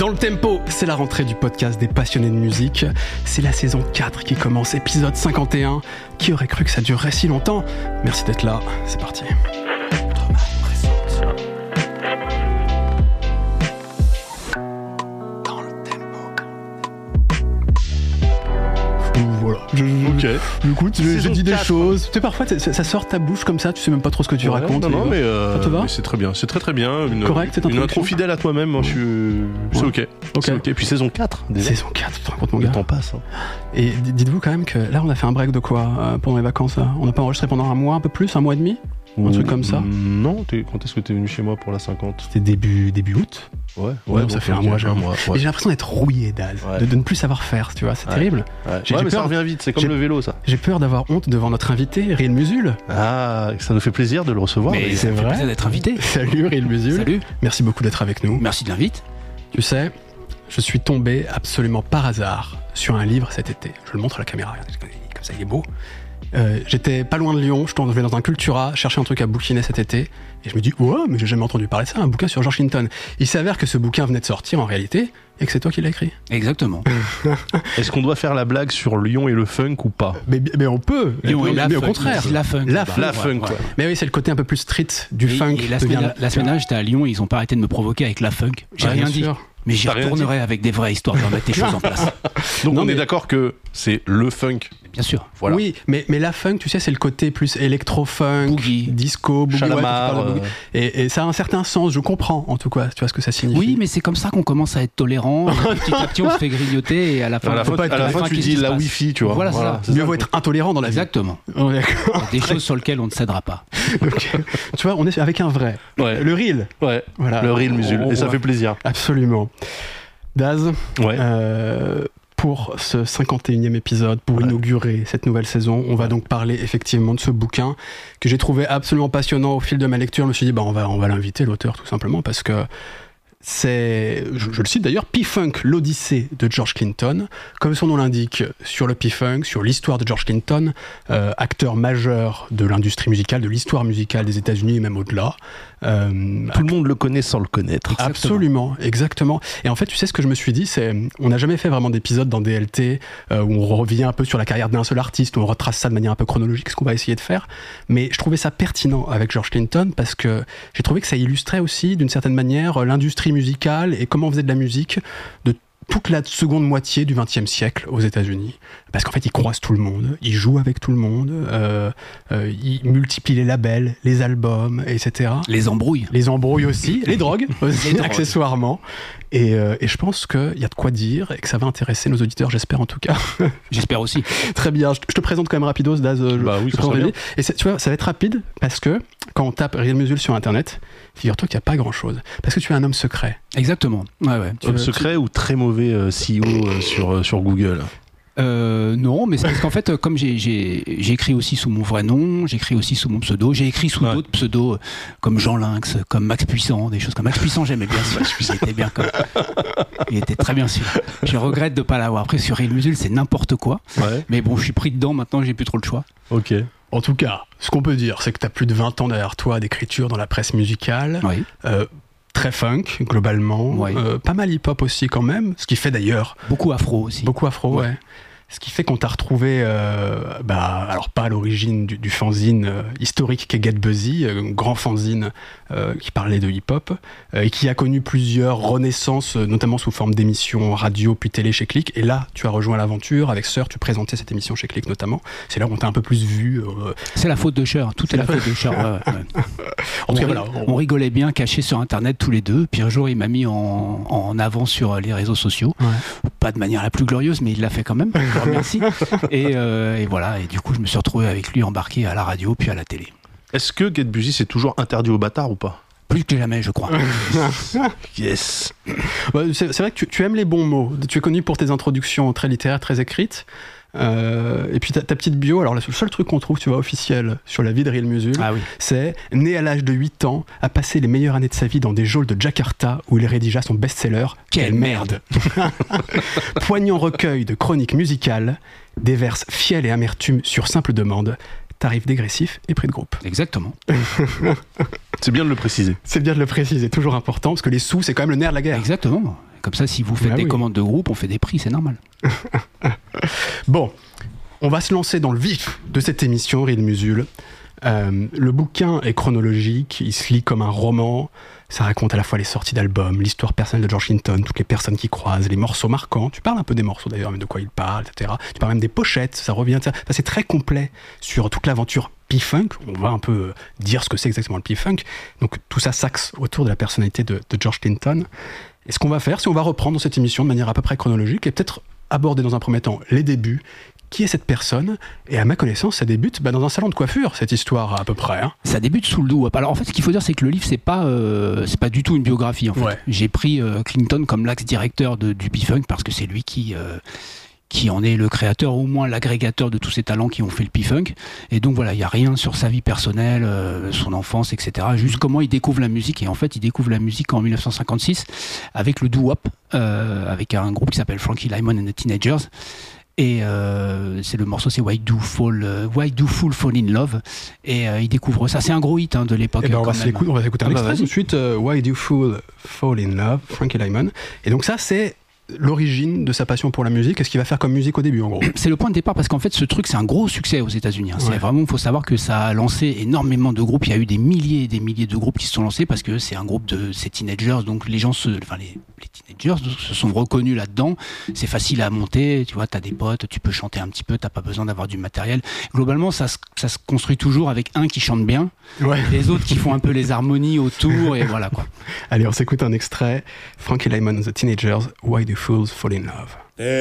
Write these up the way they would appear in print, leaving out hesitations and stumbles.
Dans le tempo, c'est la rentrée du podcast des passionnés de musique. C'est la saison 4 qui commence, épisode 51. Qui aurait cru que ça durerait si longtemps ? Merci d'être là, c'est parti. Dans le tempo. Voilà. Ok. Écoute, j'ai dit des choses. Tu sais, parfois, ça sort de ta bouche comme ça, tu sais même pas trop ce que tu racontes. Non, mais ça te va ? mais c'est très bien, c'est très bien. Correct, une intro fidèle à toi-même, moi, c'est ok. C'est ok. Et puis saison 4, déjà. Saison 4, tu te rends compte, mon gars ? Le temps passe. Hein. Et dites-vous quand même que là, on a fait un break de quoi pendant les vacances là ? On n'a pas enregistré pendant un mois, un peu plus, un mois et demi ? Un truc comme ça ? Non, quand est-ce que t'es venu chez moi pour la 50 ? C'était début août. Ouais, bon, ça fait un mois, j'avoue. Ouais. Et j'ai l'impression d'être rouillé, Daz, de ne plus savoir faire, tu vois, c'est terrible. Ouais. Mais peur, ça revient vite, c'est comme le vélo, ça. J'ai peur d'avoir honte devant notre invité, Riel Musul. Ah, ça nous fait plaisir de le recevoir. Mais c'est vrai. Plaisir d'être invité. Salut Riel Musul. Salut. Merci beaucoup d'être avec nous. Merci de l'invite. Tu sais, je suis tombé absolument par hasard sur un livre cet été. Je le montre à la caméra, comme ça il est beau. J'étais pas loin de Lyon, je vais dans un Cultura, chercher un truc à bouquiner cet été, et je me dis, ouais, mais j'ai jamais entendu parler de ça, un bouquin sur George Clinton. Il s'avère que ce bouquin venait de sortir en réalité, et que c'est toi qui l'as écrit. Exactement. Est-ce qu'on doit faire la blague sur Lyon et le funk ou pas ? Mais on peut. Lyon et la mais funk, au contraire. La funk. La funk, quoi. Mais oui, c'est le côté un peu plus street du funk. Et la semaine dernière, j'étais à Lyon, et ils ont pas arrêté de me provoquer avec la funk. J'ai rien dit. Mais j'y retournerai avec des vraies histoires de remettre les choses en place. Donc on est d'accord que c'est le funk. Bien sûr. Voilà. Oui, mais la funk, tu sais, c'est le côté plus électro-funk, boogie, disco, boogie, chalamar, et ça a un certain sens, je comprends en tout cas, tu vois ce que ça signifie. Oui, mais c'est comme ça qu'on commence à être tolérant, petit à petit on se fait grignoter, et à la fin, tu dis la wifi, tu vois. Voilà. Mieux vaut être intolérant dans la vie. Exactement. Oh, d'accord. Des choses sur lesquelles on ne cédera pas. Okay. Tu vois, on est avec un vrai. Ouais. Le Riel. Ouais. Voilà. Le Riel Musul. Et ça fait plaisir. Absolument. Daz. Ouais. Pour ce 51e épisode, pour inaugurer cette nouvelle saison, on va donc parler effectivement de ce bouquin que j'ai trouvé absolument passionnant au fil de ma lecture. Je me suis dit, on va l'inviter, l'auteur, tout simplement, parce que c'est, je le cite d'ailleurs, P-Funk, l'Odyssée de George Clinton. Comme son nom l'indique, sur le P-Funk, sur l'histoire de George Clinton, acteur majeur de l'industrie musicale, de l'histoire musicale des États-Unis et même au-delà. Tout le monde le connaît sans le connaître. Absolument, exactement. Et en fait, tu sais ce que je me suis dit, c'est, on n'a jamais fait vraiment d'épisode dans DLT où on revient un peu sur la carrière d'un seul artiste, où on retrace ça de manière un peu chronologique, ce qu'on va essayer de faire. Mais je trouvais ça pertinent avec George Clinton parce que j'ai trouvé que ça illustrait aussi, d'une certaine manière, l'industrie musicale et comment on faisait de la musique de toute la seconde moitié du XXe siècle aux États-Unis. Parce qu'en fait, il croise tout le monde, il joue avec tout le monde, il multiplie les labels, les albums, etc. Les embrouilles. Les embrouilles aussi, les drogues aussi, accessoirement. Et je pense qu'il y a de quoi dire et que ça va intéresser nos auditeurs, j'espère en tout cas. J'espère aussi. Très bien, je te présente quand même rapidos, Daz. Oui, ça serait bien. Et tu vois, ça va être rapide parce que quand on tape Riel Musul sur Internet, figure-toi qu'il n'y a pas grand-chose. Parce que tu es un homme secret. Exactement. Ouais. Homme secret ou très mauvais CEO sur Google ? Non, mais c'est parce qu'en fait, comme j'écris aussi sous mon vrai nom, j'écris aussi sous mon pseudo, j'ai écrit sous d'autres pseudos comme Jean Lynx, comme Max Puissant, des choses comme Max Puissant, j'aimais bien ça. Il était bien il était très bien celui-là. Je regrette de pas l'avoir. Après sur Riel Musul, c'est n'importe quoi. Ouais. Mais bon, je suis pris dedans maintenant, j'ai plus trop le choix. Ok. En tout cas, ce qu'on peut dire, c'est que tu as plus de 20 ans derrière toi d'écriture dans la presse musicale. Oui. Très funk, globalement. Ouais. Pas mal hip-hop aussi, quand même. Ce qui fait d'ailleurs... Beaucoup afro aussi. Beaucoup afro, ouais. Ce qui fait qu'on t'a retrouvé, alors pas à l'origine du fanzine historique qu'est Get Busy, un grand fanzine qui parlait de hip-hop, et qui a connu plusieurs renaissances, notamment sous forme d'émissions radio puis télé chez Click. Et là, tu as rejoint l'aventure avec Sœur, tu présentais cette émission chez Click notamment. C'est là où on t'a un peu plus vu. C'est la faute de Cher, tout est la faute de Cher. Ouais. En tout cas, voilà, on rigolait bien cachés sur Internet tous les deux. Puis un jour, il m'a mis en avant sur les réseaux sociaux. Ouais. Pas de manière la plus glorieuse, mais il l'a fait quand même. Je le remercie. Et voilà. Et du coup, je me suis retrouvé avec lui embarqué à la radio puis à la télé. Est-ce que Get Busy c'est toujours interdit aux bâtards ou pas ? Plus que jamais, je crois. Yes. C'est vrai que tu aimes les bons mots. Tu es connu pour tes introductions très littéraires, très écrites. Et puis ta petite bio, alors le seul truc qu'on trouve, tu vois, officiel sur la vie de Riel Musul, c'est né à l'âge de 8 ans, a passé les meilleures années de sa vie dans des geôles de Jakarta où il rédigea son best-seller. Quelle merde. Poignant recueil de chroniques musicales, des vers fiels et amertume sur simple demande, tarif dégressif et prix de groupe. Exactement. C'est bien de le préciser. C'est bien de le préciser, toujours important, parce que les sous, c'est quand même le nerf de la guerre. Exactement. Comme ça, si vous faites des commandes de groupe, on fait des prix, c'est normal. Bon, on va se lancer dans le vif de cette émission, Ride Musul. Le bouquin est chronologique, il se lit comme un roman. Ça raconte à la fois les sorties d'albums, l'histoire personnelle de George Clinton, toutes les personnes qui croisent, les morceaux marquants. Tu parles un peu des morceaux d'ailleurs, même de quoi il parle, etc. Tu parles même des pochettes, ça revient. Ça, c'est très complet sur toute l'aventure P-Funk. On va un peu dire ce que c'est exactement le P-Funk. Donc tout ça s'axe autour de la personnalité de George Clinton. Et ce qu'on va faire, c'est on va reprendre dans cette émission de manière à peu près chronologique et peut-être aborder dans un premier temps les débuts. Qui est cette personne ? Et à ma connaissance, ça débute dans un salon de coiffure, cette histoire à peu près. Hein. Ça débute sous le doo-wop. Alors en fait, ce qu'il faut dire, c'est que le livre, c'est pas du tout une biographie. En fait. Ouais. J'ai pris Clinton comme l'axe directeur du P-Funk parce que c'est lui qui en est le créateur, au moins l'agrégateur de tous ces talents qui ont fait le P-Funk. Et donc voilà, il n'y a rien sur sa vie personnelle, son enfance, etc. Juste comment il découvre la musique. Et en fait, il découvre la musique en 1956 avec le doo-wop, avec un groupe qui s'appelle Frankie Lymon and the Teenagers. Et c'est le morceau, c'est Why Do Fool Fall in Love, et il découvre ça. C'est un gros hit de l'époque. On va s'écouter un extrait tout de suite. Why Do Fool Fall in Love, Frankie Lymon. Et donc ça, c'est l'origine de sa passion pour la musique. Qu'est-ce qu'il va faire comme musique au début, en gros ? C'est le point de départ, parce qu'en fait, ce truc, c'est un gros succès aux États-Unis. Hein. C'est vraiment, il faut savoir que ça a lancé énormément de groupes. Il y a eu des milliers et des milliers de groupes qui se sont lancés parce que c'est un groupe de ces teenagers. Donc les gens, les teenagers se sont reconnus là-dedans. C'est facile à monter. Tu vois, t'as des potes, tu peux chanter un petit peu. T'as pas besoin d'avoir du matériel. Globalement, ça se construit toujours avec un qui chante bien, les autres qui font un peu les harmonies autour, et voilà quoi. Allez, on s'écoute un extrait. Frankie Lymon and the Teenagers. Why Do Fools Fall in Love.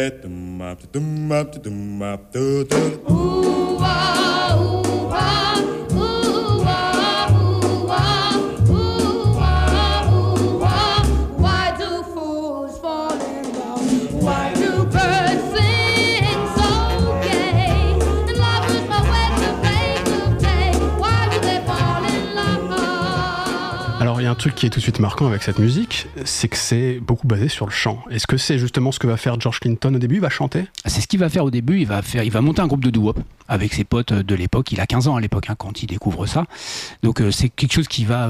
Alors il y a un truc qui est tout de suite marquant avec cette musique, c'est que c'est beaucoup basé sur le chant. Est-ce que c'est justement ce que va faire George Clinton au début ? Il va chanter ? C'est ce qu'il va faire au début. Il va monter un groupe de doo-wop avec ses potes de l'époque. Il a 15 ans à l'époque quand il découvre ça. Donc c'est quelque chose qui va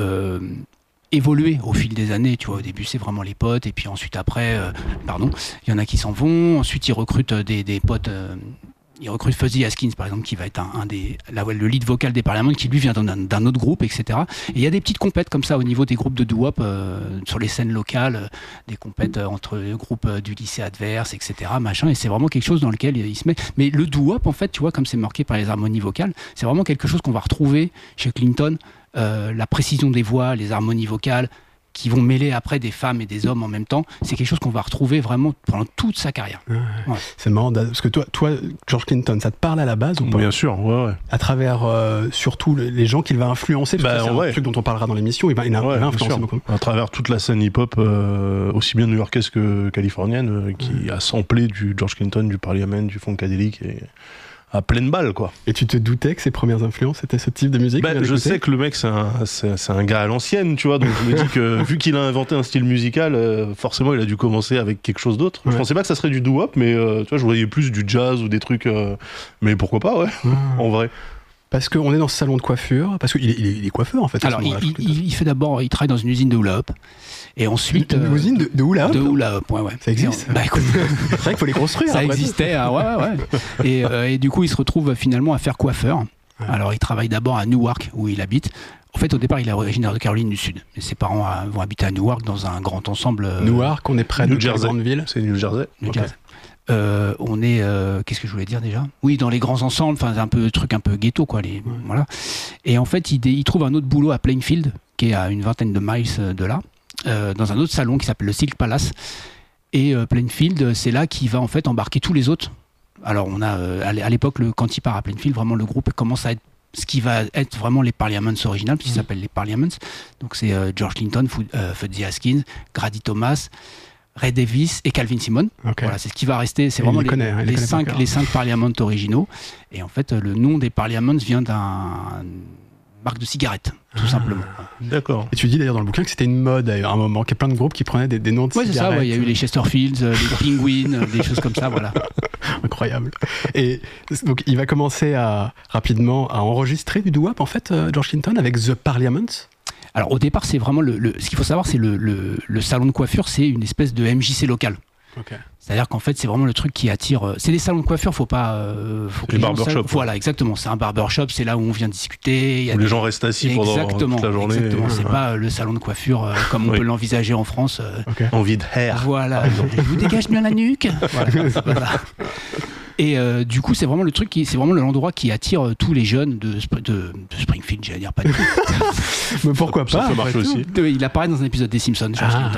évoluer au fil des années. Tu vois, au début c'est vraiment les potes, et puis ensuite après, il y en a qui s'en vont. Ensuite il recrute des potes. Il recrute Fuzzy Haskins, par exemple, qui va être le lead vocal des Parliaments, qui lui vient d'un autre groupe, etc. Et il y a des petites compètes comme ça au niveau des groupes de doo-wop sur les scènes locales, des compètes entre les groupes du lycée adverse, etc. Machin, et c'est vraiment quelque chose dans lequel il se met. Mais le doo-wop, en fait, tu vois, comme c'est marqué par les harmonies vocales, c'est vraiment quelque chose qu'on va retrouver chez Clinton. La précision des voix, les harmonies vocales, qui vont mêler après des femmes et des hommes en même temps, c'est quelque chose qu'on va retrouver vraiment pendant toute sa carrière. Ouais. C'est marrant, parce que toi, George Clinton, ça te parle à la base ou pas ? Bien sûr, ouais. À travers surtout les gens qu'il va influencer, parce que c'est un truc dont on parlera dans l'émission, il va influencer beaucoup. À travers toute la scène hip-hop, aussi bien new-yorkaise que californienne, qui a samplé du George Clinton, du Parliament, du Funkadelic, et à pleine balle, quoi. Et tu te doutais que ses premières influences c'était ce type de musique ? Je sais que le mec c'est un gars à l'ancienne, tu vois, donc je me dis que vu qu'il a inventé un style musical, forcément il a dû commencer avec quelque chose d'autre. Je pensais pas que ça serait du doo-wop, mais tu vois, je voyais plus du jazz ou des trucs, mais pourquoi pas, en vrai. Parce qu'on est dans ce salon de coiffure, parce qu'il est coiffeur en fait. Alors il fait d'abord, il travaille dans une usine de hula-hoop. Et ensuite, une usine de hula-hoop ? De hula-hoop, ouais. Ça existe ? Écoute, c'est vrai qu'il faut les construire. Ça existait, ouais. Et du coup, il se retrouve finalement à faire coiffeur. Ouais. Alors, il travaille d'abord à Newark, où il habite. En fait, au départ, il est originaire de Caroline du Sud. Mais ses parents vont habiter à Newark, dans un grand ensemble. Newark, on est près de New Jersey. Grande ville. C'est New Jersey. On est, qu'est-ce que je voulais dire déjà ? Oui, dans les grands ensembles, enfin un peu truc un peu ghetto, quoi. Voilà. Et en fait, il trouve un autre boulot à Plainfield, qui est à une vingtaine de miles de là. Dans un autre salon qui s'appelle le Silk Palace, et Plainfield, c'est là qu'il va en fait embarquer tous les autres. Alors on a à l'époque, quand il part à Plainfield, vraiment le groupe commence à être ce qui va être vraiment les Parliaments originales, puisqu'ils s'appellent les Parliaments. Donc c'est George Clinton, Fuzzy Haskins, Grady Thomas, Ray Davies et Calvin Simon. Okay. Voilà, c'est ce qui va rester. C'est vraiment les cinq Parliaments originaux. Et en fait, le nom des Parliaments vient d'un marque de cigarettes, tout simplement. D'accord. Et tu dis d'ailleurs dans le bouquin que c'était une mode à un moment, qu'il y a plein de groupes qui prenaient des noms de cigarettes. C'est ça, il y a eu les Chesterfields, les Penguins, des choses comme ça, voilà. Incroyable. Et donc il va commencer rapidement à enregistrer du doo-wop, en fait, George Clinton, avec The Parliament. Alors au départ, c'est vraiment ce qu'il faut savoir, c'est le salon de coiffure, c'est une espèce de MJC local. Okay. C'est-à-dire qu'en fait, c'est vraiment le truc qui attire. C'est des salons de coiffure, faut les barbershop. Voilà, exactement. C'est un barbershop, c'est là où on vient discuter. Où les gens restent assis pendant toute la journée. Exactement. C'est pas le salon de coiffure comme on peut l'envisager en France. Envie de hair. Voilà. Je vous dégage bien la nuque. Voilà, c'est pas ça. Et du coup, c'est vraiment le truc c'est vraiment l'endroit qui attire tous les jeunes de Springfield, j'allais dire pas du tout. Mais pourquoi pas? Ça peut marcher aussi. Il apparaît dans un épisode des Simpsons,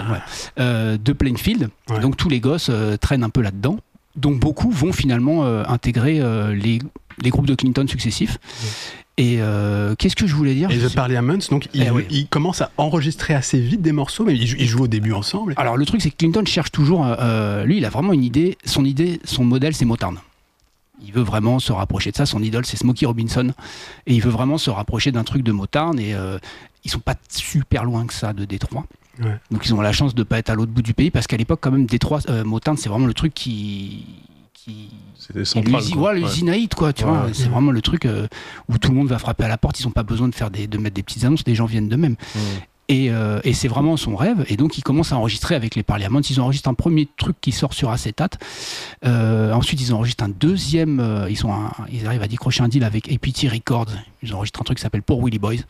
de Plainfield. Ouais. Donc tous les gosses traînent un peu là-dedans. Donc beaucoup vont finalement intégrer les groupes de Clinton successifs. Et qu'est-ce que je voulais dire? Et The Parliaments, donc il commence à enregistrer assez vite des morceaux, mais ils jouent au début ensemble. Alors le truc, c'est que Clinton cherche toujours. Lui, il a vraiment une idée. Son modèle, c'est Motown. Il veut vraiment se rapprocher de ça. Son idole, c'est Smokey Robinson. Et il veut vraiment se rapprocher d'un truc de Motown. Et ils sont pas super loin que ça de Détroit. Ouais. Donc ils ont la chance de pas être à l'autre bout du pays, parce qu'à l'époque, quand même, Détroit, Motown, c'est vraiment le truc qui c'était central. L'usinaïde, quoi, tu vois. C'est vraiment le truc où tout le monde va frapper à la porte. Ils n'ont pas besoin de mettre des petites annonces. Les gens viennent d'eux-mêmes. Et c'est vraiment son rêve. Et donc, ils commencent à enregistrer avec les Parliaments. Ils enregistrent un premier truc qui sort sur acétate. Ensuite, ils enregistrent un deuxième. Ils arrivent à décrocher un deal avec APT Records. Ils enregistrent un truc qui s'appelle Pour Willie Boy,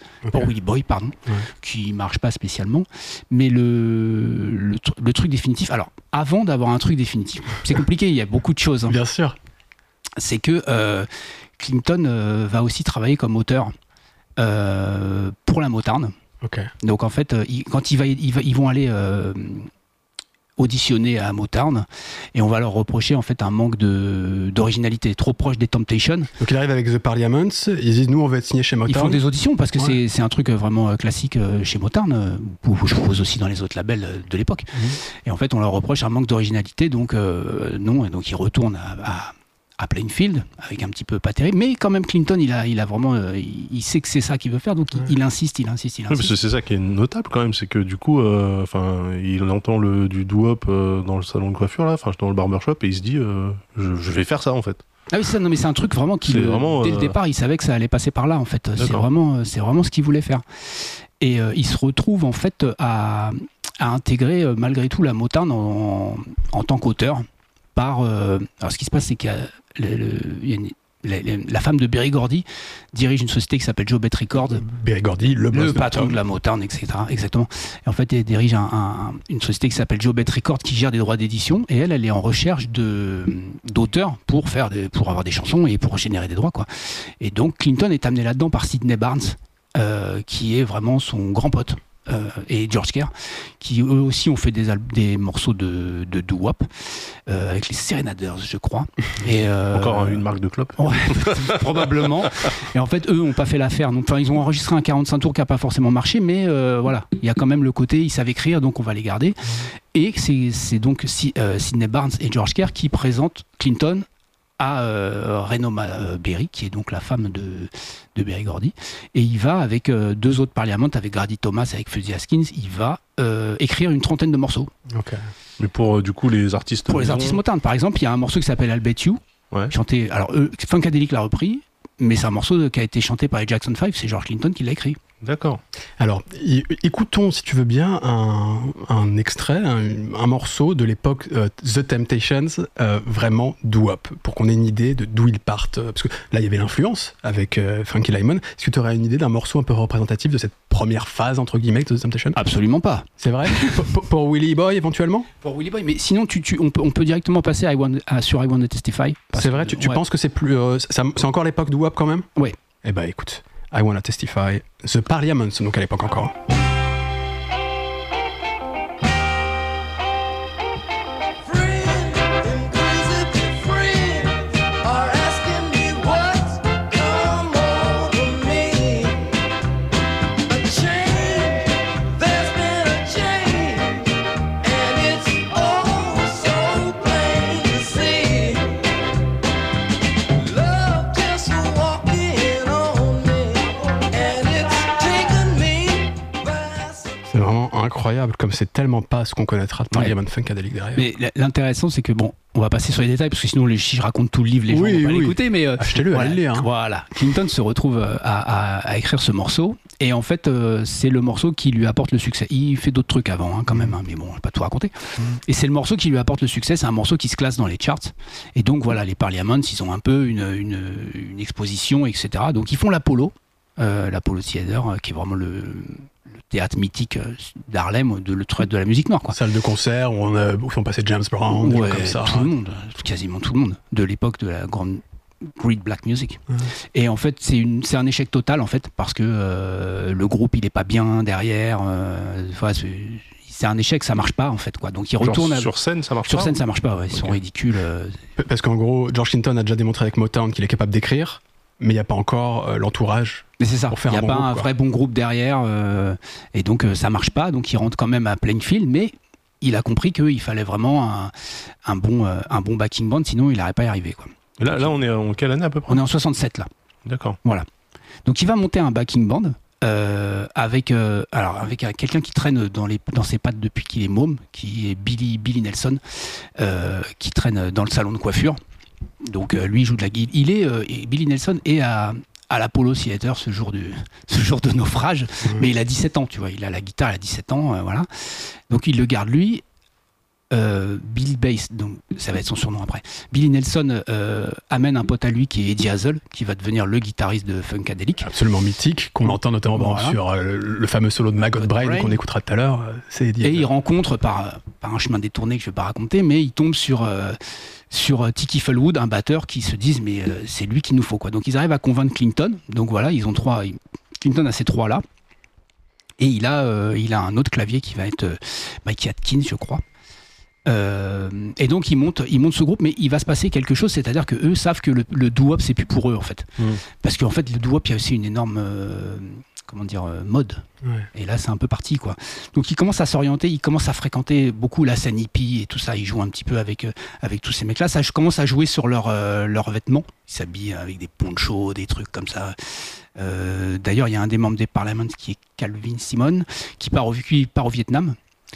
qui marche pas spécialement. Mais le truc définitif. Alors, avant d'avoir un truc définitif, c'est compliqué. Il y a beaucoup de choses. Bien sûr. C'est que Clinton va aussi travailler comme auteur pour la Motown. Okay. Donc en fait, quand ils vont aller auditionner à Motown, et on va leur reprocher en fait un manque d'originalité, trop proche des Temptations. Donc il arrive avec The Parliaments, ils disent nous on veut être signé chez Motown. Ils font des auditions parce que c'est un truc vraiment classique chez Motown, je suppose aussi dans les autres labels de l'époque. Et en fait on leur reproche un manque d'originalité, donc non, et donc ils retournent à Plainfield, avec un petit peu pas terrible, mais quand même Clinton il a vraiment il sait que c'est ça qu'il veut faire, donc il insiste. Oui, parce que c'est ça qui est notable quand même, c'est que du coup il entend du doo-wop dans le salon de coiffure là, dans le barbershop, et il se dit je vais faire ça en fait. Ah oui, c'est ça, non mais c'est un truc vraiment dès le départ il savait que ça allait passer par là en fait. C'est vraiment ce qu'il voulait faire. Et il se retrouve en fait à intégrer malgré tout la Motown en tant qu'auteur. Alors ce qui se passe, c'est qu'il y a la femme de Berry Gordy dirige une société qui s'appelle Joe Bet Records. Berry Gordy, le patron de la Motown, etc. Exactement. Et en fait, elle dirige une société qui s'appelle Joe Bet Records qui gère des droits d'édition, et elle est en recherche d'auteurs pour avoir des chansons et pour générer des droits, quoi. Et donc Clinton est amené là-dedans par Sydney Barnes, qui est vraiment son grand pote. Et George Kerr, qui eux aussi ont fait des morceaux de doo-wop avec les Serenaders, je crois. Et encore une marque de clope. Ouais, probablement. Et en fait, eux n'ont pas fait l'affaire. Donc, ils ont enregistré un 45 tours qui n'a pas forcément marché, mais voilà, il y a quand même le côté, ils savent écrire, donc on va les garder. Et c'est donc Sydney Barnes et George Kerr qui présentent Clinton à Renoma Berry, qui est donc la femme de Berry Gordy, et il va avec deux autres Parliaments, avec Grady Thomas et avec Fuzzy Haskins, il va écrire une trentaine de morceaux. Okay. Mais pour du coup les artistes... Pour les artistes Motown, par exemple, il y a un morceau qui s'appelle I'll Bet You, chanté... Alors Funkadelic l'a repris, mais c'est un morceau qui a été chanté par les Jackson 5, c'est George Clinton qui l'a écrit. D'accord. Alors, écoutons, si tu veux bien, un extrait, un morceau de l'époque The Temptations, vraiment doo-wop, pour qu'on ait une idée de d'où ils partent. Parce que là, il y avait l'influence avec Funky Lymon. Est-ce que tu aurais une idée d'un morceau un peu représentatif de cette première phase, entre guillemets, de The Temptations ? Absolument pas. C'est vrai ? Pour Willie Boy, éventuellement ? Pour Willie Boy, mais sinon, on peut directement passer sur I Want to Testify. C'est vrai ? Tu penses que c'est plus... c'est encore l'époque doo-wop quand même ? Oui. Eh ben, écoute... I Wanna Testify, The Parliaments, donc à l'époque encore. Incroyable, comme c'est tellement pas ce qu'on connaîtra de Parliament Funkadelic derrière. Mais l'intéressant, c'est que on va passer sur les détails parce que sinon si je raconte tout le livre, les gens vont pas l'écouter. Mais achetez-le, voilà, allez le lire. Voilà, Clinton se retrouve à écrire ce morceau et en fait c'est le morceau qui lui apporte le succès. Il fait d'autres trucs avant quand même, mais bon, je vais pas tout raconter. Et c'est le morceau qui lui apporte le succès. C'est un morceau qui se classe dans les charts. Et donc voilà, les Parliaments, ils ont un peu une exposition, etc. Donc ils font l'Apollo Theater, qui est vraiment le théâtre mythique d'Harlem, de la musique noire, quoi. Salle de concert où on passait James Brown, comme ça. Tout le monde, quasiment tout le monde, de l'époque de la grande Great Black Music. Et en fait, c'est un échec total, en fait, parce que le groupe, il est pas bien derrière. C'est un échec, ça marche pas, en fait, quoi. Donc ils retournent sur scène, ça marche pas. Sur scène, ça marche pas. Ils sont ridicules. Parce qu'en gros, George Clinton a déjà démontré avec Motown qu'il est capable d'écrire, mais il n'y a pas encore l'entourage. Mais c'est ça, il n'y a pas un vrai bon groupe derrière, et donc ça marche pas, donc il rentre quand même à Plainfield, mais il a compris qu'il fallait vraiment un bon backing band, sinon il n'aurait pas y arrivé, quoi. Là, on est en quelle année à peu près ? On est en 67, là. D'accord. Voilà. Donc il va monter un backing band avec quelqu'un qui traîne dans ses pattes depuis qu'il est môme, qui est Billy Nelson, qui traîne dans le salon de coiffure. Donc lui il joue de la guitare. Billy Nelson est à l'Apollo Theater ce jour de naufrage, mais il a 17 ans, tu vois, il a la guitare, il a 17 ans, voilà. Donc il le garde lui. Billy Bass, donc ça va être son surnom après. Billy Nelson amène un pote à lui qui est Eddie Hazel, qui va devenir le guitariste de Funkadelic. Absolument mythique, qu'on entend notamment sur le fameux solo de Maggot Brain qu'on écoutera tout à l'heure. C'est Eddie Hazel. Et il rencontre par un chemin détourné que je ne vais pas raconter, mais il tombe sur Tiki Fullwood, un batteur qui se disent mais c'est lui qu'il nous faut, quoi. Donc ils arrivent à convaincre Clinton. Donc voilà, ils ont Clinton a ces trois là, et il a un autre clavier qui va être Mikey Atkins, je crois. Et donc ils montent ce groupe, mais il va se passer quelque chose, c'est-à-dire que eux savent que le doo-wop c'est plus pour eux, en fait, parce qu'en fait le doo-wop il y a aussi une énorme mode, et là c'est un peu parti, quoi. Donc ils commencent à s'orienter, ils commencent à fréquenter beaucoup la scène hippie et tout ça, ils jouent un petit peu avec tous ces mecs là, ça commence à jouer sur leurs vêtements, ils s'habillent avec des ponchos, des trucs comme ça. D'ailleurs il y a un des membres des Parliaments qui est Calvin Simon, qui part au Vietnam.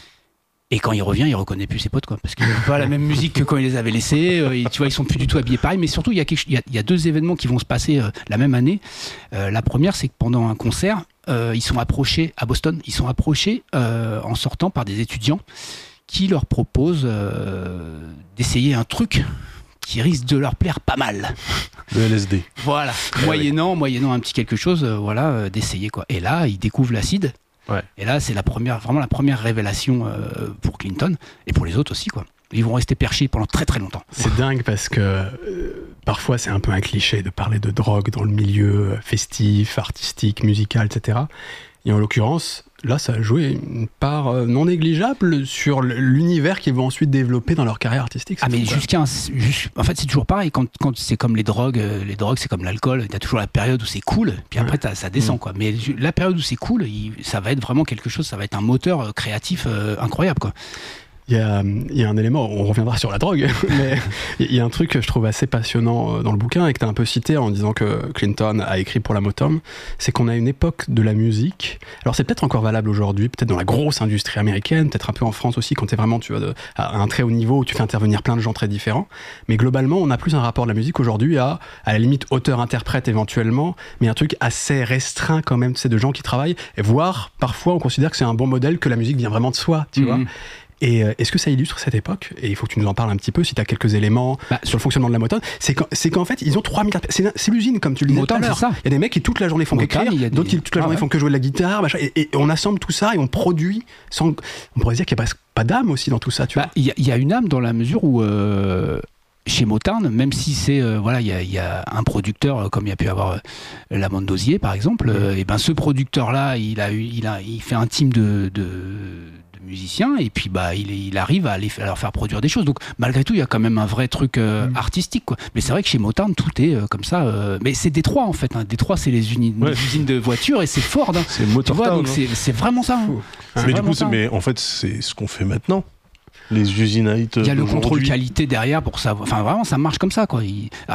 Et quand il revient, il reconnaît plus ses potes, quoi, parce qu'il n'a pas la même musique que quand il les avait laissés. Tu vois, ils sont plus du tout habillés pareil. Mais surtout, il y a deux événements qui vont se passer la même année. La première, c'est que pendant un concert, ils sont approchés à Boston. Ils sont approchés en sortant par des étudiants qui leur proposent d'essayer un truc qui risque de leur plaire pas mal. Le LSD. Voilà. Moyennant un petit quelque chose, d'essayer, quoi. Et là, ils découvrent l'acide. Ouais. Et là, c'est vraiment la première révélation pour Clinton et pour les autres aussi, quoi. Ils vont rester perchés pendant très très longtemps. C'est dingue parce que parfois c'est un peu un cliché de parler de drogue dans le milieu festif, artistique, musical, etc. Et en l'occurrence, là, ça a joué une part non négligeable sur l'univers qu'ils vont ensuite développer dans leur carrière artistique. Ah, mais en fait, c'est toujours pareil. Quand c'est comme les drogues, c'est comme l'alcool. T'as toujours la période où c'est cool, puis après, ça descend, quoi. Mais la période où c'est cool, ça va être vraiment quelque chose, ça va être un moteur créatif incroyable, quoi. Il y a un élément, on reviendra sur la drogue, mais il y a un truc que je trouve assez passionnant dans le bouquin et que tu as un peu cité en disant que Clinton a écrit pour la Motown, c'est qu'on a une époque de la musique, alors c'est peut-être encore valable aujourd'hui, peut-être dans la grosse industrie américaine, peut-être un peu en France aussi, quand tu es vraiment à un très haut niveau où tu fais intervenir plein de gens très différents, mais globalement on a plus un rapport de la musique aujourd'hui à la limite auteur-interprète éventuellement, mais un truc assez restreint quand même, c'est de gens qui travaillent, et voire parfois on considère que c'est un bon modèle, que la musique vient vraiment de soi, tu vois. Et est-ce que ça illustre cette époque ? Et il faut que tu nous en parles un petit peu, si tu as quelques éléments sur le fonctionnement de la Motown. C'est qu'en fait, ils ont 3000... C'est l'usine, comme tu le disais tout à l'heure. Il y a des mecs qui toute la journée font qu'écrire, d'autres qui toute la journée font que jouer de la guitare, machin, et on assemble tout ça et on produit sans... On pourrait dire qu'il n'y a presque pas d'âme aussi dans tout ça, tu vois. Il y a une âme dans la mesure où... Chez Motown, même si c'est il y a un producteur comme il y a pu avoir Lamont Dozier par exemple, et ben ce producteur là il fait un team de musiciens et puis il arrive à leur faire produire des choses, donc malgré tout il y a quand même un vrai truc artistique, quoi. Mais c'est vrai que chez Motown tout est comme ça, mais c'est Détroit en fait, hein. Détroit c'est les usines de voitures et c'est Ford, hein. C'est Motown, donc c'est vraiment ça, hein. Mais du coup mais en fait c'est ce qu'on fait maintenant. Les usines à hit. Il y a le contrôle qualité derrière pour ça. Enfin, vraiment, ça marche comme ça, quoi.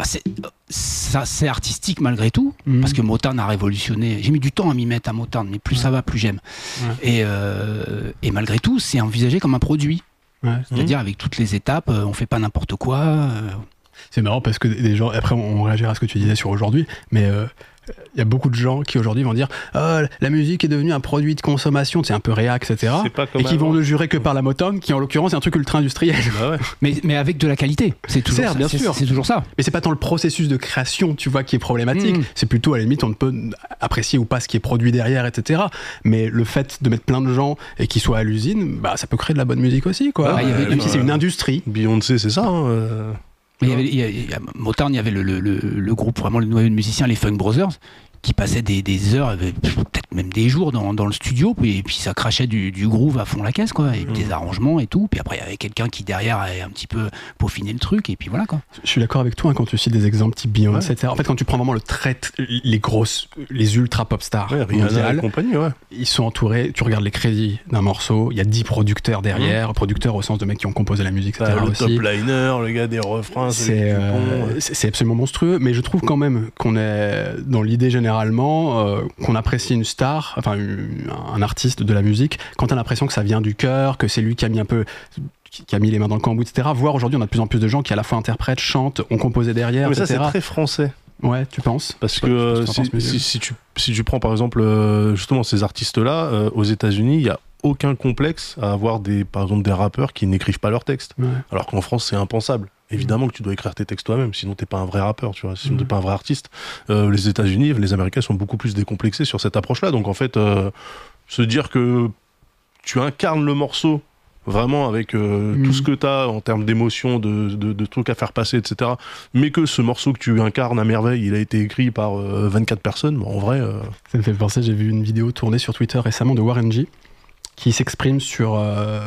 C'est artistique malgré tout, parce que Motown a révolutionné. J'ai mis du temps à m'y mettre à Motown, mais plus ça va, plus j'aime. Et malgré tout, c'est envisagé comme un produit. Ouais. C'est-à-dire avec toutes les étapes, on fait pas n'importe quoi. C'est marrant parce que des gens, après on réagira à ce que tu disais sur aujourd'hui, mais il y a beaucoup de gens qui aujourd'hui vont dire la musique est devenue un produit de consommation, c'est un peu réac, etc. Et qui vont ne jurer que par la Motown, qui en l'occurrence est un truc ultra industriel. Bah ouais. mais avec de la qualité, c'est toujours Certes, ça, bien sûr. C'est toujours ça. Mais c'est pas tant le processus de création, tu vois, qui est problématique. C'est plutôt, à la limite, on ne peut apprécier ou pas ce qui est produit derrière, etc. Mais le fait de mettre plein de gens et qu'ils soient à l'usine, bah ça peut créer de la bonne musique aussi, quoi. Même si c'est une industrie. Beyoncé, c'est ça. Mais il y a Motown, il y avait le groupe, vraiment le noyau de musiciens, les Funk Brothers, qui passaient des heures, peut-être même des jours dans le studio, et puis ça crachait du groove à fond la caisse, quoi, et des arrangements et tout. Puis après, il y avait quelqu'un qui derrière avait un petit peu peaufiné le truc, et puis voilà, quoi. Je suis d'accord avec toi quand tu cites des exemples type Beyoncé, etc. En fait, quand tu prends vraiment les ultra pop stars mondiales, compagnie, ils sont entourés, tu regardes les crédits d'un morceau, il y a 10 producteurs derrière, producteurs au sens de mecs qui ont composé la musique, etc. Le aussi. top liner, le gars des refrains, c'est absolument monstrueux, mais je trouve quand même qu'on est dans l'idée générale qu'on apprécie une star, enfin un artiste de la musique, quand t'as l'impression que ça vient du cœur, que c'est lui qui a mis les mains dans le cambouis, etc. Voire aujourd'hui, on a de plus en plus de gens qui à la fois interprètent, chantent, ont composé derrière, mais etc. ça, c'est très français. Ouais, tu penses? Parce que si tu prends par exemple justement ces artistes-là, aux États-Unis, il y a aucun complexe à avoir par exemple des rappeurs qui n'écrivent pas leurs textes. Ouais. Alors qu'en France, c'est impensable. Évidemment que tu dois écrire tes textes toi-même, sinon t'es pas un vrai rappeur, tu vois, sinon t'es pas un vrai artiste. Les États-Unis, les Américains sont beaucoup plus décomplexés sur cette approche-là. Donc en fait, se dire que tu incarnes le morceau vraiment avec tout ce que t'as en termes d'émotions, de trucs à faire passer, etc. Mais que ce morceau que tu incarnes à merveille, il a été écrit par 24 personnes, en vrai... Ça me fait penser, j'ai vu une vidéo tournée sur Twitter récemment de Warren G, qui s'exprime sur...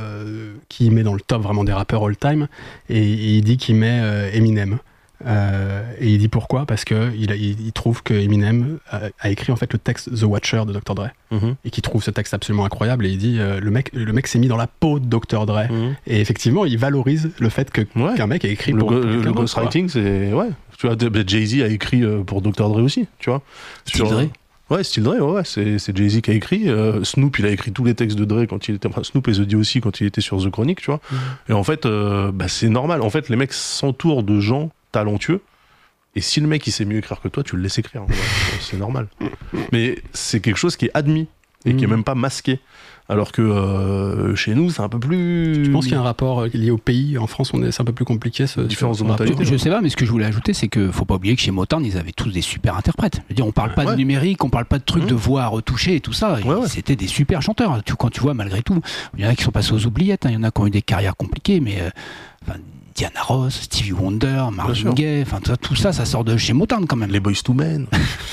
qui met dans le top vraiment des rappeurs all-time, et il dit qu'il met Eminem. Et il dit pourquoi, parce que il trouve que Eminem a écrit en fait le texte The Watcher de Dr. Dre, et qu'il trouve ce texte absolument incroyable, et il dit le mec s'est mis dans la peau de Dr. Dre, et effectivement il valorise le fait qu'un mec a écrit pour le ghostwriting, c'est tu vois, Jay-Z a écrit pour Dr. Dre aussi, tu vois, Still Dre. Ouais, Still Dre, c'est Jay-Z qui a écrit. Snoop, il a écrit tous les textes de Dre quand il était... Enfin, Snoop et The D aussi quand il était sur The Chronic, tu vois. Et en fait, c'est normal. En fait, les mecs s'entourent de gens talentueux. Et si le mec, il sait mieux écrire que toi, tu le laisses écrire. C'est normal. Mais c'est quelque chose qui est admis et qui est même pas masqué. Alors que chez nous, c'est un peu plus... Tu penses qu'il y a un rapport lié au pays? En France, c'est un peu plus compliqué, ce différence de mentalité. Je sais pas, mais ce que je voulais ajouter, c'est que faut pas oublier que chez Motown, ils avaient tous des super interprètes. Je veux dire, on parle pas de numérique, on parle pas de trucs de voix retouchées et tout ça. C'était des super chanteurs. Quand tu vois, malgré tout, il y en a qui sont passés aux oubliettes, il y en a qui ont eu des carrières compliquées, mais... Diana Ross, Stevie Wonder, Marvin Gaye, enfin tout ça sort de chez Motown quand même. Les Boyz II Men.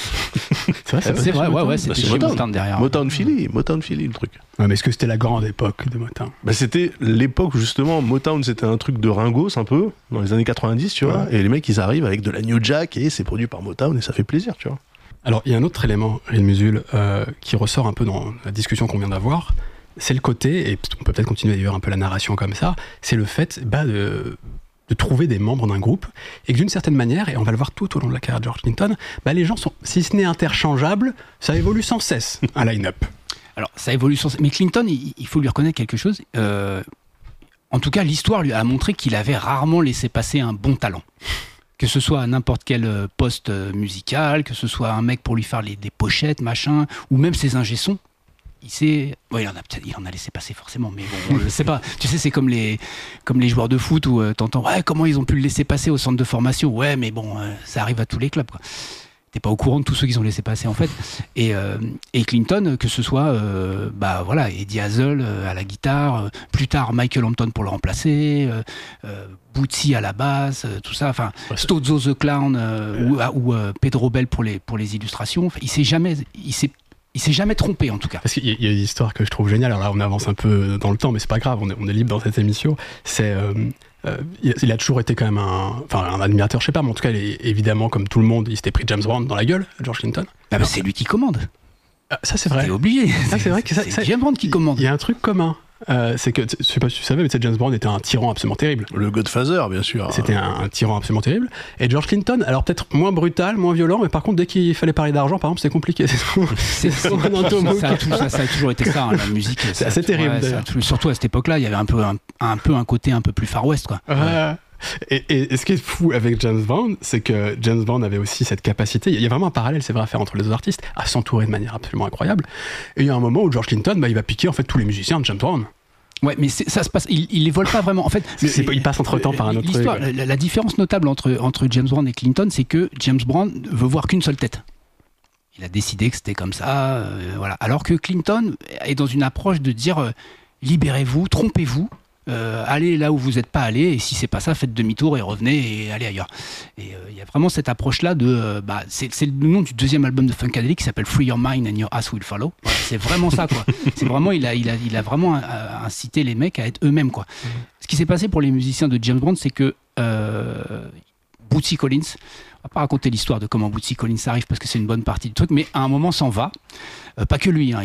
c'est vrai, c'était chez Motown derrière. Motown Philly le truc. Ouais, mais est-ce que c'était la grande époque de Motown? C'était l'époque où justement Motown c'était un truc de ringos un peu dans les années 90, tu vois, et les mecs ils arrivent avec de la New Jack et c'est produit par Motown et ça fait plaisir, tu vois. Alors il y a un autre élément, Real Musul, qui ressort un peu dans la discussion qu'on vient d'avoir. C'est le côté, et on peut peut-être continuer d'ailleurs un peu la narration comme ça, c'est le fait de trouver des membres d'un groupe, et que d'une certaine manière, et on va le voir tout au long de la carrière de George Clinton, les gens sont, si ce n'est interchangeables, ça évolue sans cesse, un line-up. Alors, ça évolue sans cesse. Mais Clinton, il faut lui reconnaître quelque chose. En tout cas, l'histoire lui a montré qu'il avait rarement laissé passer un bon talent. Que ce soit à n'importe quel poste musical, que ce soit un mec pour lui faire des pochettes, machin, ou même ses ingé-sons. Il en a laissé passer forcément, mais bon, je sais pas. Tu sais, c'est comme les joueurs de foot où t'entends comment ils ont pu le laisser passer au centre de formation. Ouais, mais bon, ça arrive à tous les clubs, quoi. T'es pas au courant de tous ceux qu'ils ont laissé passer en fait. Et Clinton, que ce soit Eddie Hazel à la guitare, plus tard Michael Hampton pour le remplacer, Bootsy à la basse, tout ça. Enfin, Stozzo the Clown ou Pedro Bell pour les illustrations. Enfin, il s'est jamais trompé en tout cas. Parce qu'il y a une histoire que je trouve géniale. Alors là, on avance un peu dans le temps, mais c'est pas grave. On est libre dans cette émission. C'est il a toujours été quand même un admirateur, je sais pas, mais en tout cas, évidemment, comme tout le monde, il s'était pris James Brown dans la gueule, George Clinton. C'est lui qui commande. Ça c'est vrai. T'es obligé. Ça c'est vrai que c'est James Brown qui commande. Il y a un truc commun c'est que, je sais pas si tu savais, mais James Brown était un tyran absolument terrible. Le Godfather, bien sûr. C'était un tyran absolument terrible. Et George Clinton, alors peut-être moins brutal, moins violent, mais par contre, dès qu'il fallait parler d'argent, par exemple, c'est compliqué. Ça a toujours été ça, hein, la musique. C'est assez terrible, d'ailleurs. Surtout à cette époque-là, il y avait un peu un côté un peu plus Far West, quoi. Et ce qui est fou avec James Brown, c'est que James Brown avait aussi cette capacité, il y a vraiment un parallèle, c'est vrai, à faire entre les deux artistes, à s'entourer de manière absolument incroyable. Et il y a un moment où George Clinton, il va piquer en fait tous les musiciens de James Brown. Ouais, mais ça se passe, il les vole pas vraiment. En fait, il passe entre-temps par un autre truc. La différence notable entre James Brown et Clinton, c'est que James Brown veut voir qu'une seule tête. Il a décidé que c'était comme ça, voilà. Alors que Clinton est dans une approche de dire libérez-vous, trompez-vous. Allez là où vous n'êtes pas allé, et si c'est pas ça, faites demi-tour et revenez et allez ailleurs. Et il y a vraiment cette approche-là de c'est le nom du deuxième album de Funkadelic qui s'appelle Free Your Mind and Your Ass Will Follow. Voilà, c'est vraiment ça, quoi. C'est vraiment il a vraiment incité les mecs à être eux-mêmes, quoi. Ce qui s'est passé pour les musiciens de James Brown, c'est que Bootsy Collins, on va pas raconter l'histoire de comment Bootsy Collins arrive parce que c'est une bonne partie du truc, mais à un moment s'en va. Pas que lui, hein,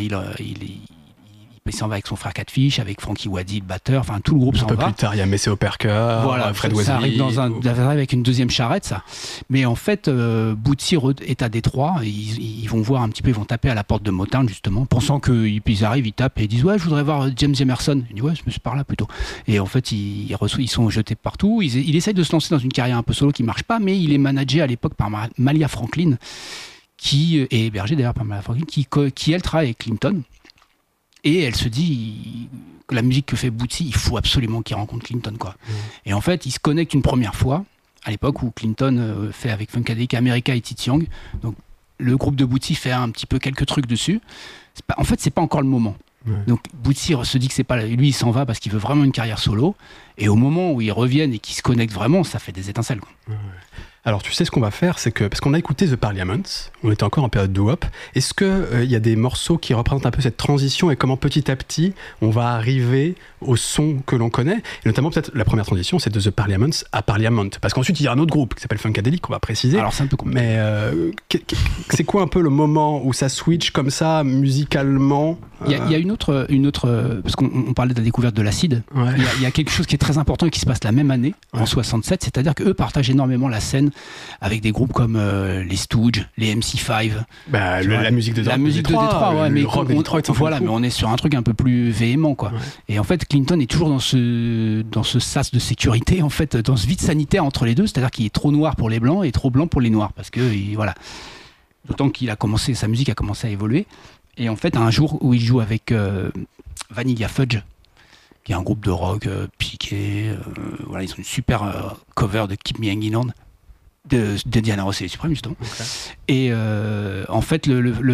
il s'en va avec son frère Catfish, avec Frankie Waddy, le batteur, enfin tout le groupe s'en va. Un peu plus tard, il y a Maceo Parker, voilà, Fred Wesley. Ça arrive avec une deuxième charrette, ça. Mais en fait, Bootsy est à Détroit, ils vont voir un petit peu, ils vont taper à la porte de Motown, justement, pensant qu'ils arrivent, ils tapent et ils disent « Ouais, je voudrais voir James Emerson ». Il dit « Ouais, je me suis par là plutôt ». Et en fait, ils sont jetés partout. Il essaye de se lancer dans une carrière un peu solo qui marche pas, mais il est managé à l'époque par Malia Franklin, qui est hébergée d'ailleurs par Malia Franklin, qui elle travaille avec Clinton. Et elle se dit que la musique que fait Bootsy, il faut absolument qu'il rencontre Clinton, quoi. Et en fait, ils se connectent une première fois, à l'époque où Clinton fait avec Funkadelic America et Titi Young. Donc, le groupe de Bootsy fait un petit peu quelques trucs dessus. En fait, c'est pas encore le moment. Ouais. Donc, Bootsy se dit que c'est pas lui, il s'en va parce qu'il veut vraiment une carrière solo. Et au moment où ils reviennent et qu'ils se connectent vraiment, ça fait des étincelles, quoi. Ouais. Alors, tu sais ce qu'on va faire, c'est que, parce qu'on a écouté The Parliament, on était encore en période doo-wop, est-ce qu'il y a des morceaux qui représentent un peu cette transition et comment petit à petit on va arriver au son que l'on connaît, et notamment peut-être la première transition, c'est de The Parliament à Parliament, parce qu'ensuite il y a un autre groupe qui s'appelle Funkadelic, qu'on va préciser. Alors c'est un peu compliqué. Mais c'est quoi un peu le moment où ça switch comme ça, musicalement Il y a une autre parce qu'on parlait de la découverte de l'acide, ouais. Il y a quelque chose qui est très important et qui se passe la même année, en 67, c'est-à-dire qu'eux partagent énormément la scène avec des groupes comme les Stooges, les MC5. La musique de Détroit, ouais, mais rock de Detroit, voilà, mais on est sur un truc un peu plus véhément, quoi. Ouais. Et en fait, Clinton est toujours dans ce sas de sécurité, en fait, dans ce vide sanitaire entre les deux, c'est-à-dire qu'il est trop noir pour les blancs et trop blanc pour les noirs, parce que voilà. D'autant qu'il a commencé, sa musique a commencé à évoluer. Et en fait, un jour où il joue avec Vanilla Fudge, qui est un groupe de rock piqué, voilà, ils ont une super cover de Keep Me Hanging On de Diana Ross et les Supremes, justement. Okay. Et en fait,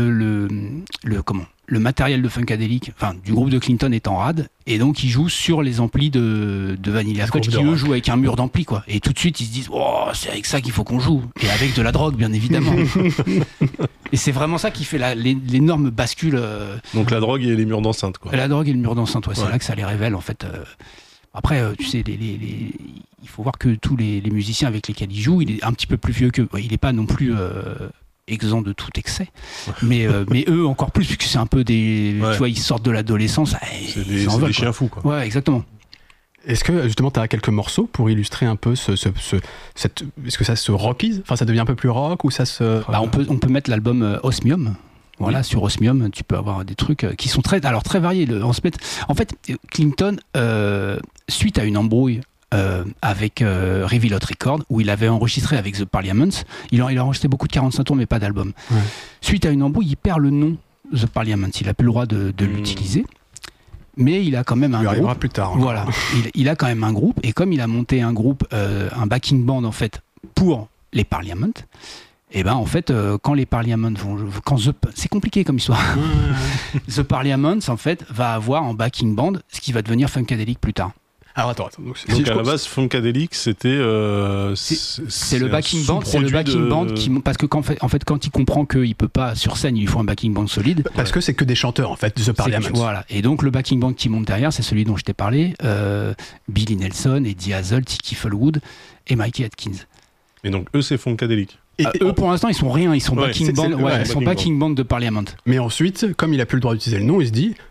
le matériel de Funkadelic, enfin du groupe de Clinton est en rade, et donc ils jouent sur les amplis de Vanilla Fudge, qui eux jouent avec un mur d'ampli, quoi. Et tout de suite ils se disent oh, c'est avec ça qu'il faut qu'on joue, et avec de la drogue bien évidemment. Et c'est vraiment ça qui fait l'énorme bascule. Donc la drogue et les murs d'enceinte, quoi. La drogue et le mur d'enceinte, ouais, c'est là que ça les révèle en fait. Après, tu sais, il faut voir que tous les musiciens avec lesquels il joue, il est un petit peu plus vieux qu'eux. Il n'est pas non plus exempt de tout excès, mais eux encore plus, puisque c'est un peu des, tu vois, ils sortent de l'adolescence. C'est des chiens fous, quoi. Ouais, exactement. Est-ce que justement tu as quelques morceaux pour illustrer un peu est-ce que ça se rockise, enfin ça devient un peu plus rock ou ça se on peut mettre l'album Osmium. Voilà, oui. Sur Osmium, tu peux avoir des trucs qui sont très variés. En fait, Clinton, suite à une embrouille avec Revealed Records, où il avait enregistré avec The Parliament, il a enregistré beaucoup de 45 tours, mais pas d'album. Ouais. Suite à une embrouille, il perd le nom The Parliament. Il n'a plus le droit de l'utiliser. Mais il a quand même un groupe. Il arrivera plus tard. Voilà, il a quand même un groupe, et comme il a monté un groupe, un backing band en fait pour les Parliament. Et ben en fait, quand les Parliament c'est compliqué comme histoire. The Parliament en fait va avoir en backing band ce qui va devenir Funkadelic plus tard. Alors attends. Donc à la base, Funkadelic, c'était c'est le backing band, parce que en fait quand il comprend qu'il peut pas sur scène, il lui faut un backing band solide. Parce que c'est que des chanteurs en fait, The Parliament. Voilà. Et donc le backing band qui monte derrière, c'est celui dont je t'ai parlé, Billy Nelson, Eddie Hazel, Tiki Fullwood et Mikey Atkins. Et donc eux, c'est Funkadelic. Et eux, pour l'instant, ils sont rien. Ils sont backing band de Parliament. Mais ensuite, comme il a plus le droit d'utiliser le nom, il se dit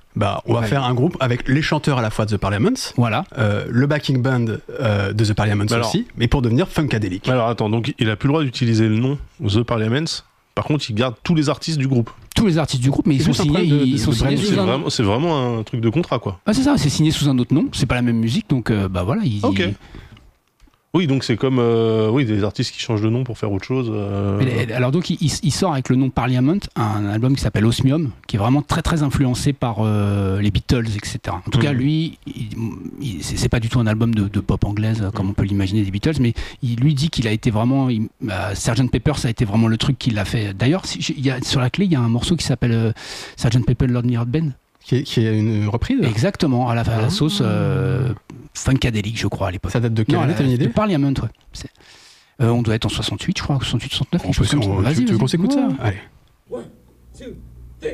on va faire un groupe avec les chanteurs à la fois de The Parliaments, voilà. Le backing band de The Parliaments aussi, mais pour devenir Funkadelic. Alors attends, donc il a plus le droit d'utiliser le nom The Parliaments. Par contre, il garde tous les artistes du groupe. Tous les artistes du groupe, mais ils sont signés sous un... C'est vraiment un truc de contrat, quoi. Ah, c'est ça, c'est signé sous un autre nom. C'est pas la même musique, donc voilà. Ok. Oui, donc c'est comme des artistes qui changent de nom pour faire autre chose. Alors donc il sort avec le nom Parliament, un album qui s'appelle Osmium, qui est vraiment très très influencé par les Beatles, etc. En tout cas, lui, c'est pas du tout un album de pop anglaise comme on peut l'imaginer des Beatles, mais il lui dit qu'il a été vraiment, Sgt Pepper, ça a été vraiment le truc qu'il a fait. D'ailleurs, sur la clé, il y a un morceau qui s'appelle Sgt Pepper Lonely Hearts Band. Qui est une reprise. Exactement, à la sauce Funkadelic, je crois, à l'époque. Ça date de quelle année, t'as une idée? De Parliament, ouais. On doit être en 68, je crois, 68, 69. Tu veux qu'on s'écoute ça? Allez. 1, 2, 3.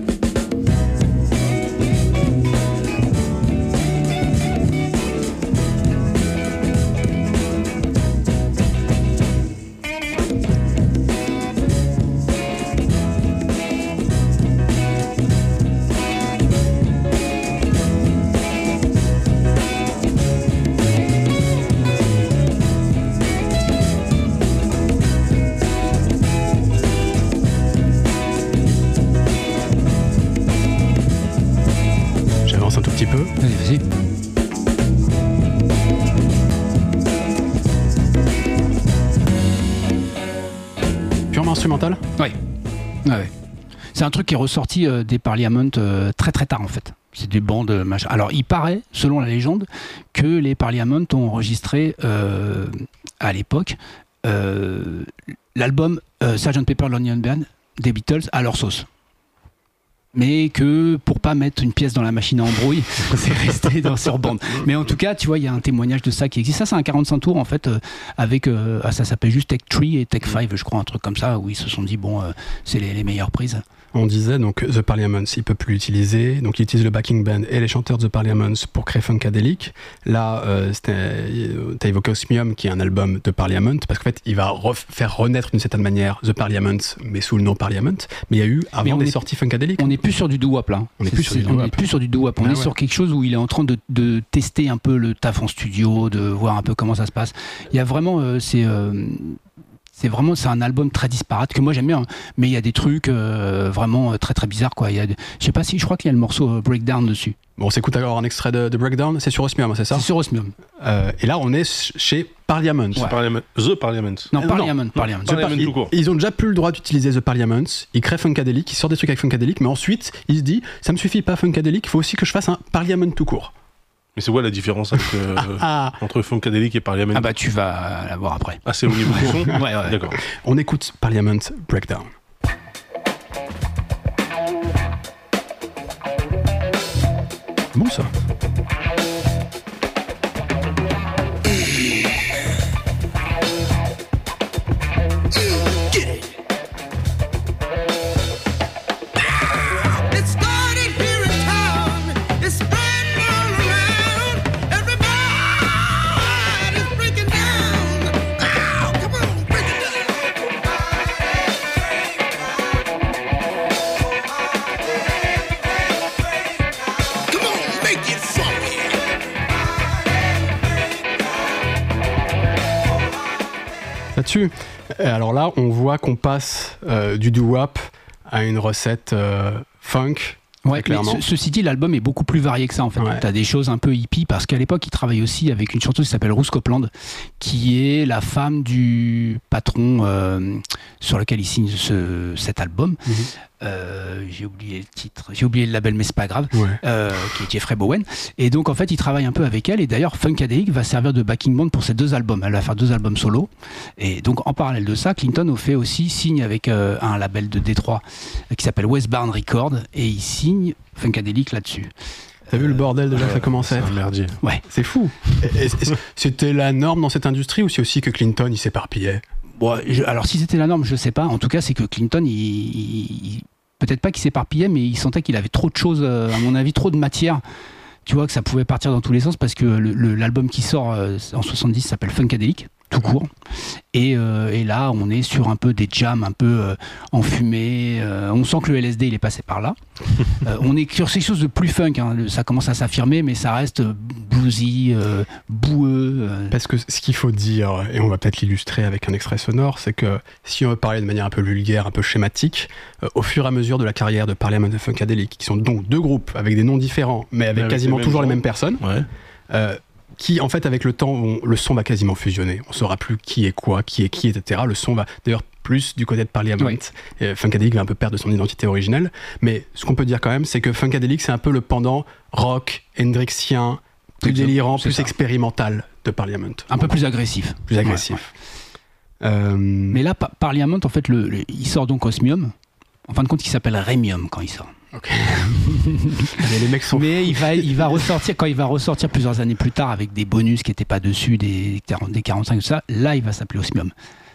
Un tout petit peu. Vas-y. Purement instrumental? Oui. Ouais. C'est un truc qui est ressorti des Parliament très très tard en fait. C'est des bandes machin. Alors il paraît, selon la légende, que les Parliament ont enregistré à l'époque l'album Sgt Pepper Lonely Hearts Band des Beatles à leur sauce. Mais que pour pas mettre une pièce dans la machine à embrouille, c'est resté sur bande. Mais en tout cas, tu vois, il y a un témoignage de ça qui existe. Ça, c'est un 45 tours en fait, avec ça s'appelle juste Take 3 et Take 5, je crois, un truc comme ça, où ils se sont dit bon, c'est les meilleures prises. On disait donc The Parliaments, il peut plus l'utiliser, donc il utilise le backing band et les chanteurs de The Parliaments pour créer Funkadelic. Là, t'as évoqué Osmium, qui est un album de Parliament, parce qu'en fait, il va faire renaître d'une certaine manière The Parliaments, mais sous le nom Parliament. Mais il y a eu avant des sorties Funkadelic. On n'est plus sur du doo-wop là. On n'est plus sur du doo-wop. On est sur quelque chose où il est en train de tester un peu le taf en studio, de voir un peu comment ça se passe. Il y a vraiment c'est un album très disparate que moi j'aime bien, mais il y a des trucs vraiment très très bizarres quoi. Je crois qu'il y a le morceau Breakdown dessus. Bon, on s'écoute alors un extrait de Breakdown, c'est sur Osmium, c'est ça? C'est sur Osmium. Et là on est chez Parliament. Ouais. The Parliament. Non, Parliament. Tout court. Ils ont déjà plus le droit d'utiliser The Parliament, ils créent Funkadelic, ils sortent des trucs avec Funkadelic, mais ensuite ils se disent ça me suffit pas Funkadelic, il faut aussi que je fasse un Parliament tout court. Mais c'est quoi la différence avec, entre Funkadelic et Parliament? Ah bah tu vas la voir après. Ah, c'est au niveau du son? Ouais. D'accord. On écoute Parliament Breakdown. Bon ça. Là-dessus. Alors là, on voit qu'on passe du doo-wop à une recette funk. Ouais, clairement. Ceci dit, l'album est beaucoup plus varié que ça en fait. Ouais. T'as des choses un peu hippies parce qu'à l'époque, il travaille aussi avec une chanteuse qui s'appelle Ruth Copeland, qui est la femme du patron sur lequel il signe cet album. J'ai oublié le titre, j'ai oublié le label, mais c'est pas grave. Ouais. Qui est Jeffrey Bowen. Et donc en fait, il travaille un peu avec elle. Et d'ailleurs, Funkadelic va servir de backing band pour ces deux albums. Elle va faire 2 albums solo. Et donc en parallèle de ça, Clinton fait aussi signe avec un label de Détroit qui s'appelle West Barn Records, et il signe Funkadelic là-dessus. T'as vu le bordel déjà que ça commence à être? C'est un merdier. Ouais. C'est fou. C'était la norme dans cette industrie, ou c'est aussi que Clinton il s'éparpillait? Bon, alors si c'était la norme, je sais pas. En tout cas, c'est que Clinton, il peut-être pas qu'il s'éparpillait, mais il sentait qu'il avait trop de choses, à mon avis, trop de matière. Tu vois, que ça pouvait partir dans tous les sens, parce que l'album qui sort en 70 s'appelle Funkadelic, tout court. Et là, on est sur un peu des jams un peu enfumés. On sent que le LSD, il est passé par là. On est sur quelque chose de plus funk. Hein. Ça commence à s'affirmer, mais ça reste bluesy, boueux. Parce que ce qu'il faut dire, et on va peut-être l'illustrer avec un extrait sonore, c'est que si on veut parler de manière un peu vulgaire, un peu schématique, au fur et à mesure de la carrière de Parliament et Funkadelic, qui sont donc deux groupes avec des noms différents, mais avec quasiment toujours les mêmes personnes, qui, en fait, avec le temps, le son va quasiment fusionner. On ne saura plus qui est quoi, qui est qui, etc. Le son va, d'ailleurs, plus du côté de Parliament. Funkadelic va un peu perdre de son identité originelle. Mais ce qu'on peut dire quand même, c'est que Funkadelic, c'est un peu le pendant rock, hendrixien, plus délirant, plus expérimental de Parliament. Un peu plus agressif. Plus agressif. Mais là, Parliament, en fait, il sort donc Osmium. En fin de compte, il s'appelle Remium quand il sort. Okay. Les mecs sont mais il va ressortir quand il va ressortir plusieurs années plus tard avec des bonus qui n'étaient pas dessus, des 45 tout ça. Là, il va s'appeler Osmium.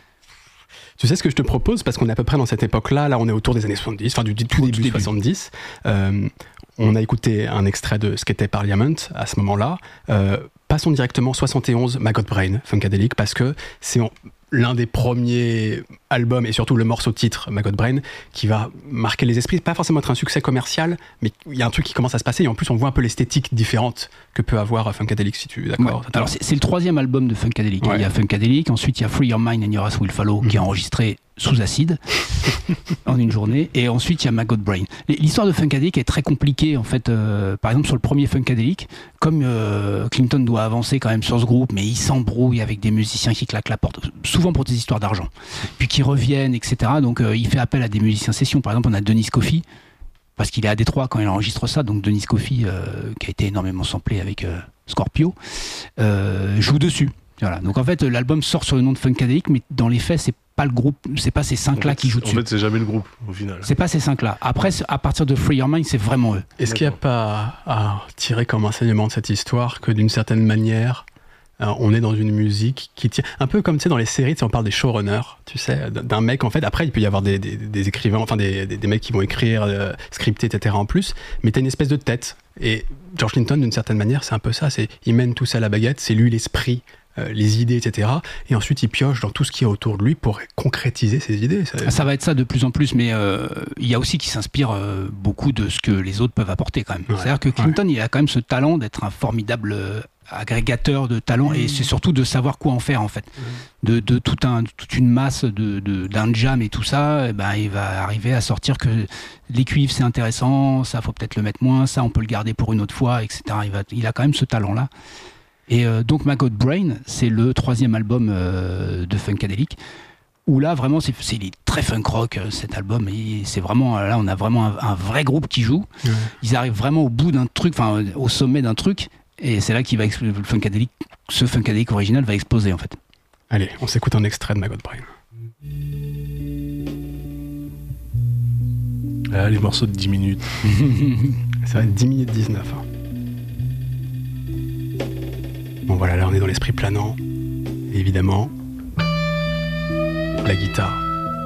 Tu sais ce que je te propose, parce qu'on est à peu près dans cette époque-là. Là, on est autour des années 70, enfin du tout début 70. On a écouté un extrait de ce qu'était Parliament à ce moment-là. Passons directement 71, Maggot Brain, Funkadelic, parce que c'est l'un des premiers albums, et surtout le morceau titre, Maggot Brain, qui va marquer les esprits. Pas forcément être un succès commercial, mais il y a un truc qui commence à se passer, et en plus on voit un peu l'esthétique différente que peut avoir Funkadelic, si tu es d'accord. Ouais. Alors c'est le troisième album de Funkadelic. Ouais. Il y a Funkadelic, ensuite il y a Free Your Mind and Your Ass Will Follow, qui est enregistré sous acide en une journée, et ensuite il y a Maggot Brain. L'histoire de Funkadelic est très compliquée en fait. Par exemple sur le premier Funkadelic, comme Clinton doit avancer quand même sur ce groupe, mais il s'embrouille avec des musiciens qui claquent la porte, souvent pour des histoires d'argent, puis qui reviennent, etc. Donc il fait appel à des musiciens session. Par exemple, on a Dennis Coffey, parce qu'il est à Détroit quand il enregistre ça, donc Dennis Coffey, qui a été énormément samplé avec Scorpio, joue dessus. Voilà. Donc en fait, l'album sort sur le nom de Funkadelic, mais dans les faits, c'est pas le groupe, c'est pas ces 5-là qui jouent dessus. En fait, c'est jamais le groupe, au final. C'est pas ces 5-là. Après, à partir de Free Your Mind, c'est vraiment eux. Est-ce qu'il n'y a pas à tirer comme enseignement de cette histoire que d'une certaine manière, on est dans une musique qui tient un peu comme tu sais dans les séries, on parle des showrunners, tu sais, d'un mec en fait. Après, il peut y avoir des écrivains, enfin des mecs qui vont écrire, scripter, etc. en plus, mais t'as une espèce de tête. Et George Clinton, d'une certaine manière, c'est un peu ça. Il mène tout ça à la baguette, c'est lui l'esprit. Les idées, etc. Et ensuite, il pioche dans tout ce qu'il y a autour de lui pour concrétiser ses idées. Ça va être ça de plus en plus, mais il y a aussi qui s'inspire beaucoup de ce que les autres peuvent apporter quand même. Ouais, c'est-à-dire que Clinton, il a quand même ce talent d'être un formidable agrégateur de talents, et c'est surtout de savoir quoi en faire en fait. De toute une masse d'un jam et tout ça, il va arriver à sortir que les cuivres c'est intéressant, ça faut peut-être le mettre moins, ça on peut le garder pour une autre fois, etc. Il a quand même ce talent-là. Et donc Maggot Brain, c'est le troisième album de Funkadelic, où là vraiment il est très funk rock cet album, et c'est vraiment là on a vraiment un vrai groupe qui joue. Ils arrivent vraiment au bout d'un truc, enfin au sommet d'un truc, et c'est là qu'il va ce Funkadelic original va exploser en fait. Allez, on s'écoute un extrait de Maggot Brain. Ah, les morceaux de 10 minutes. Ça va être 10 minutes 19. Hein. Bon voilà, là on est dans l'esprit planant, et évidemment, la guitare.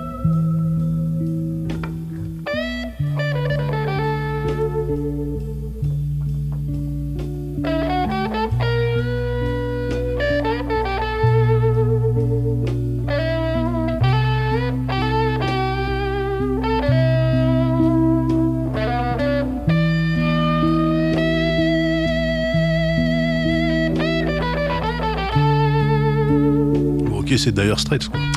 C'est d'ailleurs Straits quoi.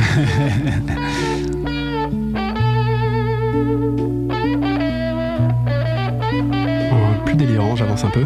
Plus délirant, j'avance un peu.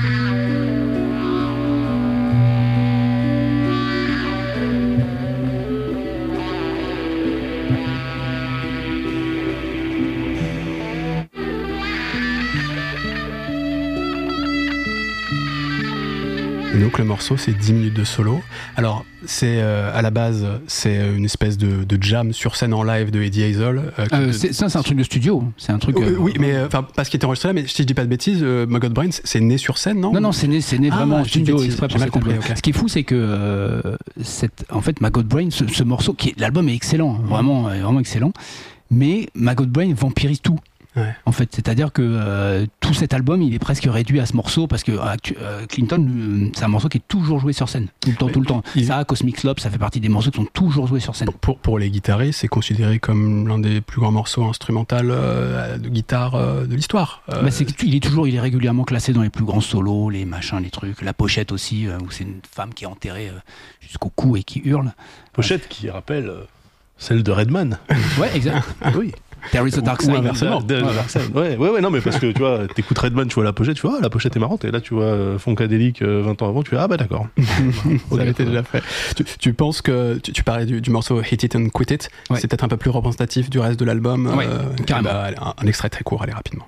Donc le morceau c'est 10 minutes de solo. Alors c'est à la base c'est une espèce de jam sur scène en live de Eddie Hazel. C'est un truc de studio. C'est un truc. Oui, mais parce qu'il était enregistré là. Mais si je dis pas de bêtises, Maggot Brain c'est né sur scène, non ? Non, c'est né vraiment en studio. J'ai mal compris. Okay. Ce qui est fou, c'est que en fait Maggot Brain, ce morceau l'album est excellent, vraiment excellent. Mais Maggot Brain vampirise tout. Ouais. En fait, c'est-à-dire que tout cet album, il est presque réduit à ce morceau parce que Clinton, c'est un morceau qui est toujours joué sur scène, tout le temps. Ça, Cosmic Slope, ça fait partie des morceaux qui sont toujours joués sur scène. Pour les guitaristes, c'est considéré comme l'un des plus grands morceaux instrumentaux de guitare de l'histoire. Il est régulièrement classé dans les plus grands solos, les machins, les trucs. La pochette aussi, où c'est une femme qui est enterrée jusqu'au cou et qui hurle. Pochette qui rappelle celle de Redman. Ouais, exact. Oui. There is a dark side. Inversement. Ouais, non, mais parce que tu vois, t'écoutes Redman, tu vois la pochette, tu vois, la pochette est marrante, et là tu vois Funkadelic 20 ans avant, tu fais ah bah d'accord. Ça avait été déjà fait. Tu penses que tu parlais du morceau Hit It and Quit It, c'est peut-être un peu plus représentatif du reste de l'album. Ouais, carrément. Un extrait très court, allez rapidement.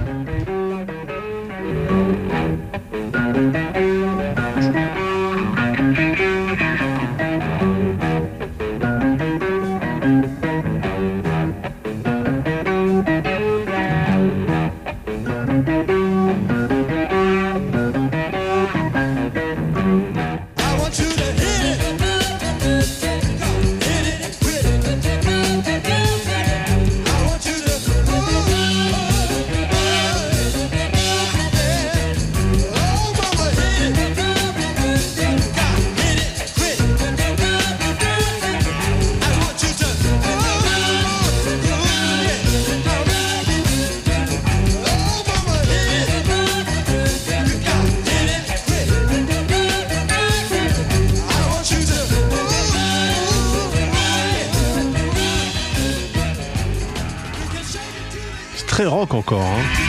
Très rock encore.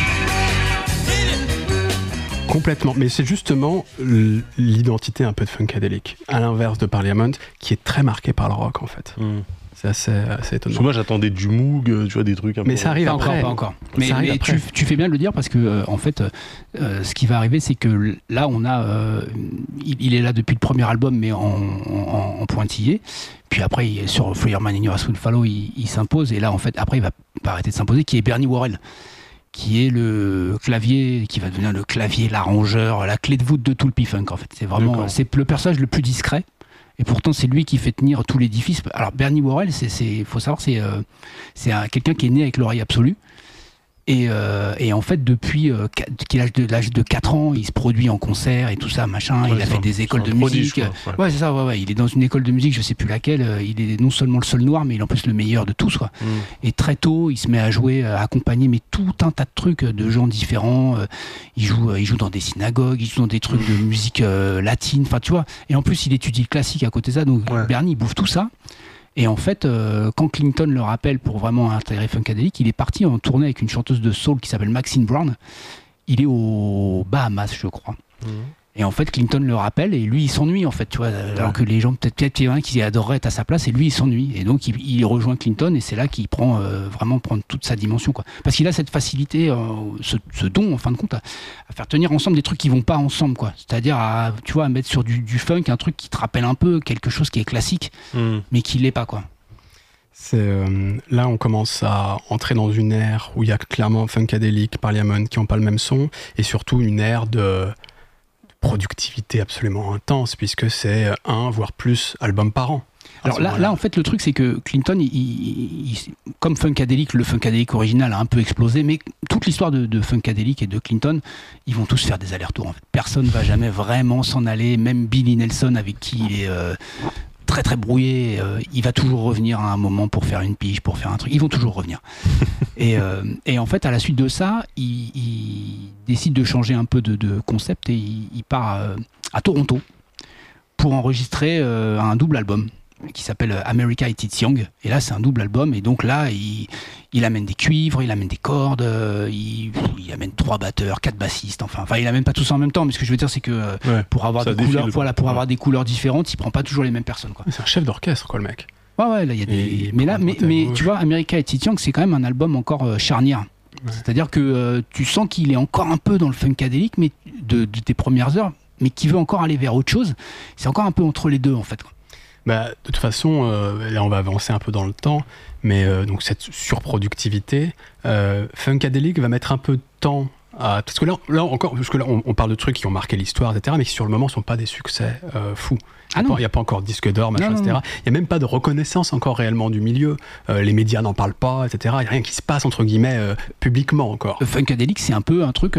Complètement, mais c'est justement l'identité un peu de Funkadelic, à l'inverse de Parliament, qui est très marqué par le rock en fait. C'est assez étonnant. Parce que moi j'attendais du Moog, tu vois, des trucs un peu. Mais ça arrive après. Pas encore. Mais tu fais bien de le dire parce que en fait, ce qui va arriver, c'est que là on a, il est là depuis le premier album, mais en pointillé. Puis après, sur For Your Man in Your Ass Will Follow, il s'impose. Et là, en fait, après, il va pas arrêter de s'imposer, qui est Bernie Worrell, qui est le clavier, qui va devenir le clavier, l'arrangeur, la clé de voûte de tout le P-Funk, en fait. C'est vraiment, c'est le personnage le plus discret. Et pourtant, c'est lui qui fait tenir tout l'édifice. Alors, Bernie Worrell, faut savoir, c'est quelqu'un qui est né avec l'oreille absolue. Et en fait, depuis l'âge de 4 ans, il se produit en concert et tout ça, machin. Il a fait des écoles de musique. Ouais, c'est ça, ouais. Il est dans une école de musique, je sais plus laquelle. Il est non seulement le seul noir, mais il est en plus le meilleur de tous, quoi. Et très tôt, il se met à jouer, à accompagner, mais tout un tas de trucs de gens différents. Il joue dans des synagogues, il joue dans des trucs de musique latine, enfin, tu vois. Et en plus, il étudie le classique à côté de ça. Donc, Bernie, il bouffe tout ça. Et en fait, quand Clinton le rappelle pour vraiment intégrer Funkadelic, il est parti en tournée avec une chanteuse de soul qui s'appelle Maxine Brown. Il est aux Bahamas, je crois. Et en fait, Clinton le rappelle et lui, il s'ennuie, en fait, tu vois. Alors que les gens, peut-être qu'il y en a qui adoreraient être à sa place et lui, il s'ennuie. Et donc, il rejoint Clinton et c'est là qu'il prend vraiment toute sa dimension, quoi. Parce qu'il a cette facilité, ce don, en fin de compte, à faire tenir ensemble des trucs qui vont pas ensemble, quoi. C'est-à-dire, à mettre sur du funk un truc qui te rappelle un peu quelque chose qui est classique, mais qui l'est pas, quoi. Là, on commence à entrer dans une ère où il y a clairement Funkadelic, Parliament qui n'ont pas le même son, et surtout une ère de productivité absolument intense, puisque c'est 1 voire plus albums par an. Alors là, en fait, le truc, c'est que Clinton, comme Funkadelic, le Funkadelic original a un peu explosé, mais toute l'histoire de Funkadelic et de Clinton, ils vont tous faire des allers-retours. En fait. Personne ne va jamais vraiment s'en aller, même Billy Nelson, avec qui il est très très brouillé, il va toujours revenir à un moment pour faire une pige, pour faire un truc. Ils vont toujours revenir. Et en fait, à la suite de ça, il décide de changer un peu de concept et il part à Toronto pour enregistrer un double album qui s'appelle America It Is Young. Et là, c'est un double album. Et donc là, il amène des cuivres, il amène des cordes, il amène 3 batteurs, 4 bassistes. Enfin, il amène pas tous en même temps. Mais ce que je veux dire, c'est que pour avoir des couleurs, avoir des couleurs différentes, il prend pas toujours les mêmes personnes, quoi. C'est un chef d'orchestre, quoi, le mec. Ouais, là, il y a des. Mais tu vois, America It Is Young, c'est quand même un album encore charnière. Ouais. C'est-à-dire que tu sens qu'il est encore un peu dans le funkadelic, mais de tes premières heures, mais qui veut encore aller vers autre chose. C'est encore un peu entre les deux, en fait. De toute façon, là on va avancer un peu dans le temps, mais donc cette surproductivité, Funkadelic va mettre un peu de temps Parce que là encore, on parle de trucs qui ont marqué l'histoire, etc., mais qui sur le moment sont pas des succès fous. Il n'y a pas encore de disque d'or, machin, etc. Il n'y a même pas de reconnaissance encore réellement du milieu. Les médias n'en parlent pas, etc. Il n'y a rien qui se passe, entre guillemets, publiquement encore. Funkadelic, c'est un peu un truc,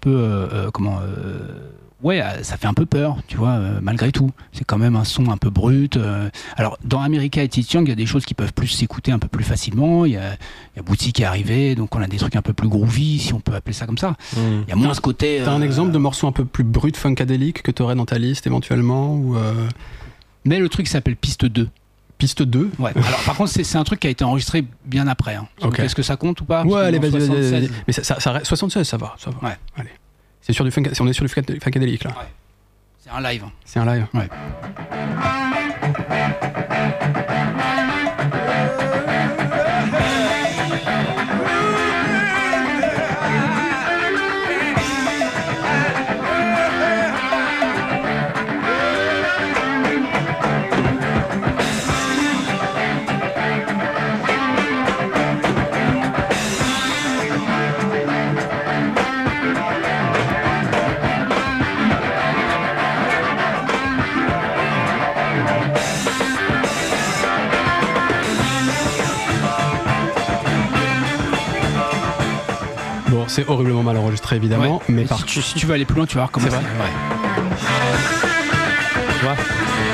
ouais, ça fait un peu peur, tu vois, malgré tout. C'est quand même un son un peu brut. Alors, dans America et It's Young, il y a des choses qui peuvent plus s'écouter un peu plus facilement. Il y a Bootsy qui est arrivé, donc on a des trucs un peu plus groovy, si on peut appeler ça comme ça. Il y a moins ce côté... T'as un exemple de morceau un peu plus brut Funkadelic que t'aurais dans ta liste, éventuellement ou Mais le truc s'appelle Piste 2. Piste 2 Ouais. Alors, par contre, c'est un truc qui a été enregistré bien après. Hein. Okay. Est-ce que ça compte ou pas? Ouais, allez, vas-y. Mais ça 76, ça va. Ouais. Allez. On est sur du Funkadelic là. Ouais. C'est un live. C'est un live. Ouais. Bon, c'est horriblement mal enregistré évidemment, mais si tu veux aller plus loin, tu vas voir comment c'est vrai. Tu vois ?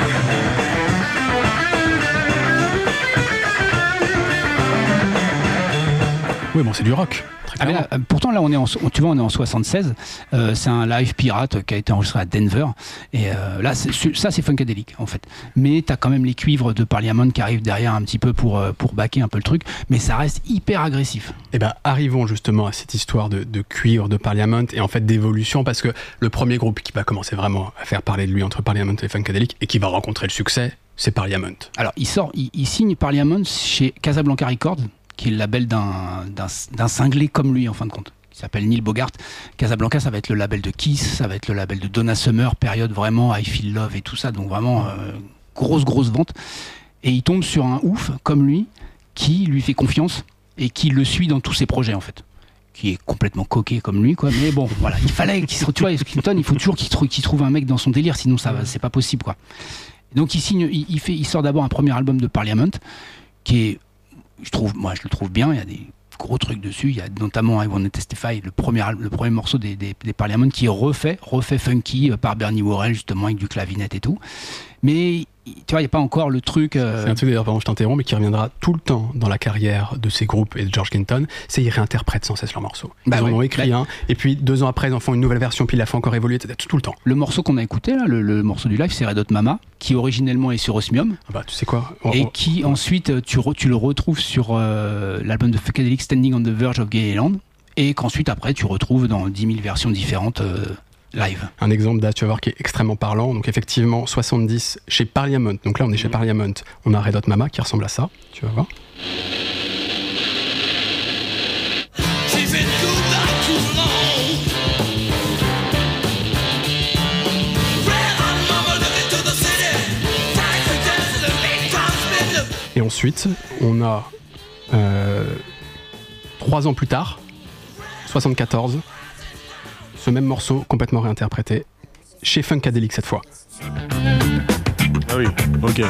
Oui, bon, c'est du rock. Pourtant là on est en 76. C'est un live pirate qui a été enregistré à Denver. Et là c'est Funkadelic en fait. Mais t'as quand même les cuivres de Parliament qui arrivent derrière un petit peu pour backer un peu le truc. Mais ça reste hyper agressif. Et ben arrivons justement à cette histoire de cuivre de Parliament et en fait d'évolution, parce que le premier groupe qui va commencer vraiment à faire parler de lui entre Parliament et Funkadelic et qui va rencontrer le succès, c'est Parliament. Alors il signe Parliament chez Casablanca Records, qui est le label d'un cinglé comme lui en fin de compte, qui s'appelle Neil Bogart. Casablanca, ça va être le label de Kiss, ça va être le label de Donna Summer, période vraiment I Feel Love et tout ça, donc vraiment grosse vente. Et il tombe sur un ouf comme lui, qui lui fait confiance et qui le suit dans tous ses projets en fait, qui est complètement coquet comme lui, quoi. Mais bon, voilà, il fallait qu'il se... Tu vois, Clinton, il faut toujours qu'il trouve un mec dans son délire, sinon c'est pas possible, quoi. Et donc il sort d'abord un premier album de Parliament, qui est, je le trouve bien, il y a des gros trucs dessus, il y a notamment I Wanna Testify, le premier morceau des Parliament, qui est refait funky par Bernie Worrell, justement, avec du clavinette et tout. Mais tu vois, il n'y a pas encore le truc... C'est un truc d'ailleurs, pardon, je t'interromps, mais qui reviendra tout le temps dans la carrière de ces groupes et de George Clinton, c'est ils réinterprètent sans cesse leurs morceaux. Ils en ont écrit un, et puis 2 ans après, ils en font une nouvelle version, puis ils la font encore évoluer, tout le temps. Le morceau qu'on a écouté, là, le morceau du live, c'est Red Hot Mama, qui originellement est sur Osmium. Ah bah, tu sais quoi Et qui ensuite, tu le retrouves sur l'album de Funkadelic, Standing on the Verge of Gay Island, et qu'ensuite, après, tu retrouves dans 10 000 versions différentes... live. Un exemple d'As, tu vas voir, qui est extrêmement parlant. Donc effectivement, 70 chez Parliament. Donc là, on est chez Parliament. On a Red Hot Mama qui ressemble à ça. Tu vas voir. Et ensuite, on a 3 ans plus tard, 74, ce même morceau complètement réinterprété chez Funkadelic cette fois. Ah oui, ok.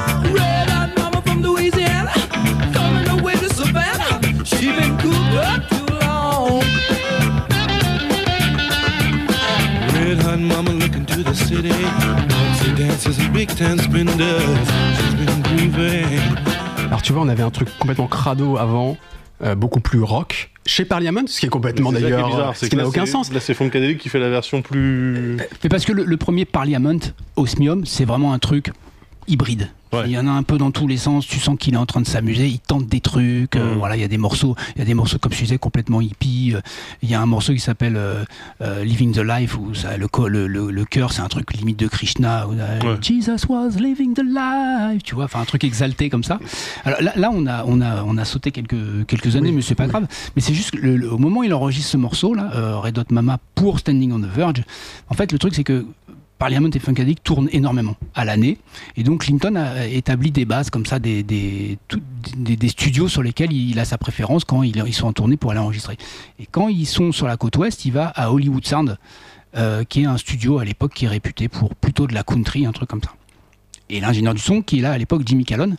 Red hot mama looking to the city, fancy dancers and big time spenders. She's been grooving. Alors tu vois, on avait un truc complètement crado avant, beaucoup plus rock. Chez Parliament, ce qui est complètement d'ailleurs, bizarre, ce qui n'a aucun sens. Là, c'est Funkadelic qui fait la version plus... Mais parce que le premier Parliament, Osmium, c'est vraiment un truc hybride. Ouais. Il y en a un peu dans tous les sens, tu sens qu'il est en train de s'amuser, il tente des trucs, voilà, il y a des morceaux comme je disais complètement hippie, il y a un morceau qui s'appelle Living the Life, où ça, le chœur c'est un truc limite de Krishna, où, Jesus was living the life, tu vois, enfin un truc exalté comme ça. Alors là on a sauté quelques années, mais c'est pas grave, mais c'est juste que au moment où il enregistre ce morceau là, Red Hot Mama pour Standing on the Verge, en fait le truc c'est que Parliament et Funkadelic tournent énormément à l'année, et donc Clinton a établi des bases comme ça, des studios sur lesquels il a sa préférence quand ils sont en tournée pour aller enregistrer. Et quand ils sont sur la côte ouest, il va à Hollywood Sound, qui est un studio à l'époque qui est réputé pour plutôt de la country, un truc comme ça. Et l'ingénieur du son, qui est là à l'époque, Jimmy Callon,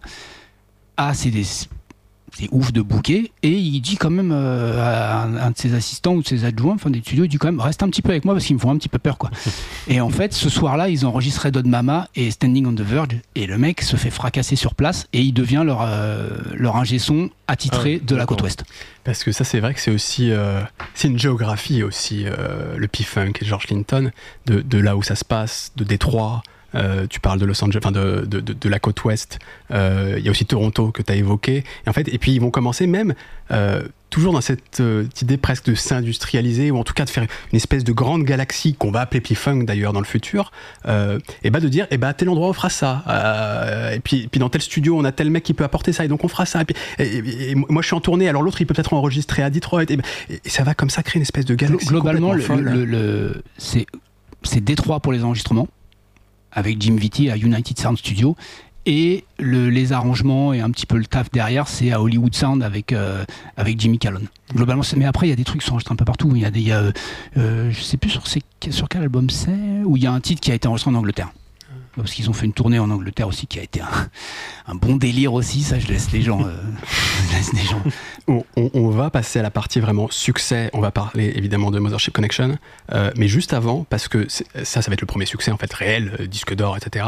c'est ouf de bouquet, et il dit quand même à un de ses assistants ou de ses adjoints, enfin des studios, il dit quand même reste un petit peu avec moi parce qu'ils me font un petit peu peur, quoi. Et en fait, ce soir-là, ils enregistraient Don Mama et Standing on the Verge, et le mec se fait fracasser sur place et il devient leur ingé son attitré de la côte ouest. Parce que ça, c'est vrai que c'est aussi c'est une géographie aussi, le P-Funk et George Clinton, de là où ça se passe, de Détroit. Tu parles de Los Angeles, enfin de la côte ouest. Il y a aussi Toronto que tu as évoqué. Et puis ils vont commencer même toujours dans cette idée presque de s'industrialiser, ou en tout cas de faire une espèce de grande galaxie qu'on va appeler P-Funk d'ailleurs dans le futur. Et de dire à tel endroit on fera ça. Et puis dans tel studio on a tel mec qui peut apporter ça et donc on fera ça. Et moi je suis en tournée, alors l'autre il peut peut-être enregistrer à Detroit. Et ça va comme ça créer une espèce de galaxie. Globalement, c'est Détroit pour les enregistrements, avec Jim Vitti à United Sound Studio, et les arrangements et un petit peu le taf derrière, c'est à Hollywood Sound avec Jimmy Callon. Globalement, mais après il y a des trucs qui sont enregistrés un peu partout. Je sais plus sur quel album c'est, où il y a un titre qui a été enregistré en Angleterre. Parce qu'ils ont fait une tournée en Angleterre aussi qui a été un bon délire aussi. Ça, je laisse les gens. On va passer à la partie vraiment succès. On va parler évidemment de Mothership Connection, mais juste avant, parce que ça va être le premier succès en fait réel, disque d'or, etc.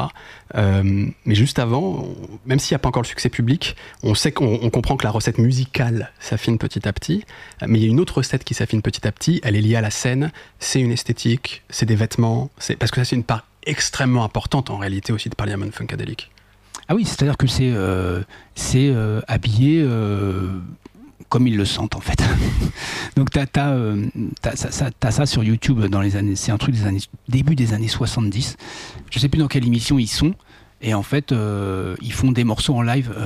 Mais juste avant, même s'il n'y a pas encore le succès public, on sait qu'on comprend que la recette musicale s'affine petit à petit. Mais il y a une autre recette qui s'affine petit à petit. Elle est liée à la scène. C'est une esthétique, c'est des vêtements. Parce que ça, c'est une part extrêmement importante en réalité aussi de Parliament Funkadelic. Ah oui, c'est-à-dire que c'est habillé comme ils le sentent en fait. Donc t'as ça sur YouTube dans les années, c'est un truc début des années 70. Je sais plus dans quelle émission ils sont. Et en fait, ils font des morceaux en live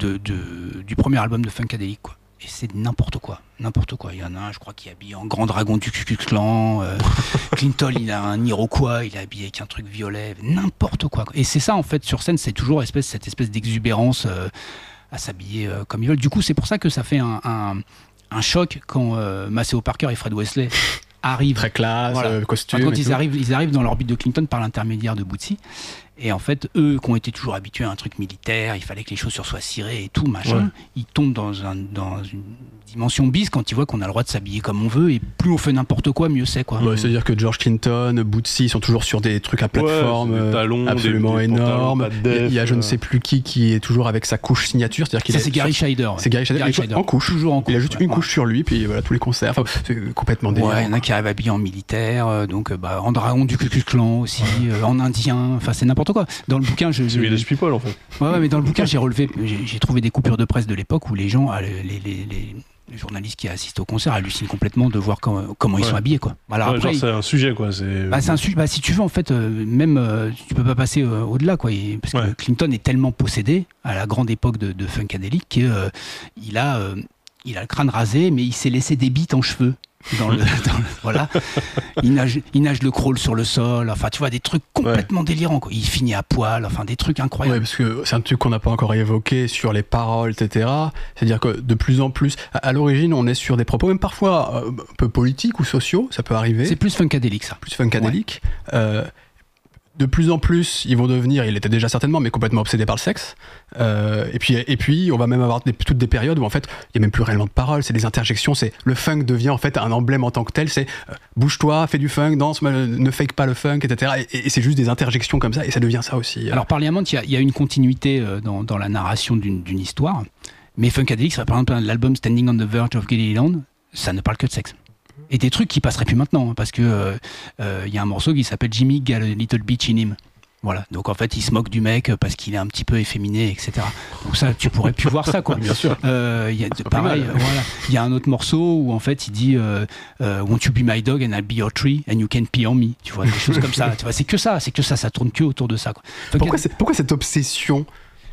du premier album de Funkadelic, quoi. Et c'est n'importe quoi. Il y en a un, je crois, qui est habillé en grand dragon du Ku Klux Klan. Clinton, il a un Iroquois, il est habillé avec un truc violet. N'importe quoi. Et c'est ça, en fait, sur scène, c'est toujours cette espèce d'exubérance à s'habiller comme ils veulent. Du coup, c'est pour ça que ça fait un choc quand Maceo Parker et Fred Wesley arrivent. Très classe, costume. Quand ils arrivent dans l'orbite de Clinton par l'intermédiaire de Bootsy. Et en fait, eux qui ont été toujours habitués à un truc militaire, il fallait que les chaussures soient cirées et tout, machin, ils tombent dans une dimension bis quand ils voient qu'on a le droit de s'habiller comme on veut, et plus on fait n'importe quoi, mieux c'est, quoi. C'est-à-dire que George Clinton, Bootsy sont toujours sur des trucs à plateforme des talons, absolument énormes. Il y a je ne sais plus qui est toujours avec sa couche signature. C'est-à-dire qu'il c'est Gary Scheider. C'est Gary Scheider. En couche. Toujours en couche. Il a juste une couche sur lui, puis voilà, tous les concerts. Enfin, c'est complètement délirant. Il y en a qui arrivent habillés en militaire, donc en dragon du Ku Klux Klan aussi, en indien, enfin c'est n'importe quoi. Dans le bouquin, c'est Village People en fait. Ouais, mais dans le bouquin, j'ai trouvé des coupures de presse de l'époque où les gens, les journalistes qui assistent au concert hallucinent complètement de voir comment ils sont habillés, quoi. Alors après, c'est un sujet, quoi. C'est un sujet. Si tu veux, en fait, même tu peux pas passer au-delà, quoi. Parce que Clinton est tellement possédé à la grande époque de Funkadelic qu'il a le crâne rasé, mais il s'est laissé des bites en cheveux. Voilà, il nage le crawl sur le sol, enfin tu vois, des trucs complètement délirants, quoi. Il finit à poil, enfin des trucs incroyables. Parce que c'est un truc qu'on n'a pas encore évoqué sur les paroles, etc. C'est-à-dire que de plus en plus, à l'origine, on est sur des propos même parfois un peu politiques ou sociaux, ça peut arriver. C'est plus Funkadelic, ça. Plus Funkadelic. De plus en plus, ils vont devenir, il était déjà certainement, mais complètement obsédé par le sexe. Et puis, on va même avoir toutes des périodes où en fait, il n'y a même plus réellement de paroles, c'est des interjections, c'est le funk devient en fait un emblème en tant que tel, c'est bouge-toi, fais du funk, danse, ne fake pas le funk, etc. Et c'est juste des interjections comme ça, et ça devient ça aussi. Alors, Parliament, il y a une continuité dans la narration d'une histoire, mais Funkadelic, par exemple, l'album Standing on the Verge of Gilly Land, ça ne parle que de sexe. Et des trucs qui passeraient plus maintenant, parce que y a un morceau qui s'appelle Jimmy Got a Little Bitch in Him. Voilà, donc en fait il se moque du mec parce qu'il est un petit peu efféminé, etc. Donc ça, tu pourrais plus voir ça, quoi. Bien sûr. Pareil, voilà. Il y a un autre morceau où en fait il dit Won't you be my dog and I'll be your tree and you can pee on me. Tu vois, des choses comme ça. Tu vois, c'est que ça tourne que autour de ça, quoi. Pourquoi cette obsession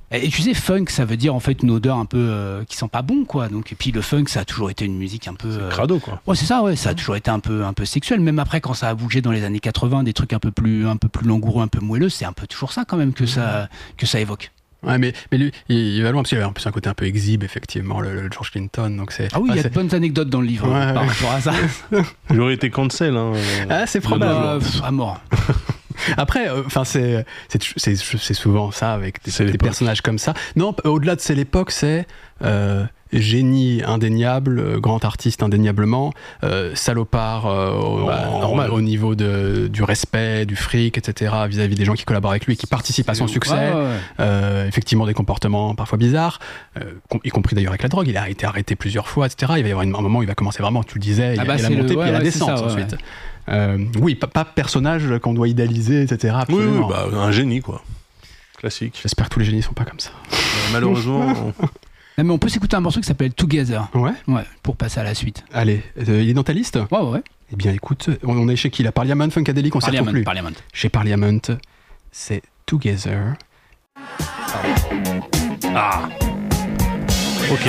Et tu sais, funk, ça veut dire en fait une odeur un peu qui sent pas bon, quoi. Donc, et puis le funk, ça a toujours été une musique un peu. Crado, quoi. Ouais, c'est ça, ouais. Ça a toujours été un peu sexuel. Même après, quand ça a bougé dans les années 80, des trucs un peu plus langoureux, un peu moelleux, c'est un peu toujours ça quand même que ça évoque. Ouais, mais lui, il va loin parce qu'il avait en plus un côté un peu exhibe, effectivement, le George Clinton. Donc c'est. Ah oui, il y a de bonnes anecdotes dans le livre par rapport à ça. Il aurait été cancel. Hein, c'est probable. À mort. Après, c'est souvent ça avec des personnages comme ça. Non, au-delà de c'est l'époque, c'est génie indéniable, grand artiste indéniablement, salopard au niveau du respect, du fric, etc. vis-à-vis des gens qui collaborent avec lui et qui participent à son succès. Effectivement, des comportements parfois bizarres, y compris d'ailleurs avec la drogue. Il a été arrêté plusieurs fois, etc. Il va y avoir un moment où il va commencer vraiment, tu le disais, il y a la montée puis il y a la descente ensuite. Oui, pas personnage qu'on doit idéaliser, etc. Absolument. Oui, un génie, quoi. Classique. J'espère que tous les génies sont pas comme ça. Malheureusement. Non, mais on peut s'écouter un morceau qui s'appelle Together. Ouais, pour passer à la suite. Allez, il est dans ta liste ? Ouais. Eh bien, écoute, on est chez qui là ? Parliament, Funkadelic, on s'y retrouve plus. Parliament. Chez Parliament, c'est Together. Ah. Ok.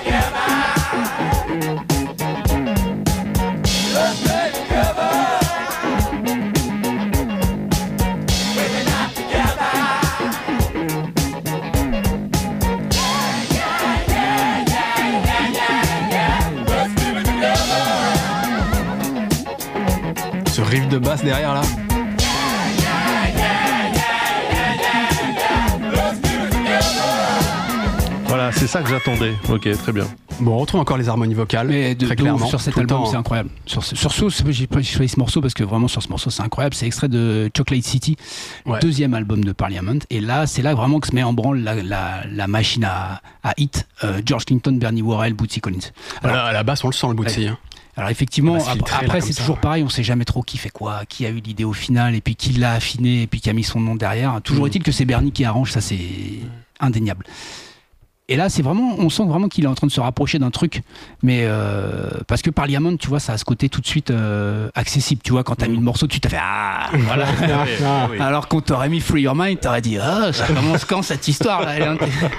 Ce riff de basse derrière là. Voilà, c'est ça que j'attendais. Ok, très bien. Bon, on retrouve encore les harmonies vocales, mais très clairement. Sur cet album, c'est incroyable. Sur j'ai choisi ce morceau parce que vraiment sur ce morceau, c'est incroyable. C'est extrait de Chocolate City, deuxième album de Parliament. Et là, c'est là vraiment que se met en branle la machine à hit. George Clinton, Bernie Worrell, Bootsy Collins. Alors, à la basse, on le sent le Bootsy. Hein. Alors effectivement, après c'est toujours pareil, on sait jamais trop qui fait quoi, qui a eu l'idée au final, et puis qui l'a affiné, et puis qui a mis son nom derrière. Toujours est-il que c'est Bernie qui arrange, ça c'est indéniable. Et là, c'est vraiment, on sent vraiment qu'il est en train de se rapprocher d'un truc, mais parce que Parliament, tu vois, ça a ce côté tout de suite accessible. Tu vois, quand t'as mis le morceau, tu t'as fait voilà. Oui. Alors qu'on t'aurait mis Free Your Mind, t'aurais dit ça commence quand cette histoire là.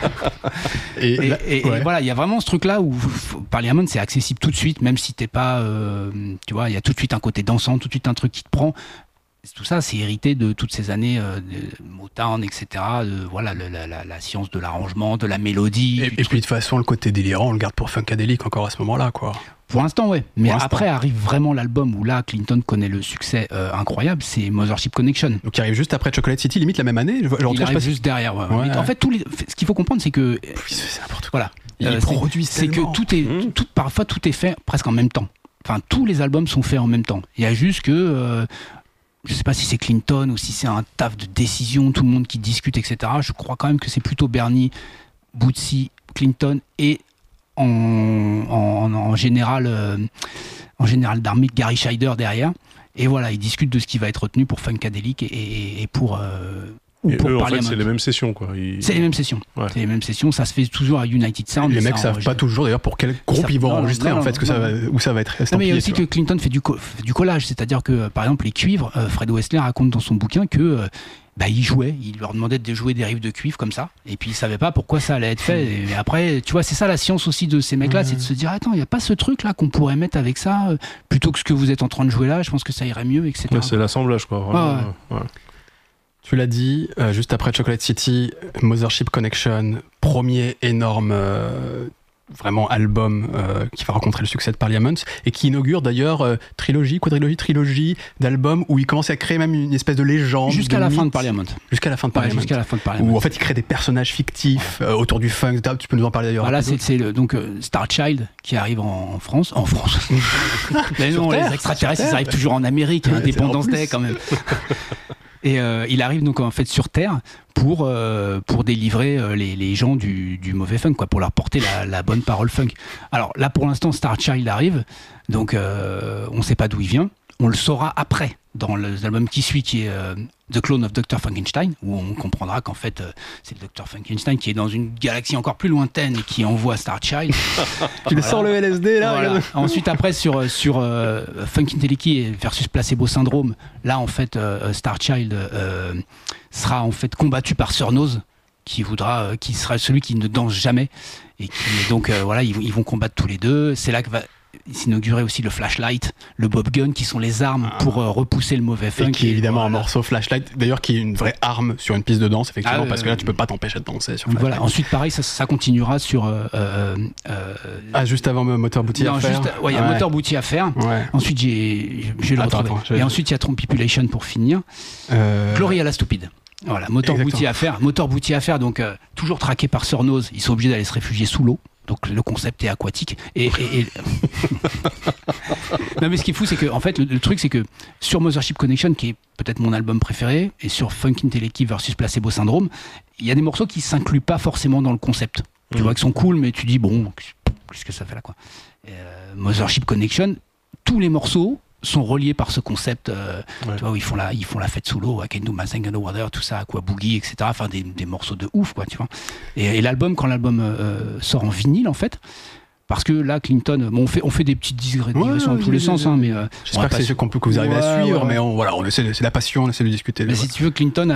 Et voilà, il y a vraiment ce truc là où Parliament c'est accessible tout de suite, même si t'es pas, tu vois, il y a tout de suite un côté dansant, tout de suite un truc qui te prend. Tout ça, c'est hérité de toutes ces années de Motown, etc. Voilà, la science de l'arrangement, de la mélodie. Et puis de toute façon, le côté délirant, on le garde pour Funkadelic encore à ce moment-là, quoi. Pour l'instant, ouais. Mais après arrive vraiment l'album où là, Clinton connaît le succès incroyable, c'est Mothership Connection. Donc il arrive juste après Chocolate City, limite la même année. Il arrive juste derrière. Ouais. En fait, ce qu'il faut comprendre, c'est que c'est n'importe quoi. Voilà. C'est que parfois tout est fait presque en même temps. Enfin, tous les albums sont faits en même temps. Il y a juste que je sais pas si c'est Clinton ou si c'est un taf de décision, tout le monde qui discute, etc. Je crois quand même que c'est plutôt Bernie, Bootsy, Clinton et en général d'armée Gary Scheider derrière. Et voilà, ils discutent de ce qui va être retenu pour Funkadelic et pour eux, en fait, c'est les mêmes sessions, quoi. C'est les mêmes sessions. Ouais. C'est les mêmes sessions. Ça se fait toujours à United Sound. Les mecs savent pas toujours d'ailleurs pour quel groupe ils vont enregistrer en fait, où ça va être estampillé. Non, mais il y a aussi que Clinton fait du collage, c'est-à-dire que par exemple les cuivres, Fred Wessler raconte dans son bouquin que il jouait, il leur demandait de jouer des riffs de cuivre comme ça, et puis il savait pas pourquoi ça allait être fait. Et après, tu vois, c'est ça la science aussi de ces mecs-là, c'est de se dire attends, il y a pas ce truc là qu'on pourrait mettre avec ça plutôt que ce que vous êtes en train de jouer là. Je pense que ça irait mieux, etc. Ouais, c'est l'assemblage, quoi. Ouais. Tu l'as dit, juste après Chocolate City, Mothership Connection, premier énorme vraiment album qui va rencontrer le succès de Parliament et qui inaugure d'ailleurs trilogie d'albums où il commence à créer même une espèce de légende. Jusqu'à la fin de Parliament. Jusqu'à la fin de Parliament. Où en fait il crée des personnages fictifs autour du funk. Tu peux nous en parler d'ailleurs. Voilà, c'est donc Star Child qui arrive en France. Mais non, les extraterrestres ils arrivent toujours en Amérique, Independence Day quand même. Et il arrive donc en fait sur Terre pour délivrer les gens du mauvais funk, quoi, pour leur porter la bonne parole funk. Alors là pour l'instant Star Child arrive, donc on ne sait pas d'où il vient. On le saura après dans l'album qui suit, qui est The Clone of Dr. Frankenstein, où on comprendra qu'en fait c'est le Dr. Frankenstein qui est dans une galaxie encore plus lointaine et qui envoie Star Child. Tu sors le LSD là. Voilà. Ensuite après sur Funkadelic versus Placebo Syndrome, là en fait Star Child sera en fait combattu par Sir Nose. qui sera celui qui ne danse jamais et qui donc voilà, ils vont combattre tous les deux. C'est là que va s'inaugurer aussi le flashlight, le bob gun, qui sont les armes pour repousser le mauvais funk. Et qui est évidemment un morceau flashlight, d'ailleurs qui est une vraie arme sur une piste de danse, effectivement, parce que là tu peux pas t'empêcher de danser sur flashlight. Voilà. Ensuite pareil, ça continuera sur juste avant Motor Booty à faire. Il y a Motor Booty à faire. Ouais. Ensuite j'ai le retrouvé. Et ensuite il y a Trompipulation pour finir. Glory à la stupide. Voilà, Motor Booty à faire, donc toujours traqué par Sir Nose, ils sont obligés d'aller se réfugier sous l'eau. Donc le concept est aquatique. Et... non mais ce qui est fou, c'est que en fait le truc, c'est que sur Mothership Connection, qui est peut-être mon album préféré, et sur Funkinteleki versus Placebo Syndrome, il y a des morceaux qui s'incluent pas forcément dans le concept. Tu vois, qui sont cool, mais tu dis bon, qu'est-ce que ça fait là, quoi. Mothership Connection, tous les morceaux sont reliés par ce concept, tu vois, où ils font la fête sous l'eau, I Can Do My Thing Underwater, tout ça, Aqua Boogie, etc. Enfin, des morceaux de ouf, quoi, tu vois. Et l'album, quand l'album sort en vinyle, en fait, parce que là, Clinton, bon, on fait des petites digressions dans tous les sens, hein, mais j'espère que c'est ce que vous arrivez à suivre, mais c'est la passion, on essaie de discuter. Mais si tu veux, Clinton,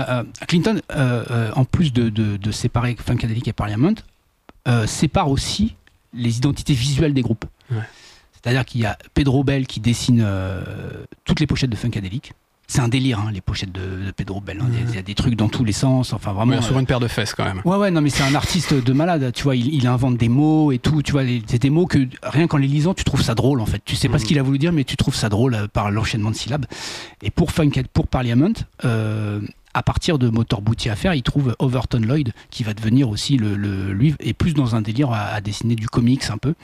en plus de séparer Funkadelic et Parliament, sépare aussi les identités visuelles des groupes. Ouais. C'est-à-dire qu'il y a Pedro Bell qui dessine toutes les pochettes de Funkadelic. C'est un délire, hein, les pochettes de Pedro Bell. Hein. Il y a des trucs dans tous les sens. Enfin, vraiment. Sur une paire de fesses, quand même. Ouais, non, mais c'est un artiste de malade. Tu vois, il invente des mots et tout. Tu vois, c'est des mots que rien qu'en les lisant, tu trouves ça drôle, en fait. Tu sais pas ce qu'il a voulu dire, mais tu trouves ça drôle par l'enchaînement de syllabes. Et pour Parliament, à partir de Motor Booty à faire, il trouve Overton Lloyd, qui va devenir aussi lui, est plus dans un délire à dessiner du comics un peu.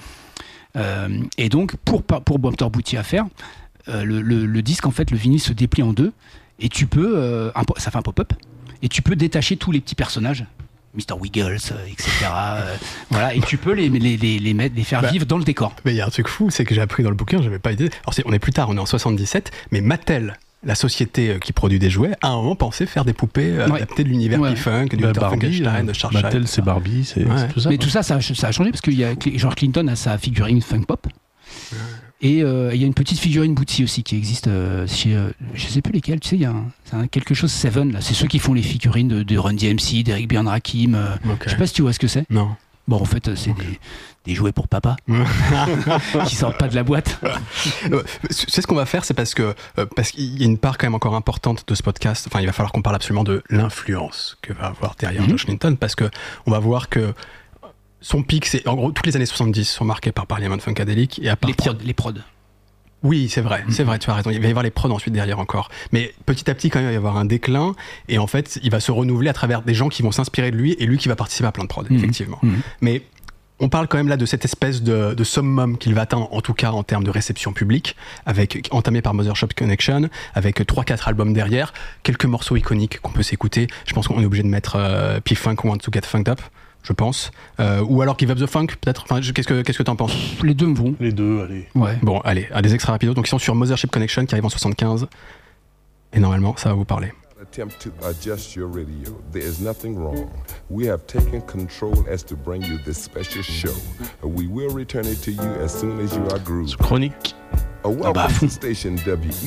Et donc pour Motor Booty à faire, le disque, en fait, le vinyle se déplie en deux et tu peux ça fait un pop-up et tu peux détacher tous les petits personnages, Mr. Wiggles, etc. Voilà, et tu peux les faire vivre dans le décor. Mais il y a un truc fou, c'est que j'ai appris dans le bouquin, j'avais pas idée. Alors on est plus tard, on est en 77, mais Mattel, la société qui produit des jouets, a un moment pensé faire des poupées adaptées de l'univers P-Funk, du Frankenstein, de Charles Mattel, Shine, c'est Barbie, c'est tout ça. Mais tout ça a changé parce que George Clinton a sa figurine Funk Pop. Et il y a une petite figurine Bootsy aussi qui existe chez, je sais plus lesquels, tu sais, il y a quelque chose Seven, là. C'est ceux qui font les figurines de Run DMC, d'Eric Bjorn Rakim. Je sais pas si tu vois ce que c'est. Non. Bon, en fait, c'est des jouets pour papa qui sortent pas de la boîte. C'est ce qu'on va faire, c'est parce qu'il y a une part quand même encore importante de ce podcast. Enfin, il va falloir qu'on parle absolument de l'influence que va avoir derrière George Clinton, parce que on va voir que son pic, c'est en gros toutes les années 70 sont marquées par Parliament Funkadelic et à partir les prods. Oui, c'est vrai, tu as raison. Il va y avoir les prods ensuite derrière encore. Mais petit à petit, quand même, il va y avoir un déclin. Et en fait, il va se renouveler à travers des gens qui vont s'inspirer de lui et lui qui va participer à plein de prods, effectivement. Mais on parle quand même là de cette espèce de summum qu'il va atteindre, en tout cas en termes de réception publique, entamé par Mothership Connection, avec 3-4 albums derrière, quelques morceaux iconiques qu'on peut s'écouter. Je pense qu'on est obligé de mettre P-Funk Want to Get Funked Up, je pense, ou alors Give Up the Funk, peut-être. Enfin, qu'est-ce que t'en penses? Les deux me vont. Les deux, allez. Ouais. Bon, allez, à des extraits rapides. Donc ils sont sur Mothership Connection qui arrive en 75, et normalement ça va vous parler. Attempt to adjust your radio. There is nothing wrong. We have taken control as to bring you this special show. We will return it to you as soon as you are grooved. Chronique. Welcome to station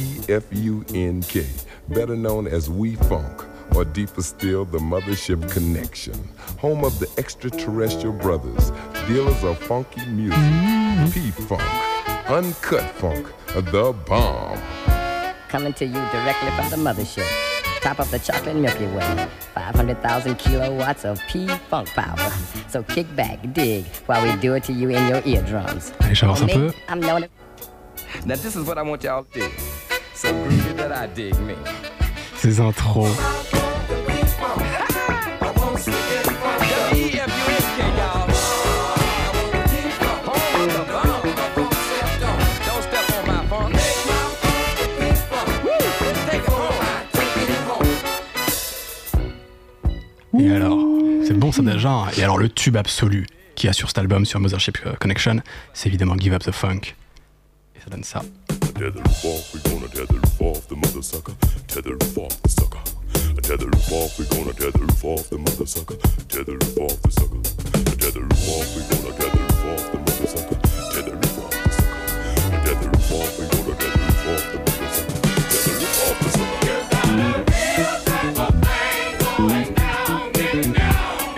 WEFUNK, better known as We Funk, or deeper still, the Mothership Connection, home of the extraterrestrial brothers, dealers of funky music, P-Funk, uncut funk, the bomb. Coming to you directly from the Mothership, top of the chocolate Milky Way, 500,000 kilowatts of P-Funk power. So kick back, dig, while we do it to you in your eardrums. Allez, j'avance un peu. I'm known as... Now this is what I want y'all to do. So groovy that I dig me. Ces intros. Et alors, c'est bon ça déjà. Et alors le tube absolu qu'il y a sur cet album, sur Mothership Connection, c'est évidemment Give Up the Funk. Et ça donne ça. Tether roof off, we gonna tether roof off the mother sucker. Tether roof off the sucker. Tether roof off, we gonna tether roof off the mother sucker. Tether roof off the sucker. Tether roof off, we gonna tether roof off the mother sucker. Tether roof off the sucker. Tether roof off, we gonna tether roof off the mother sucker. Tether roof off the sucker.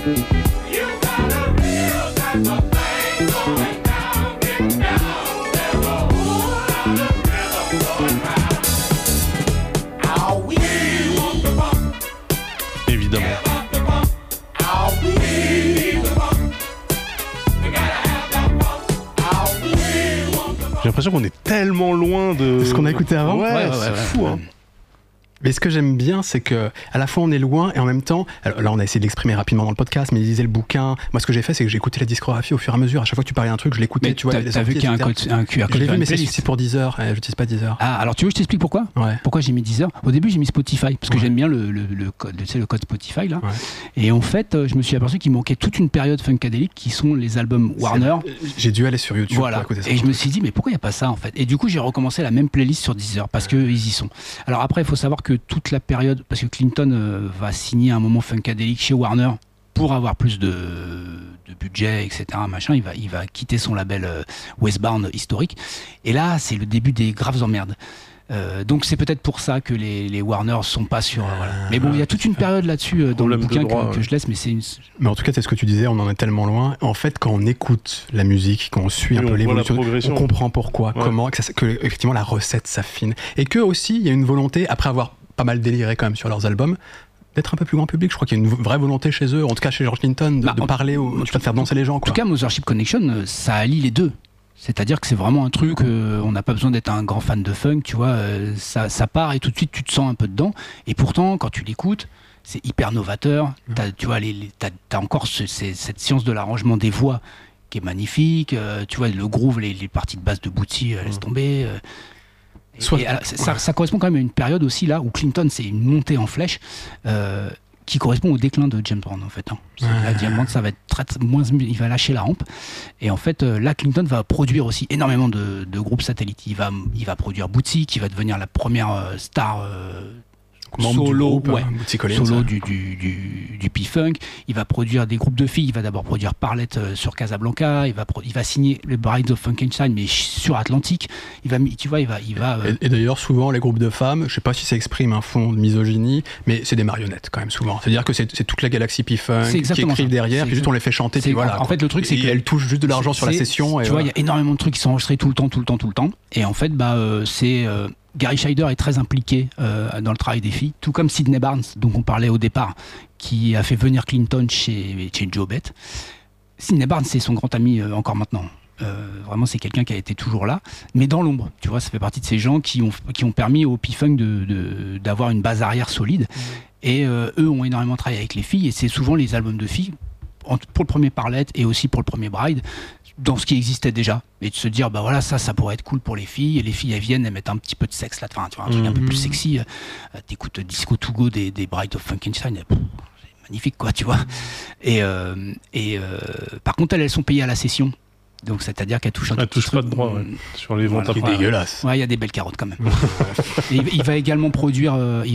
Évidemment. J'ai l'impression qu'on est tellement loin de ce qu'on a écouté avant. Ouais, c'est fou. Hein. Mais ce que j'aime bien, c'est que à la fois on est loin et en même temps, alors là on a essayé de l'exprimer rapidement dans le podcast, mais il lisait le bouquin. Moi, ce que j'ai fait, c'est que j'ai écouté la discographie au fur et à mesure. À chaque fois que tu parlais d'un truc, je l'écoutais. Mais tu vois, t'as vu qu'il y a un QR code. Je l'ai vu, mais c'est pour Deezer. J'utilise pas Deezer. Ah, alors tu veux que je t'explique pourquoi ? Ouais. Pourquoi j'ai mis Deezer ? Au début, j'ai mis Spotify parce que j'aime bien le code, tu sais, le code Spotify là. Ouais. Et en fait, je me suis aperçu qu'il manquait toute une période funkadélique qui sont les albums Warner. J'ai dû aller sur YouTube. Voilà. Pour écouter ça. Et je me suis dit, mais pourquoi il n'y a pas ça en fait ? Et du coup, j'ai recommencé la même playlist sur Deezer parce qu'ils y sont. Alors après, il faut savoir que toute la période, parce que Clinton va signer un moment funkadélique chez Warner pour avoir plus de budget, etc. Machin, il va quitter son label Westbound historique. Et là, c'est le début des graves emmerdes. Donc c'est peut-être pour ça que les Warner sont pas sur. Voilà. Mais bon, il y a toute une période là-dessus dans le bouquin que je laisse, mais c'est une. Mais en tout cas, c'est ce que tu disais, on en est tellement loin. En fait, quand on écoute la musique, quand on suit un peu l'évolution, on comprend pourquoi, comment, que effectivement la recette s'affine. Et que aussi, il y a une volonté, après avoir pas mal déliré quand même sur leurs albums, d'être un peu plus grand public. Je crois qu'il y a une vraie volonté chez eux, en tout cas chez George Clinton, de parler, de faire danser les gens. En tout cas, Mothership Connection, ça allie les deux. C'est-à-dire que c'est vraiment un truc, on n'a pas besoin d'être un grand fan de funk, tu vois, ça part et tout de suite tu te sens un peu dedans. Et pourtant, quand tu l'écoutes, c'est hyper novateur. Tu vois, t'as encore cette science de l'arrangement des voix qui est magnifique. Tu vois, le groove, les parties de basse de Bootsy, laisse tomber. Ça correspond quand même à une période aussi là où Clinton, c'est une montée en flèche qui correspond au déclin de James Brown en fait. Là, James Brown, ça va être moins, il va lâcher la rampe. Et en fait, là, Clinton va produire aussi énormément de groupes satellites. Il va produire Bootsy, qui va devenir la première star solo, solo du P-Funk. Il va produire des groupes de filles. Il va d'abord produire Parlette sur Casablanca. Il va signer les Brides of Frankenstein, mais sur Atlantique. Il va. Et d'ailleurs, souvent, les groupes de femmes, je sais pas si ça exprime un fond de misogynie, mais c'est des marionnettes quand même souvent. C'est-à-dire que c'est toute la galaxie P-Funk qui écrivent derrière, puis juste on les fait chanter. Puis voilà. En fait, le truc, c'est qu'elles touchent juste de l'argent sur la session. Tu vois, il y a énormément de trucs qui sont enregistrés tout le temps. Et en fait, c'est Gary Scheider est très impliqué dans le travail des filles, tout comme Sydney Barnes, dont on parlait au départ, qui a fait venir Clinton chez Joe Bett. Sydney Barnes, c'est son grand ami encore maintenant. Vraiment, c'est quelqu'un qui a été toujours là, mais dans l'ombre. Tu vois, ça fait partie de ces gens qui ont permis au P-Funk d'avoir une base arrière solide. Et eux ont énormément travaillé avec les filles, et c'est souvent les albums de filles, pour le premier Parlette et aussi pour le premier Bride, dans ce qui existait déjà, et de se dire bah voilà, ça pourrait être cool pour les filles, et les filles elles viennent, elles mettent un petit peu de sexe là, tu vois, un truc un peu plus sexy, t'écoutes Disco To Go des Brides of Frankenstein, c'est magnifique quoi, tu vois. Et par contre elles sont payées à la session, donc c'est-à-dire qu'elles touchent touche pas de droit sur les ventes après. C'est dégueulasse. Ouais, il y a des belles carottes quand même. Et il va également produire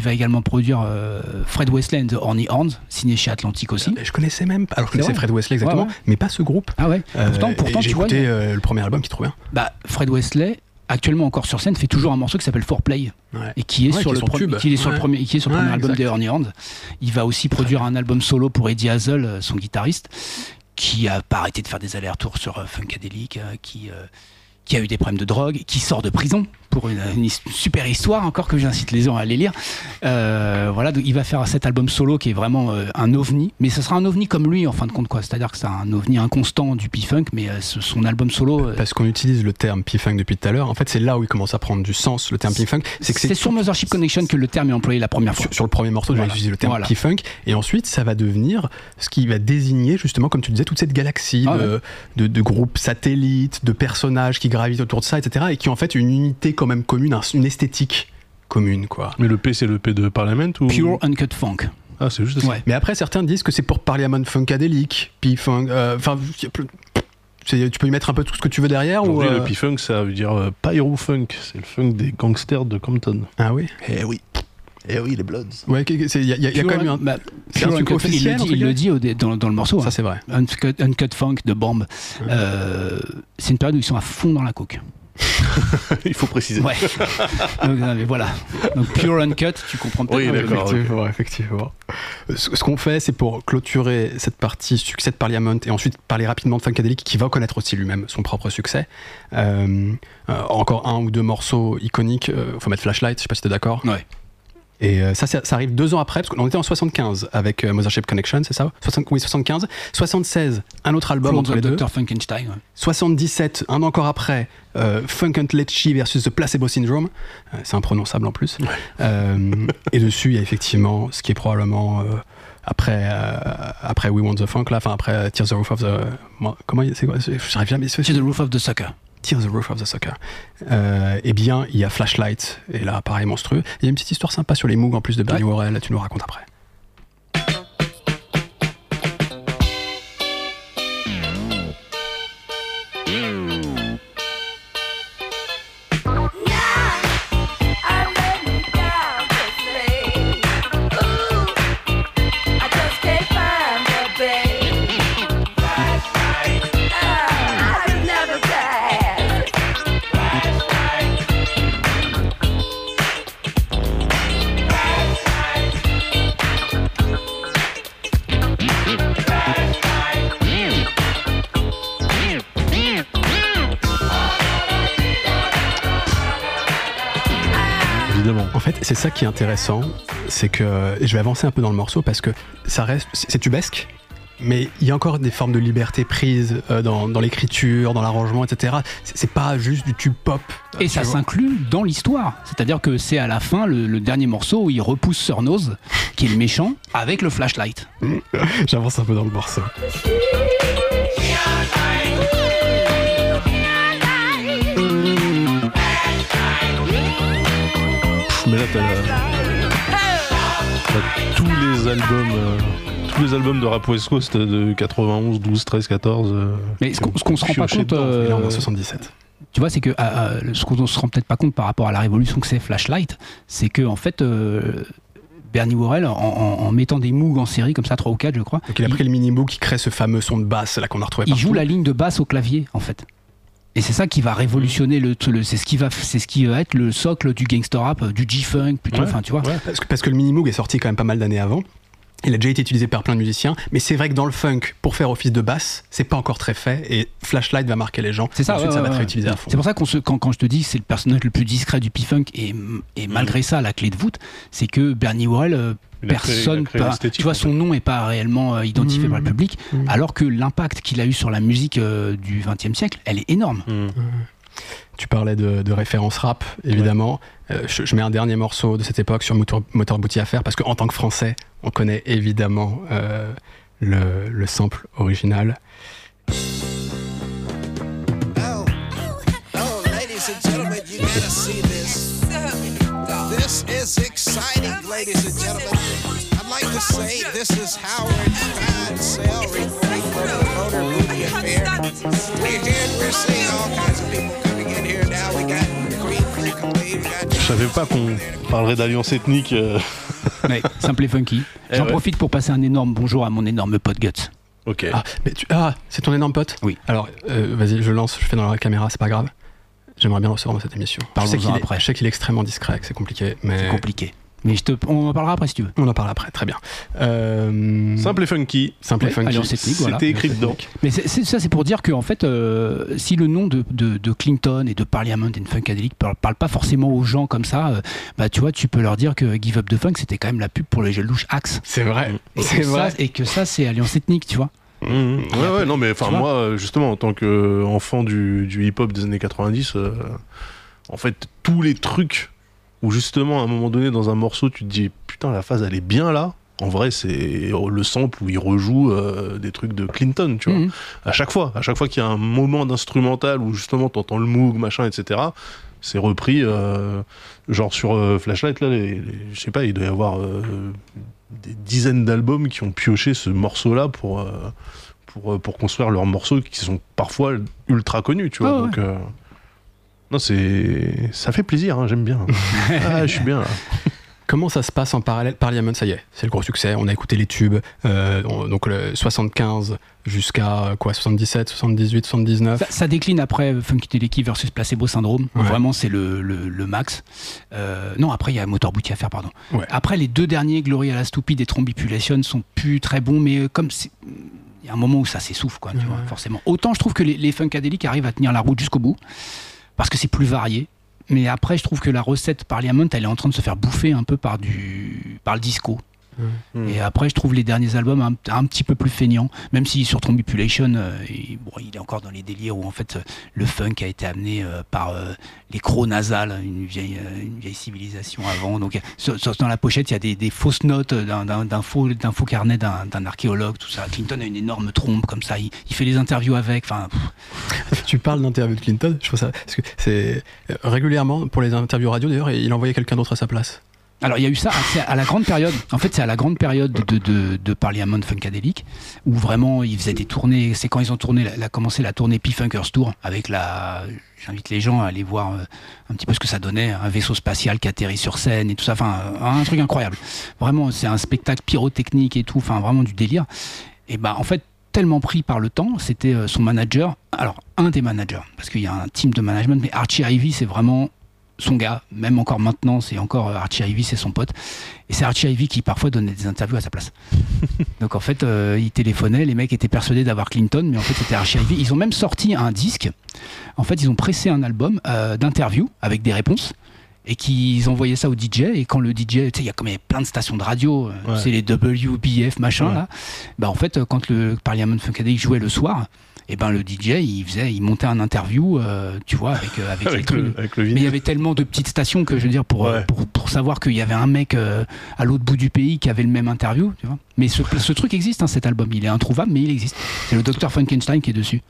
Fred Wesley and the Horny Horns, signé chez Atlantic aussi. Je connaissais même pas, alors je connaissais Fred Wesley exactement, mais pas ce groupe. Ah ouais. Pourtant j'ai écouté le premier album qui est trop bien. Bah Fred Wesley, actuellement encore sur scène, fait toujours un morceau qui s'appelle Foreplay, et qui est sur le premier album des Horny Horns. Il va aussi produire un album solo pour Eddie Hazel, son guitariste, qui a pas arrêté de faire des allers-retours sur Funkadelic, qui a eu des problèmes de drogue, qui sort de prison pour une super histoire encore que j'incite les gens à aller lire. Voilà, donc il va faire cet album solo qui est vraiment un ovni, mais ce sera un ovni comme lui en fin de compte, quoi. C'est-à-dire que c'est un ovni inconstant du P-Funk, mais son album solo. Parce qu'on utilise le terme P-Funk depuis tout à l'heure. En fait, c'est là où il commence à prendre du sens, le terme P-Funk. C'est sur Mothership Connection que le terme est employé la première fois. Sur le premier morceau, j'ai utilisé le terme P-Funk, et ensuite ça va devenir ce qui va désigner justement, comme tu disais, toute cette galaxie de groupes satellites, de personnages qui gravitent autour de ça, etc., et qui ont en fait une unité quand même commune, une esthétique commune, quoi. Mais le P, c'est le P de Parliament ou... Pure Uncut Funk. Ah, c'est juste ça. Ouais. Mais après, certains disent que c'est pour Parliament Funkadelic, P-Funk, enfin, tu peux y mettre un peu tout ce que tu veux derrière. Ou le P-Funk, ça veut dire Pyro Funk, c'est le funk des gangsters de Compton. Ah oui. Eh oui, les Bloods. Ouais, il y a quand même c'est un truc officiel. Il le dit dans le morceau. Ça, c'est vrai. Uncut Funk de Bomb. C'est une période où ils sont à fond dans la coke. Il faut préciser. Ouais. Donc, mais voilà. Donc Pure Uncut, tu comprends peut-être. Oui, d'accord. Effectivement. ce qu'on fait, c'est pour clôturer cette partie succès de Parliament et ensuite parler rapidement de Funkadelic, qui va connaître aussi lui-même son propre succès. Encore un ou deux morceaux iconiques. Faut mettre Flashlight, je sais pas si t'es d'accord. Ouais. Et ça arrive 2 ans après, parce qu'on était en 75 avec Mothership Connection, c'est ça ? Oui, 75. 76, un autre album entre les deux. Dr. Funkenstein. Ouais. 77, un an encore après, Funkadelic versus The Placebo Syndrome. C'est imprononçable en plus. Et dessus, il y a effectivement ce qui est probablement... après We Want the Funk, là, enfin après Tear the Roof of the... Comment c'est quoi ? J'arrive jamais... Tear the Roof of the Sucker. Tear the Roof of the Sucker. Eh bien, il y a Flashlight, et là, pareil, monstrueux. Il y a une petite histoire sympa sur les Moog en plus de Bernie Worrell, tu nous racontes après. En fait, c'est ça qui est intéressant, c'est que et je vais avancer un peu dans le morceau parce que ça reste, c'est tubesque, mais il y a encore des formes de liberté prises dans l'écriture, dans l'arrangement, etc. C'est pas juste du tube pop. Et ça s'inclut dans l'histoire. C'est-à-dire que c'est à la fin, le dernier morceau, où il repousse Sir Nose, qui est le méchant, avec le flashlight. J'avance un peu dans le morceau. Mais là, t'as tous les albums de Rap West Coast de 91, 12, 13, 14. Mais ce qu'on se rend pas compte. Et là, on est en 77. Tu vois, c'est que ce qu'on se rend peut-être pas compte par rapport à la révolution que c'est Flashlight, c'est que en fait. Bernie Worrell, en mettant des Moog en série, comme ça, 3 ou 4, je crois. Donc il a pris le mini-Moog qui crée ce fameux son de basse là qu'on a retrouvé partout. Il joue la ligne de basse au clavier, en fait. Et c'est ça qui va révolutionner c'est ce qui va être le socle du gangster rap, du G-Funk plutôt, enfin tu vois. Ouais, parce que le mini-Moog est sorti quand même pas mal d'années avant. Il a déjà été utilisé par plein de musiciens, mais c'est vrai que dans le funk, pour faire office de basse, c'est pas encore très fait, et Flashlight va marquer les gens. C'est ça, ensuite ça va être réutilisé à fond. C'est pour ça quand je te dis que c'est le personnage le plus discret du P-Funk, et malgré ça, la clé de voûte, c'est que Bernie Worrell, personne, tu vois, son nom est pas réellement identifié par le public, alors que l'impact qu'il a eu sur la musique du XXe siècle, elle est énorme. Tu parlais de référence rap, évidemment. Je mets un dernier morceau de cette époque sur Moteur Booty Affair, parce qu'en tant que Français, on connaît évidemment le sample original. Ladies and gentlemen, you gotta see this. This is exciting, ladies and gentlemen. I'd like to say this is Howard Fine reporting from the Motor Booty Affair. We're seeing all kinds of people coming in here now. We got Queen Freaky, we got... Je savais pas qu'on parlerait d'alliance ethnique. Ouais, simple et funky. J'en profite pour passer un énorme bonjour à mon énorme pote Guts. Ok. C'est ton énorme pote ? Oui. Alors, vas-y, je lance, je fais dans la caméra, c'est pas grave. J'aimerais bien le recevoir dans cette émission. Parlons-en après. Je sais qu'il est extrêmement discret, que c'est compliqué. Mais... C'est compliqué. Mais on en parlera après si tu veux. On en parle après, très bien. Simple et funky. Simple et funky. C'était écrit dedans. Mais ça, c'est pour dire que en fait, si le nom de Clinton et de Parliament et de Funkadelic parle pas forcément aux gens comme ça, bah tu vois, tu peux leur dire que Give Up the Funk, c'était quand même la pub pour les Gelouche Axe. C'est vrai. Et que ça, c'est alliance ethnique, tu vois. Ouais, non, mais enfin, moi, justement, en tant qu'enfant du hip-hop des années 90, en fait, tous les trucs où justement à un moment donné dans un morceau tu te dis putain la phase elle est bien là, en vrai c'est le sample où il rejoue des trucs de Clinton, tu vois. À chaque fois qu'il y a un moment d'instrumental où justement t'entends le Moog machin etc, c'est repris genre sur Flashlight là, je sais pas, il doit y avoir des dizaines d'albums qui ont pioché ce morceau là pour construire leurs morceaux qui sont parfois ultra connus, tu vois. Donc non, ça fait plaisir, hein, j'aime bien. Je suis bien là. comment ça se passe en parallèle? Parliament, ça y est, c'est le gros succès. On a écouté les tubes, donc le 75 jusqu'à 77, 78, 79. Ça décline après Funkadelic versus Placebo Syndrome. Ouais. Vraiment, c'est le max. Non, après, il y a Motorbooty à faire, pardon. Ouais. Après, les deux derniers, Glory à la Stupide et Trombipulation, sont plus très bons, mais comme il y a un moment où ça s'essouffle, quoi, tu vois, forcément. Autant je trouve que les Funkadelic arrivent à tenir la route jusqu'au bout, parce que c'est plus varié. Mais après, je trouve que la recette Parliament, elle est en train de se faire bouffer un peu par le disco. Et après, je trouve les derniers albums un petit peu plus feignants, même si sur Trombipulation, il est encore dans les délires où en fait le funk a été amené par les crocs nasales, une vieille civilisation avant. Donc dans la pochette, il y a des fausses notes d'un faux carnet d'un archéologue, tout ça. Clinton a une énorme trompe comme ça, il fait les interviews avec. Tu parles d'interviews de Clinton, je trouve ça parce que c'est régulièrement pour les interviews radio d'ailleurs, il envoyait quelqu'un d'autre à sa place. Alors il y a eu ça à la grande période. En fait, c'est à la grande période de Parliament Funkadelic où vraiment ils faisaient des tournées. C'est quand ils ont commencé la tournée P-Funkers Tour avec j'invite les gens à aller voir un petit peu ce que ça donnait, un vaisseau spatial qui atterrit sur scène et tout ça. Enfin, un truc incroyable. Vraiment, c'est un spectacle pyrotechnique et tout. Enfin, vraiment du délire. Et en fait, tellement pris par le temps, c'était son manager. Alors, un des managers, parce qu'il y a un team de management, mais Archie Ivy, c'est vraiment son gars, même encore maintenant, c'est encore Archie Ivy, c'est son pote. Et c'est Archie Ivy qui parfois donnait des interviews à sa place. Donc en fait, il téléphonait, les mecs étaient persuadés d'avoir Clinton, mais en fait c'était Archie Ivy. Ils ont même sorti un disque. En fait, ils ont pressé un album d'interviews avec des réponses. Et qu'ils envoyaient ça au DJ, et quand le DJ, tu sais, il y a quand même plein de stations de radio, c'est les WBF machin là. En fait, quand le Parliament Funkadelic jouait le soir, et le DJ il montait un interview, tu vois, avec les trucs. Mais il y avait tellement de petites stations que je veux dire pour savoir qu'il y avait un mec à l'autre bout du pays qui avait le même interview, tu vois. Mais ce truc existe, cet album, il est introuvable, mais il existe. C'est le Dr Funkenstein qui est dessus.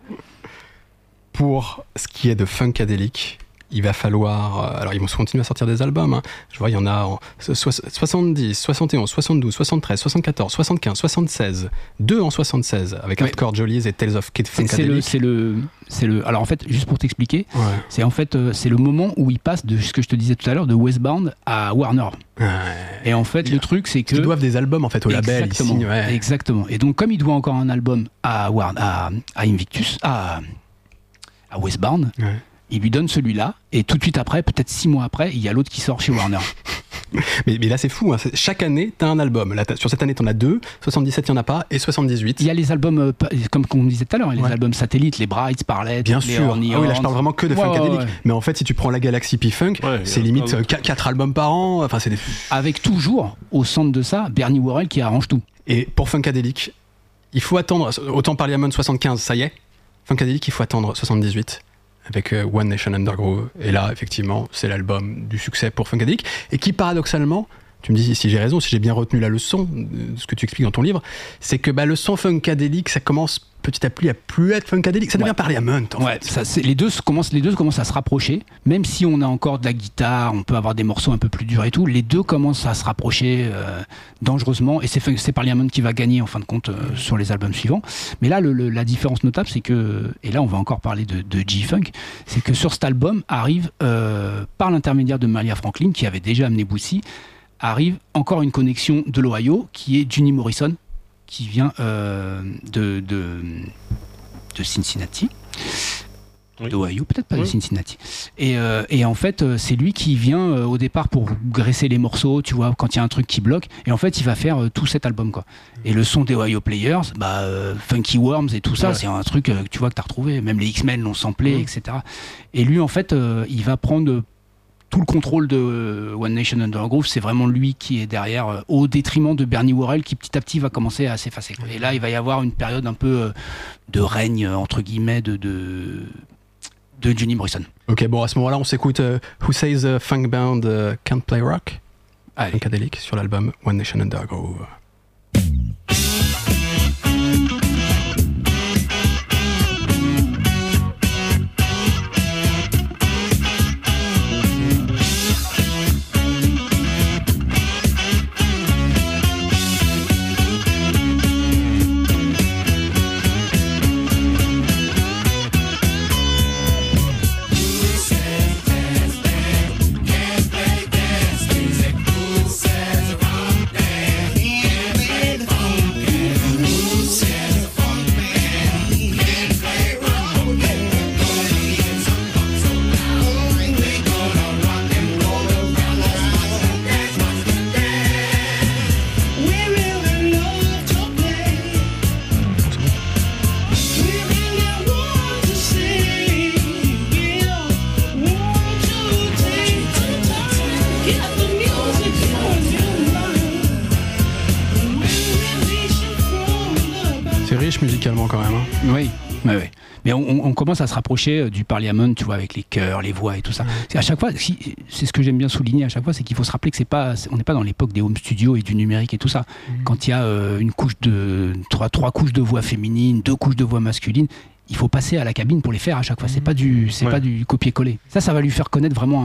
Pour ce qui est de Funkadelic, il va falloir... alors, ils vont continuer à sortir des albums. Je vois, il y en a en 70, 71, 72, 73, 74, 75, 76. 2 en 76, avec Hardcore Jollies et Tales of Kid Funkadelic. C'est le... Alors, en fait, juste pour t'expliquer, c'est le moment où ils passent de ce que je te disais tout à l'heure, de Westbound à Warner. Et en fait, le truc, c'est que... Ils doivent des albums, en fait, au label. Exactement. Et donc, comme il doit encore un album à Invictus, à Westbound... Il lui donne celui-là, et tout de suite après, peut-être 6 mois après, il y a l'autre qui sort chez Warner. mais là, c'est fou. Chaque année, t'as un album. Là, sur cette année, t'en as 2. 77, il n'y en a pas. Et 78. Il y a les albums, comme on disait tout à l'heure, les albums satellites, les Brights, Parlet, bien les sûr. Horny Là, je parle vraiment que de Funkadelic. Mais en fait, si tu prends la galaxie P-Funk, c'est limite 4 albums par an. Enfin, c'est avec toujours, au centre de ça, Bernie Worrell qui arrange tout. Et pour Funkadelic, il faut attendre. Autant Parliament 75, ça y est. Funkadelic, il faut attendre 78. Avec One Nation Under Groove. Et là, effectivement, c'est l'album du succès pour Funkadelic. Et qui, paradoxalement, tu me dis si j'ai raison, si j'ai bien retenu la leçon, ce que tu expliques dans ton livre, c'est que le son Funkadelic, ça commence petit à petit à plus être Funkadelic. Ça devient Parliament, en fait. Ça, les deux commencent à se rapprocher. Même si on a encore de la guitare, on peut avoir des morceaux un peu plus durs et tout, les deux commencent à se rapprocher dangereusement. Et c'est Parliament qui va gagner, en fin de compte, sur les albums suivants. Mais là, la différence notable, c'est que, et là on va encore parler de G-Funk, c'est que sur cet album arrive, par l'intermédiaire de Malia Franklin, qui avait déjà amené Bootsy, arrive encore une connexion de l'Ohio, qui est Juni Morrison, qui vient de Cincinnati. D'Ohio, peut-être pas de Cincinnati. Et en fait, c'est lui qui vient au départ pour graisser les morceaux, tu vois, quand il y a un truc qui bloque. Et en fait, il va faire tout cet album, quoi. Et le son des Ohio Players, Funky Worms et tout ça, c'est un truc tu vois que t'as retrouvé. Même les X-Men l'ont samplé, etc. Et lui, en fait, il va prendre tout le contrôle de One Nation Under Groove. C'est vraiment lui qui est derrière, au détriment de Bernie Worrell, qui petit à petit va commencer à s'effacer. Et là, il va y avoir une période un peu de règne, entre guillemets, de Juni Morrison. Ok, bon, à ce moment-là, on s'écoute Who Says a Funk Band Can't Play Rock, Funkadelic, sur l'album One Nation Under Groove. Say C'est riche musicalement quand même. Hein. Oui. Mais on commence à se rapprocher du Parliament, tu vois, avec les chœurs, les voix et tout ça. À chaque fois, c'est ce que j'aime bien souligner à chaque fois, c'est qu'il faut se rappeler que on n'est pas dans l'époque des home studios et du numérique et tout ça. Quand il y a une couche de trois couches de voix féminines, 2 couches de voix masculines, il faut passer à la cabine pour les faire à chaque fois. C'est pas du copier-coller. Ça va lui faire connaître vraiment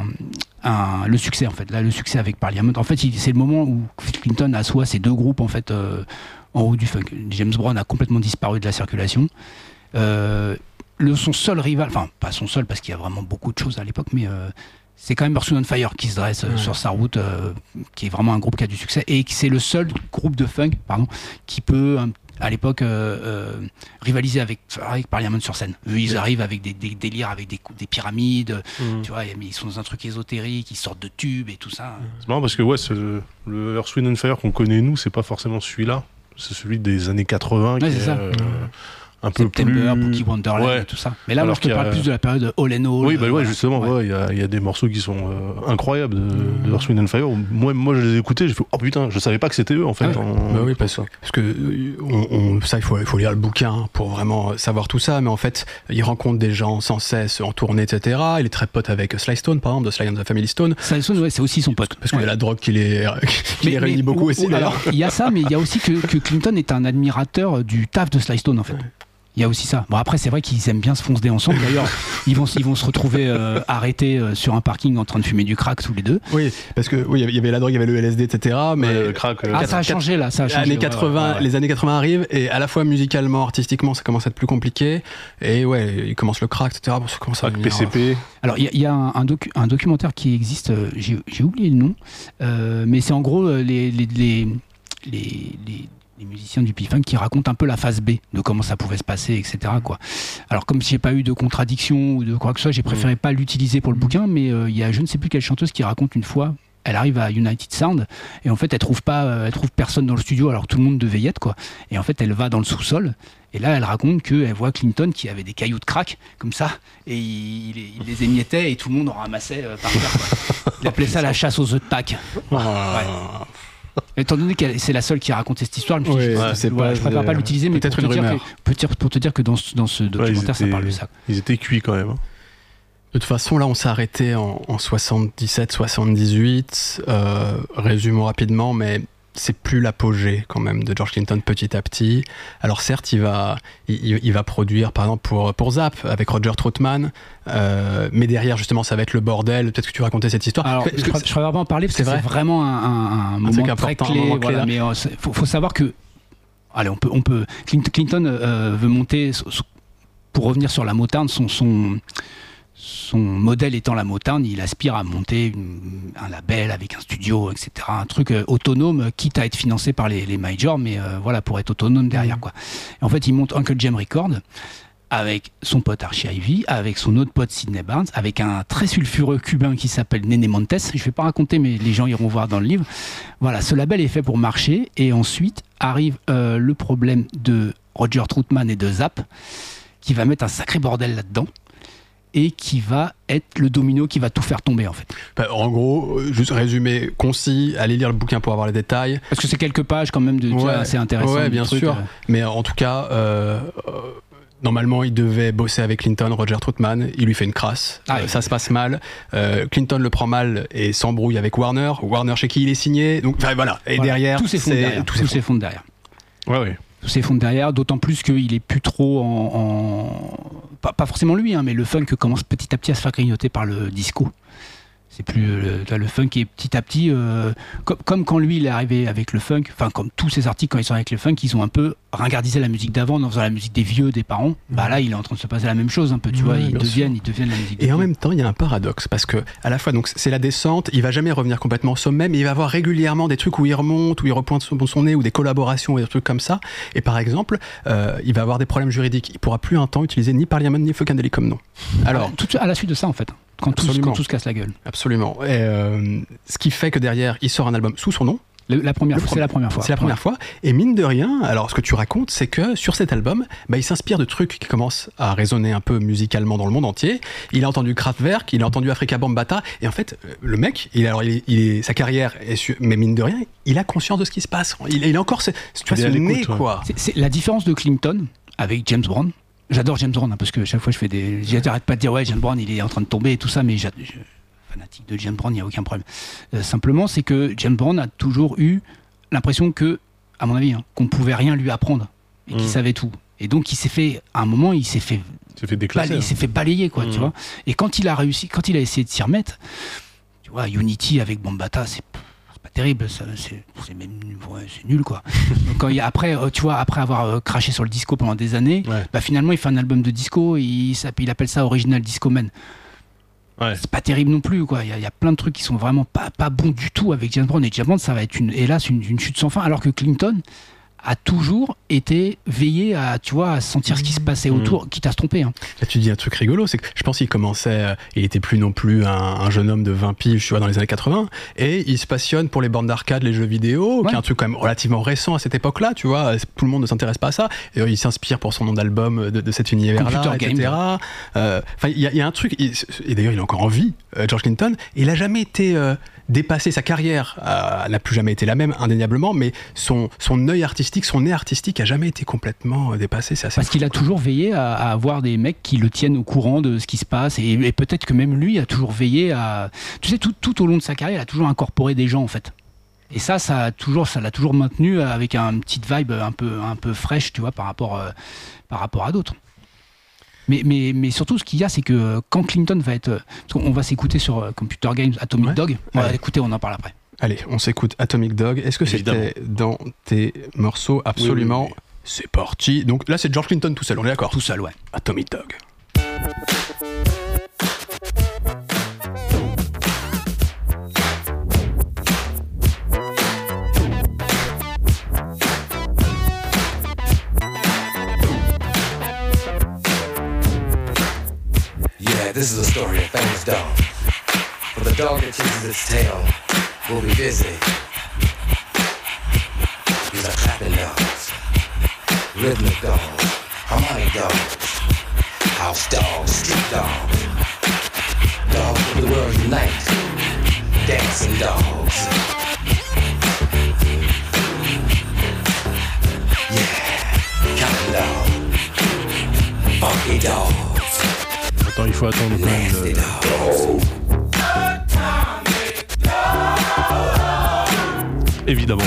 le succès en fait. Là, le succès avec Parliament. En fait, c'est le moment où Clinton assoit ces 2 groupes en fait en haut du funk. James Brown a complètement disparu de la circulation. Son seul rival, enfin pas son seul parce qu'il y a vraiment beaucoup de choses à l'époque, mais c'est quand même Earth, Wind & Fire qui se dresse sur sa route, qui est vraiment un groupe qui a du succès et c'est le seul groupe de funk qui peut à l'époque rivaliser avec Parliament sur scène. Eux, ils arrivent avec des délires, avec des pyramides, tu vois, ils sont dans un truc ésotérique, ils sortent de tubes et tout ça. C'est marrant parce que le Earth, Wind & Fire qu'on connaît nous, c'est pas forcément celui-là, c'est celui des années 80 qui est un peu September, plus... Boogie Wonderland et tout ça. Mais là, moi, je te parle plus de la période All and All. Oui, justement, il y a des morceaux qui sont incroyables de Earth, Wind & Fire. Moi, je les ai écoutés, j'ai fait oh putain, je savais pas que c'était eux en fait. Oui, parce que ça, il faut lire le bouquin pour vraiment savoir tout ça. Mais en fait, il rencontre des gens sans cesse en tournée, etc. Il est très pote avec Sly Stone, par exemple, de Sly and the Family Stone. Sly Stone, c'est aussi son pote. Parce qu'il y a la drogue qui les réunit beaucoup aussi. Alors, il y a ça, mais il y a aussi que Clinton est un admirateur du taf de Sly Stone en fait. Il y a aussi ça. Bon, après, c'est vrai qu'ils aiment bien se foncer ensemble. D'ailleurs, ils vont se retrouver arrêtés sur un parking en train de fumer du crack tous les deux. Oui, parce que il y avait la drogue, il y avait le LSD, etc. Mais le crack. Ça a changé là. Ça a changé. Les années 80 arrivent et à la fois musicalement, artistiquement, ça commence à être plus compliqué. Et il commence le crack, etc. Bon, ça commence à devenir, PCP. Alors, il y a un documentaire qui existe. J'ai oublié le nom, mais c'est en gros les musiciens du P-Funk qui racontent un peu la phase B de comment ça pouvait se passer, etc. quoi. Alors comme j'ai pas eu de contradiction ou de quoi que ce soit, j'ai préféré pas l'utiliser pour le bouquin, mais il y a je ne sais plus quelle chanteuse qui raconte une fois, elle arrive à United Sound et en fait elle trouve personne dans le studio alors tout le monde devait y être quoi. Et en fait elle va dans le sous-sol et là elle raconte qu'elle voit Clinton qui avait des cailloux de crack comme ça et il les émiettait et tout le monde en ramassait par terre quoi. Il appelait ça la chasse aux œufs de Pâques. Ouais. Étant donné que c'est la seule qui a raconté cette histoire, je préfère pas l'utiliser, mais peut-être une rumeur. Pour te dire que dans ce documentaire, ça parle de ça. Ils étaient cuits quand même. De toute façon, là, on s'est arrêté en 77-78. Résumons rapidement, mais c'est plus l'apogée quand même de George Clinton petit à petit. Alors certes, il va produire par exemple pour Zap avec Roger Troutman, mais derrière justement ça va être le bordel. Peut-être que tu racontais cette histoire. Alors, je préfère pas en parler parce que c'est vraiment un moment très clé. Voilà, mais faut savoir que allez, on peut Clinton veut monter pour revenir sur la Motown, son modèle étant la Motown, il aspire à monter un label avec un studio, etc. Un truc autonome, quitte à être financé par les majors, mais pour être autonome derrière. Quoi. Et en fait, il monte Uncle Jam Records avec son pote Archie Ivy, avec son autre pote Sidney Barnes, avec un très sulfureux cubain qui s'appelle Nene Montes. Je ne vais pas raconter, mais les gens iront voir dans le livre. Voilà, ce label est fait pour marcher, et ensuite arrive le problème de Roger Troutman et de Zap, qui va mettre un sacré bordel là-dedans. Et qui va être le domino qui va tout faire tomber en fait. En gros, juste résumé concis, allez lire le bouquin pour avoir les détails. Parce que c'est quelques pages quand même assez intéressant. Ouais, bien sûr. Mais en tout cas, normalement, il devait bosser avec Clinton, Roger Troutman. Il lui fait une crasse. Ça se passe mal. Clinton le prend mal et s'embrouille avec Warner. Warner chez qui il est signé. Donc voilà. Et derrière, tout s'effondre derrière. Ouais. Tout s'effondre derrière, d'autant plus qu'il est plus trop pas forcément lui, mais le funk commence petit à petit à se faire grignoter par le disco. C'est plus le funk est petit à petit comme quand lui il est arrivé avec le funk, enfin comme tous ces artistes quand ils sont avec le funk, ils ont un peu ringardisé la musique d'avant en faisant la musique des vieux, des parents. Là il est en train de se passer la même chose un peu, tu vois, ils deviennent la musique des vieux. En même temps il y a un paradoxe parce que à la fois donc c'est la descente, il va jamais revenir complètement au sommet, mais il va avoir régulièrement des trucs où il remonte, où il repointe son nez, ou des collaborations ou des trucs comme ça. Et par exemple il va avoir des problèmes juridiques, il pourra plus un temps utiliser ni Parliament ni Funkadelic comme nom. Alors tout à la suite de ça en fait. Quand tout se casse la gueule. Absolument. Et ce qui fait que derrière, il sort un album sous son nom, La première fois, c'est la première fois. C'est la première fois. Et mine de rien, alors ce que tu racontes, c'est que sur cet album, il s'inspire de trucs qui commencent à résonner un peu musicalement dans le monde entier. Il a entendu Kraftwerk, il a entendu Afrika Bambaataa, et en fait, le mec, sa carrière est mais mine de rien, il a conscience de ce qui se passe. Il a encore ce nez, quoi. C'est la différence de Clinton avec James Brown. J'adore James Brown, parce que chaque fois j'arrête pas de dire James Brown, il est en train de tomber et tout ça, mais fanatique de James Brown, il n'y a aucun problème. Simplement, c'est que James Brown a toujours eu l'impression que, à mon avis, qu'on pouvait rien lui apprendre et qu'il savait tout. Et donc, à un moment, il s'est fait déclasser. Il s'est fait balayer, quoi, tu vois. Et quand il a essayé de s'y remettre, tu vois, Unity avec Bambaataa, c'est pas terrible, c'est nul, quoi. Donc, après avoir craché sur le disco pendant des années, finalement, il fait un album de disco, il appelle ça Original Disco Man. Ouais. C'est pas terrible non plus, quoi. Il y a plein de trucs qui sont vraiment pas bons du tout avec James Brown, et James Brown, ça va être hélas une chute sans fin, alors que Clinton a toujours été veillé à sentir ce qui se passait autour, quitte à se tromper. Hein. Là, tu dis un truc rigolo, c'est que je pense qu'il commençait, il était plus non plus un jeune homme de 20 piges, tu vois, dans les années 80, et il se passionne pour les bornes d'arcade, les jeux vidéo, qui est un truc quand même relativement récent à cette époque-là, tu vois, tout le monde ne s'intéresse pas à ça, et il s'inspire pour son nom d'album de cet univers-là, etc. Il y a un truc, et d'ailleurs il est encore en vie, George Clinton, et il n'a jamais été dépassé, sa carrière n'a plus jamais été la même, indéniablement, mais son œil artistique, son nez artistique a jamais été complètement dépassé. C'est assez Parce qu'il a toujours veillé à avoir des mecs qui le tiennent au courant de ce qui se passe, et peut-être que même lui a toujours veillé à... Tu sais, tout au long de sa carrière, il a toujours incorporé des gens, en fait. Et ça l'a toujours maintenu avec une petite vibe un peu fraîche, tu vois, par rapport à d'autres. Mais surtout, ce qu'il y a, c'est que quand Clinton va être... Parce qu'on va s'écouter sur Computer Games Atomic Dog. On va l'écouter, on en parle après. Allez, on s'écoute Atomic Dog. Est-ce que c'était dans tes morceaux? Absolument. Oui. C'est parti. Donc là, c'est George Clinton tout seul, on est d'accord? Tout seul, ouais. Atomic Dog. Yeah, this is a story of famous dog. For the dog that chases its tail will be busy. These are clapping dogs, rhythmic dogs, harmonic dogs, house dogs, street dogs, dogs of the world unite, dancing dogs. Yeah, counting dogs, funky dogs. Attends, il faut attendre quand même. Évidemment.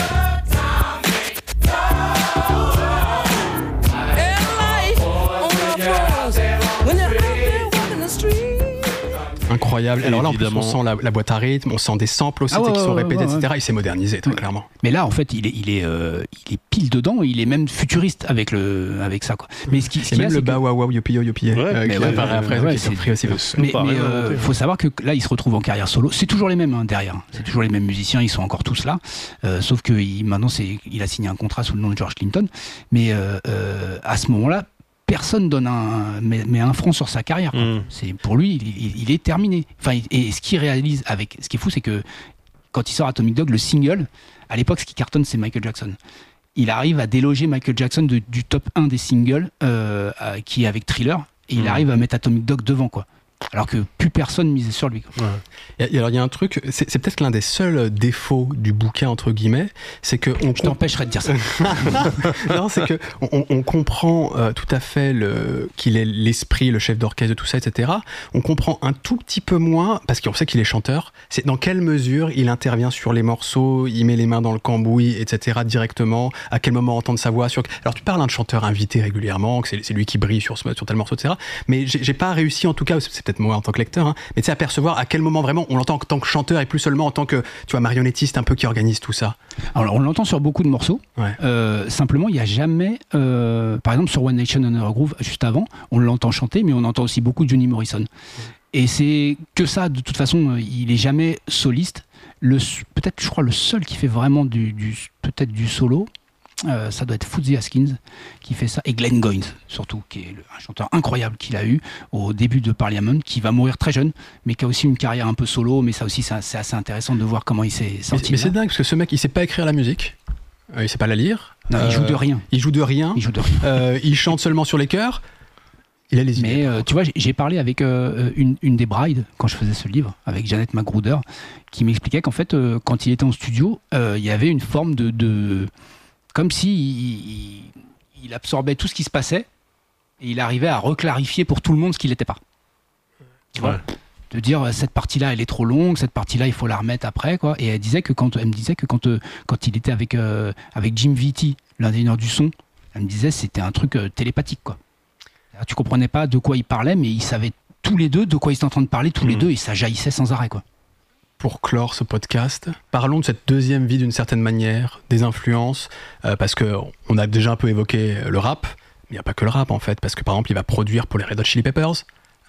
Incroyable. Alors là, en plus, on sent la boîte à rythme, on sent des samples aussi qui sont répétés, etc. Il s'est modernisé, très clairement. Mais là, en fait, il est pile dedans, il est même futuriste avec ça, quoi. Mais ce qui même le bah waouh youpi youpi après, c'est pris aussi. Mais faut savoir que là, il se retrouve en carrière solo. C'est toujours les mêmes derrière. C'est toujours les mêmes musiciens, ils sont encore tous là. Sauf que maintenant, il a signé un contrat sous le nom de George Clinton. Mais à ce moment-là, personne met un franc sur sa carrière. C'est pour lui, il est terminé. Enfin, et ce qu'il réalise ce qui est fou, c'est que quand il sort Atomic Dog, le single, à l'époque, ce qui cartonne, c'est Michael Jackson. Il arrive à déloger Michael Jackson du top 1 des singles, qui est avec Thriller, et il arrive à mettre Atomic Dog devant, quoi. Alors que plus personne misait sur lui. Ouais. Et alors il y a un truc, c'est peut-être l'un des seuls défauts du bouquin entre guillemets, c'est que je t'empêcherai de dire ça. Non, c'est que on comprend tout à fait qu'il est l'esprit, le chef d'orchestre de tout ça, etc. On comprend un tout petit peu moins parce qu'on sait qu'il est chanteur. C'est dans quelle mesure il intervient sur les morceaux, il met les mains dans le cambouis, etc. directement. À quel moment entendre sa voix sur. Alors tu parles d'un chanteur invité régulièrement, que c'est lui qui brille sur tel morceau, etc. Mais j'ai pas réussi en tout cas. C'est peut-être moi en tant que lecteur, hein, mais tu sais, à percevoir à quel moment vraiment on l'entend en tant que chanteur et plus seulement en tant que, tu vois, marionnettiste un peu qui organise tout ça. Alors on l'entend sur beaucoup de morceaux. Simplement, il n'y a jamais, par exemple sur One Nation Under a Groove, juste avant, on l'entend chanter, mais on entend aussi beaucoup Johnny Morrison. Et c'est que ça, de toute façon, il est jamais soliste. Peut-être, je crois, le seul qui fait vraiment peut-être du solo, ça doit être Fuzzy Haskins qui fait ça, et Glenn Goins surtout, qui est un chanteur incroyable qu'il a eu au début de Parliament, qui va mourir très jeune, mais qui a aussi une carrière un peu solo, mais ça aussi c'est assez intéressant de voir comment il s'est sorti. Mais c'est dingue, parce que ce mec, il sait pas écrire la musique, il sait pas la lire. Non, il joue de rien. Il joue de rien. Il chante seulement sur les chœurs. Il a les idées. Mais tu vois, j'ai parlé avec une des brides quand je faisais ce livre, avec Janet Magruder, qui m'expliquait qu'en fait, quand il était en studio, il y avait une forme de comme si il absorbait tout ce qui se passait et il arrivait à reclarifier pour tout le monde ce qu'il n'était pas. Tu vois, de dire cette partie-là, elle est trop longue, cette partie-là, il faut la remettre après, quoi. Et elle me disait que quand il était avec Jim Vitti, l'ingénieur du son, elle me disait c'était un truc télépathique, quoi. Tu comprenais pas de quoi ils parlaient, mais ils savaient tous les deux de quoi ils étaient en train de parler tous les deux, et ça jaillissait sans arrêt, quoi. Pour clore ce podcast, parlons de cette deuxième vie d'une certaine manière, des influences, parce qu'on a déjà un peu évoqué le rap, mais il n'y a pas que le rap en fait, parce que par exemple il va produire pour les Red Hot Chili Peppers.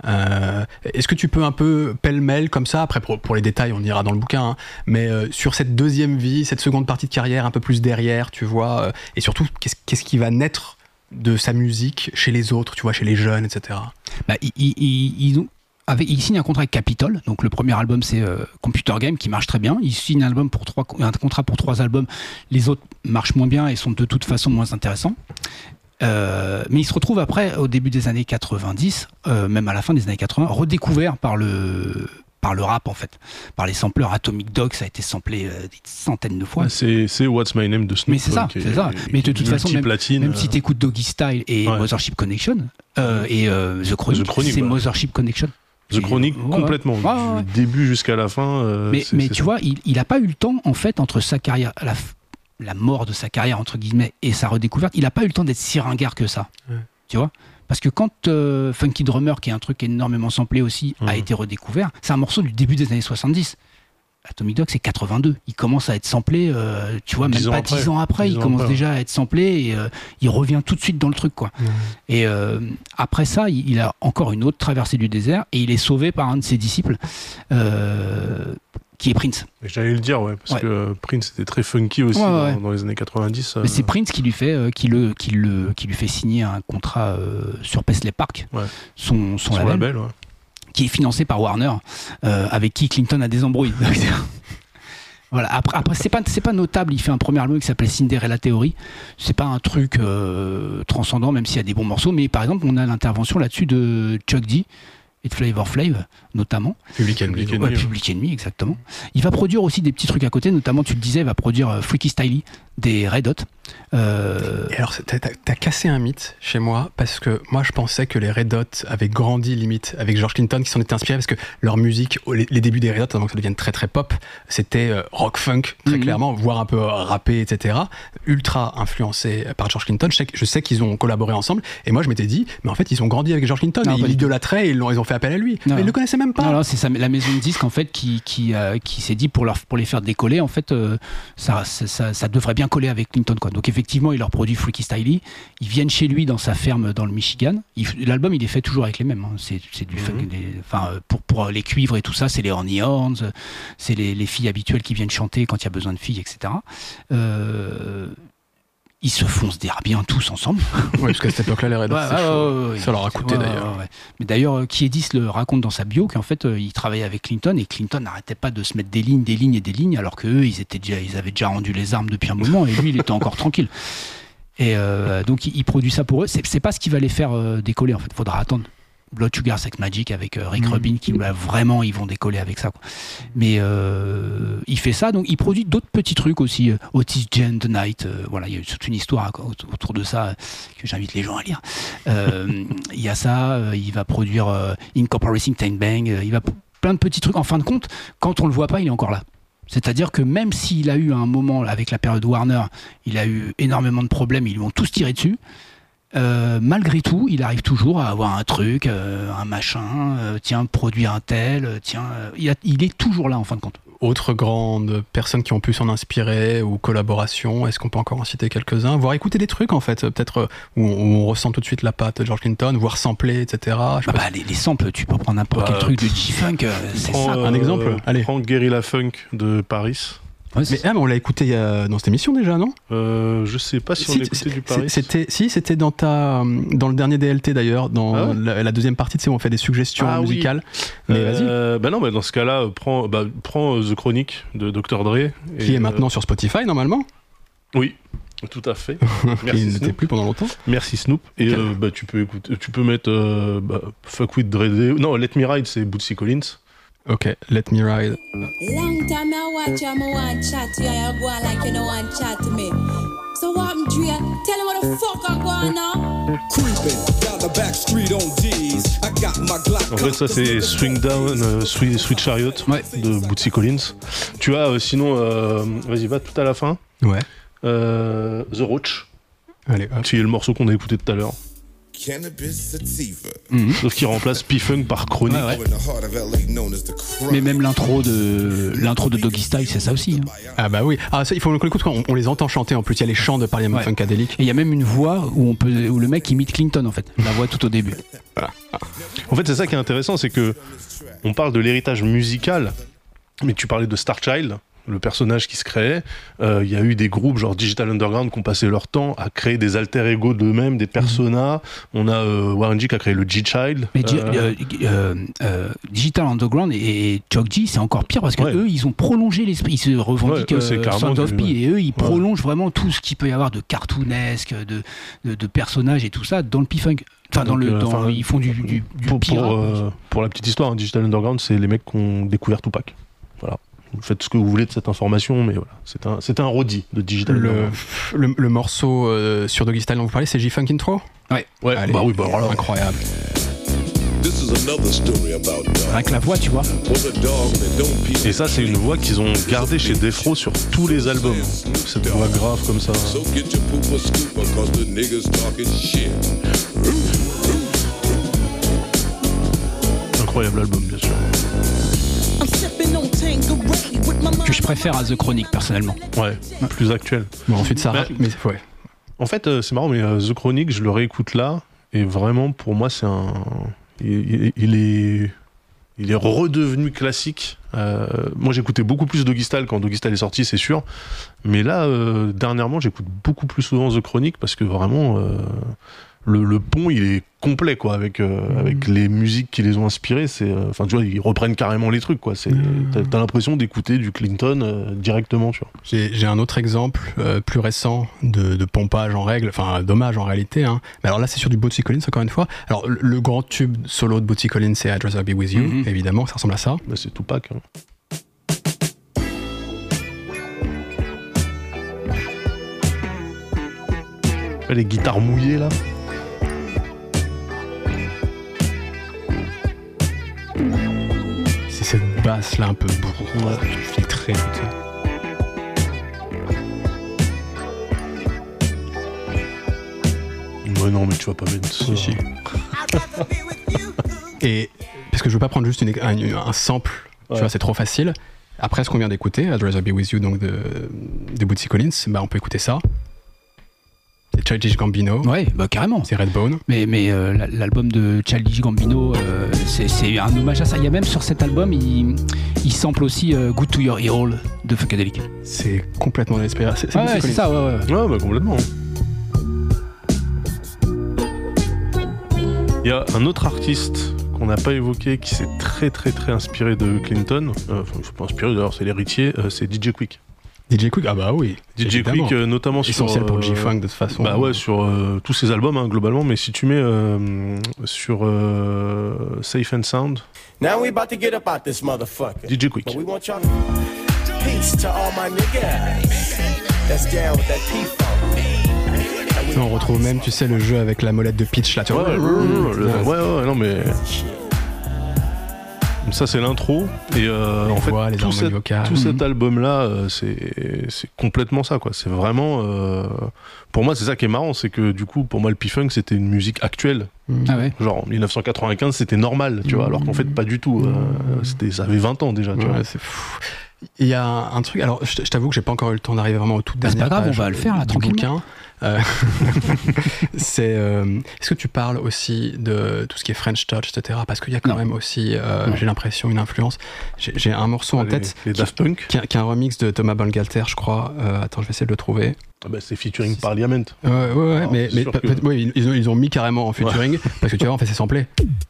Est-ce que tu peux un peu pêle-mêle comme ça, après pour les détails on ira dans le bouquin, hein, mais sur cette deuxième vie, cette seconde partie de carrière un peu plus derrière, tu vois, et surtout qu'est-ce qui va naître de sa musique chez les autres, tu vois, chez les jeunes, etc. Bah, il signe un contrat avec Capitol, donc le premier album c'est Computer Game qui marche très bien. Il signe un contrat pour 3 albums, les autres marchent moins bien et sont de toute façon moins intéressants. Mais il se retrouve après, au début des années 90, même à la fin des années 80, redécouvert par le rap en fait, par les sampleurs. Atomic Dog, ça a été samplé des centaines de fois. C'est What's My Name de Snoop. Mais c'est ça. Mais de toute façon, même si t'écoutes Doggy Style et Mothership Connection et The Chronic, c'est Mothership Connection. The Chronic complètement, du début jusqu'à la fin. Mais tu vois, il a pas eu le temps en fait entre sa carrière, la mort de sa carrière entre guillemets et sa redécouverte, il a pas eu le temps d'être si ringard que ça. Tu vois. Parce que quand Funky Drummer, qui est un truc énormément samplé aussi, a été redécouvert, c'est un morceau du début des années 70. Atomic Dog, c'est 82. Il commence à être samplé, tu vois, même pas 10 ans après, il commence déjà à être samplé et il revient tout de suite dans le truc, quoi. Et après ça, il a encore une autre traversée du désert et il est sauvé par un de ses disciples, qui est Prince. J'allais le dire, parce que Prince était très funky aussi dans les années 90. Mais c'est Prince qui lui fait, qui lui fait signer un contrat sur Paisley Park, son label, qui est financé par Warner, avec qui Clinton a des embrouilles. Voilà. Après c'est pas notable. Il fait un premier album qui s'appelle Cinderella Theory. C'est pas un truc transcendant, même s'il y a des bons morceaux. Mais par exemple, on a l'intervention là-dessus de Chuck D et de Flavor Flav, notamment. Public Enemy, exactement. Il va produire aussi des petits trucs à côté, notamment, tu le disais, il va produire Freaky Styley des Red Hot. Et alors, t'as cassé un mythe chez moi, parce que moi, je pensais que les Red Hot avaient grandi, limite, avec George Clinton, qui s'en était inspiré, parce que leur musique, les débuts des Red Hot, avant que ça devienne très très pop, c'était rock-funk, très clairement, voire un peu rappé, etc. Ultra influencé par George Clinton. Je sais qu'ils ont collaboré ensemble, et moi, je m'étais dit, mais en fait, ils ont grandi avec George Clinton, et ils l'idolâtraient, et ils ont fait appel à lui. Mais ils le connaissaient même pas. Non, c'est la maison de disques, en fait, qui s'est dit, pour les faire décoller, en fait, ça devrait bien coller avec Clinton, quoi. Donc effectivement, il leur produit Freaky Styley. Ils viennent chez lui dans sa ferme dans le Michigan. L'album, il est fait toujours avec les mêmes. Hein. C'est du pour les cuivres et tout ça, c'est les Horny Horns, c'est les filles habituelles qui viennent chanter quand il y a besoin de filles, etc. Ils se font se dire bien tous ensemble. Oui, parce qu'à cette époque-là, les Red Hot, ça leur a coûté d'ailleurs. Mais d'ailleurs, Kiedis le raconte dans sa bio qu'en fait, il travaillait avec Clinton et Clinton n'arrêtait pas de se mettre des lignes, alors qu'eux, ils avaient déjà rendu les armes depuis un moment et lui, il était encore tranquille. Et donc, il produit ça pour eux. C'est pas ce qui va les faire décoller, en fait. Faudra attendre. Blood Sugar Sex Magic avec Rick Rubin qui vraiment ils vont décoller avec ça, quoi. Mais il fait ça, donc il produit d'autres petits trucs aussi, Otis Jane the Night, voilà, il y a toute une histoire autour de ça que j'invite les gens à lire. Il y a ça, il va produire Incorporating Time Bang, il va plein de petits trucs. En fin de compte, quand on le voit pas, il est encore là. C'est-à-dire que même s'il a eu un moment avec la période Warner, il a eu énormément de problèmes, ils lui ont tous tiré dessus. Malgré tout, il arrive toujours à avoir un truc, un machin, produire un tel, il est toujours là en fin de compte. Autres grandes personnes qui ont pu s'en inspirer ou collaborations, est-ce qu'on peut encore en citer quelques-uns, voire écouter des trucs en fait, peut-être où on ressent tout de suite la patte de George Clinton, voire sampler, etc. Les samples, tu peux prendre n'importe quel truc de G-Funk, c'est ça. Un exemple, allez. Prends Guerrilla Funk de Paris. Ouais, Mais on l'a écouté dans cette émission déjà, non? Je sais pas si on l'a écouté du Paris. C'était dans le dernier DLT d'ailleurs, dans la deuxième partie, tu sais, où on fait des suggestions musicales. Mais vas-y. Dans ce cas-là, prends The Chronic de Dr. Dre. Qui est maintenant sur Spotify normalement. Oui. Tout à fait. Merci. Il n'était plus pendant longtemps. Merci Snoop. Et tu peux mettre Fuck With Dre. Non, Let Me Ride, c'est Bootsy Collins. Ok, Let Me Ride. Long time I watch you, I want chat to you, you go on like you don't want chat to me. So what I'm Dre? Tell me what the fuck I go on now. Creeping down the back street on D's. I got my Glock. En fait, ça c'est Swing Down, Sweet Chariot de Bootsy Collins. Tu as sinon, vas-y, va tout à la fin. Ouais. The Roach. Allez, hop. Qui est le morceau qu'on a écouté tout à l'heure. Sauf qu'il remplace P-Funk par Chronic. Mais même l'intro de Doggy Style, c'est ça aussi. Ah bah oui. Ah ça, il faut qu'on l'écoute quand on les entend chanter. En plus, il y a les chants de Parliament Funkadelic. Et il y a même une voix où le mec imite Clinton en fait. La voix tout au début. Voilà. En fait, c'est ça qui est intéressant, c'est que on parle de l'héritage musical, mais tu parlais de Star Child. Le personnage qui se créait, il y a eu des groupes genre Digital Underground qui ont passé leur temps à créer des alter ego d'eux-mêmes, des personas. On a Warren G qui a créé le G-Child. Mais Digital Underground et Chuck G, c'est encore pire parce que eux, ils ont prolongé l'esprit. Ils se revendiquent Sons of P et eux, ils prolongent vraiment tout ce qu'il peut y avoir de cartoonesque, de personnages et tout ça dans le P-Funk. Enfin, ils font du pour la petite histoire, Digital Underground, c'est les mecs qui ont découvert Tupac. Voilà. Vous faites ce que vous voulez de cette information, mais voilà, c'était un roadie de Digital Underground. Le morceau sur Doggy Style dont vous parlez, c'est G-Funk Intro. Ouais. Allez, alors, incroyable. Avec la voix, tu vois. Et ça, c'est une voix qu'ils ont gardée chez Defro sur tous les albums. Cette voix grave comme ça. Incroyable album, bien sûr. Que je préfère à The Chronic personnellement. Ouais, plus actuel. Bon, ensuite ça. Mais ouais. En fait, c'est marrant, mais The Chronic, je le réécoute là, et vraiment pour moi, c'est il est redevenu classique. Moi, j'écoutais beaucoup plus Doggy Style quand Doggy Style est sorti, c'est sûr. Mais là, dernièrement, j'écoute beaucoup plus souvent The Chronic parce que vraiment. Le pont il est complet quoi avec les musiques qui les ont inspirés, tu vois, ils reprennent carrément les trucs quoi, t'as l'impression d'écouter du Clinton directement, tu vois. J'ai un autre exemple plus récent de pompage en règle, enfin d'hommage en réalité hein. Mais alors là c'est sur du Bootsy Collins encore une fois. Alors le grand tube solo de Bootsy Collins c'est I'd Rather Be With You, évidemment, ça ressemble à ça. Bah, c'est Tupac hein. Les guitares mouillées là. C'est cette basse là un peu filtrée, tout ça. Ouais, non, mais tu vas pas mettre ça. Si. Et parce que je veux pas prendre juste un sample, tu vois, c'est trop facile. Après ce qu'on vient d'écouter, I'd Rather Be With You, donc de Bootsy Collins, bah on peut écouter ça. C'est Childish Gambino. Ouais, bah carrément. C'est Redbone. Mais l'album de Childish Gambino, c'est un hommage à ça. Il y a même sur cet album, il sample aussi Good to Your Ear de Funkadelic. C'est complètement inspiré. C'est ça, ouais. Ouais, bah complètement. Il y a un autre artiste qu'on n'a pas évoqué qui s'est très très très inspiré de Clinton. Enfin, il faut pas inspirer d'ailleurs, c'est l'héritier, c'est DJ Quick. DJ Quick, ah bah oui. DJ évidemment. Quick, notamment essentiel sur... pour le G-Funk de toute façon. Bah ouais, sur tous ses albums hein, globalement, mais si tu mets sur Safe and Sound. Now we about to get up out this motherfucker. DJ Quick. But we want y'all peace to all my niggas. That's down with that P-Funk. On retrouve même, tu sais, le jeu avec la molette de pitch là. Tu vois. Ouais, non mais... Ça c'est l'intro et en fait tout cet album là c'est complètement ça quoi. C'est vraiment pour moi c'est ça qui est marrant, c'est que du coup pour moi le P-Funk c'était une musique actuelle. Ah ouais. Genre en 1995 c'était normal tu vois, alors qu'en fait pas du tout. Ça avait 20 ans déjà tu vois. C'est fou. Il y a un truc, alors je t'avoue que j'ai pas encore eu le temps d'arriver vraiment au tout dernier. C'est pas grave, on va le faire là, tranquillement. Est-ce que tu parles aussi de tout ce qui est French Touch, etc. Parce qu'il y a quand même aussi, j'ai l'impression, une influence. J'ai un morceau en tête les Daft Punk qui est un remix de Thomas Bangalter, je crois. Attends, je vais essayer de le trouver. C'est featuring Parliament. Ouais, mais ils ont mis carrément en featuring parce que tu vois, en fait, c'est samplé.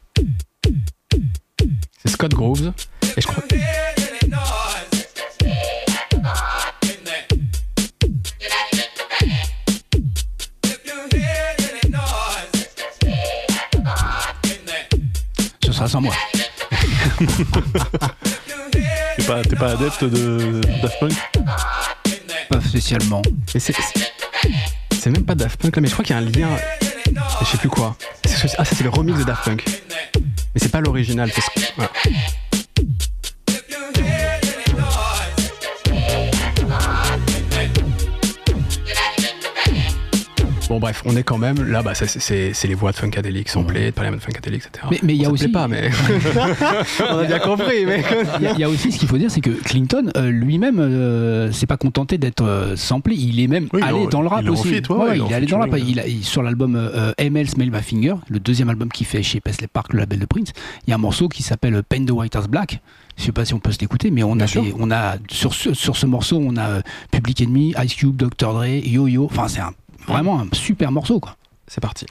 C'est Scott Groves et je crois. Ce sera sans moi. T'es pas adepte de Daft Punk? Pas spécialement. Mais c'est même pas Daft Punk là, mais je crois qu'il y a un lien. Je sais plus quoi. Ça c'est le remix de Daft Punk. Mais c'est pas l'original. Voilà. Bon bref, on est quand même là, c'est les voix de Funkadelic samplées, de Parliament Funkadelic, etc. Mais il y a aussi pas, mais on a bien compris. Mais il y a aussi ce qu'il faut dire, c'est que Clinton lui-même s'est pas contenté d'être samplé, il est même allé dans le rap aussi. Il est allé dans le rap. Sur l'album ML Smell My Finger, le deuxième album qu'il fait chez Paisley Park, le label de Prince, il y a un morceau qui s'appelle Paint the White as Black. Je sais pas si on peut se l'écouter, mais on a sur ce morceau, on a Public Enemy, Ice Cube, Dr. Dre, Yo-Yo. Enfin, c'est vraiment un super morceau, quoi. C'est parti.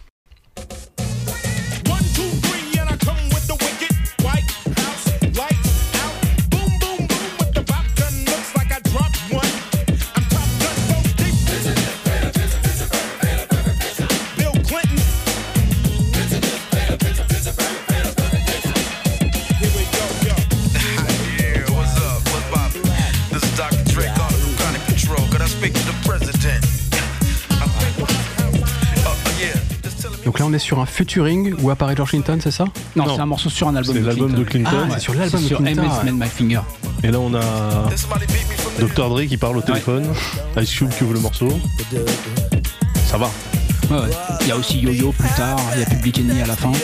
Donc là on est sur un featuring où apparaît George Clinton, c'est ça? Non, c'est un morceau sur un album. C'est l'album de Clinton. Ah, c'est sur l'album de Clinton. Sur MS Smell My Finger. Et là on a Dr. Dre qui parle au téléphone, Ice Cube qui ouvre le morceau. Ça va. Ouais. Il y a aussi Yo-Yo plus tard, il y a Public Enemy à la fin.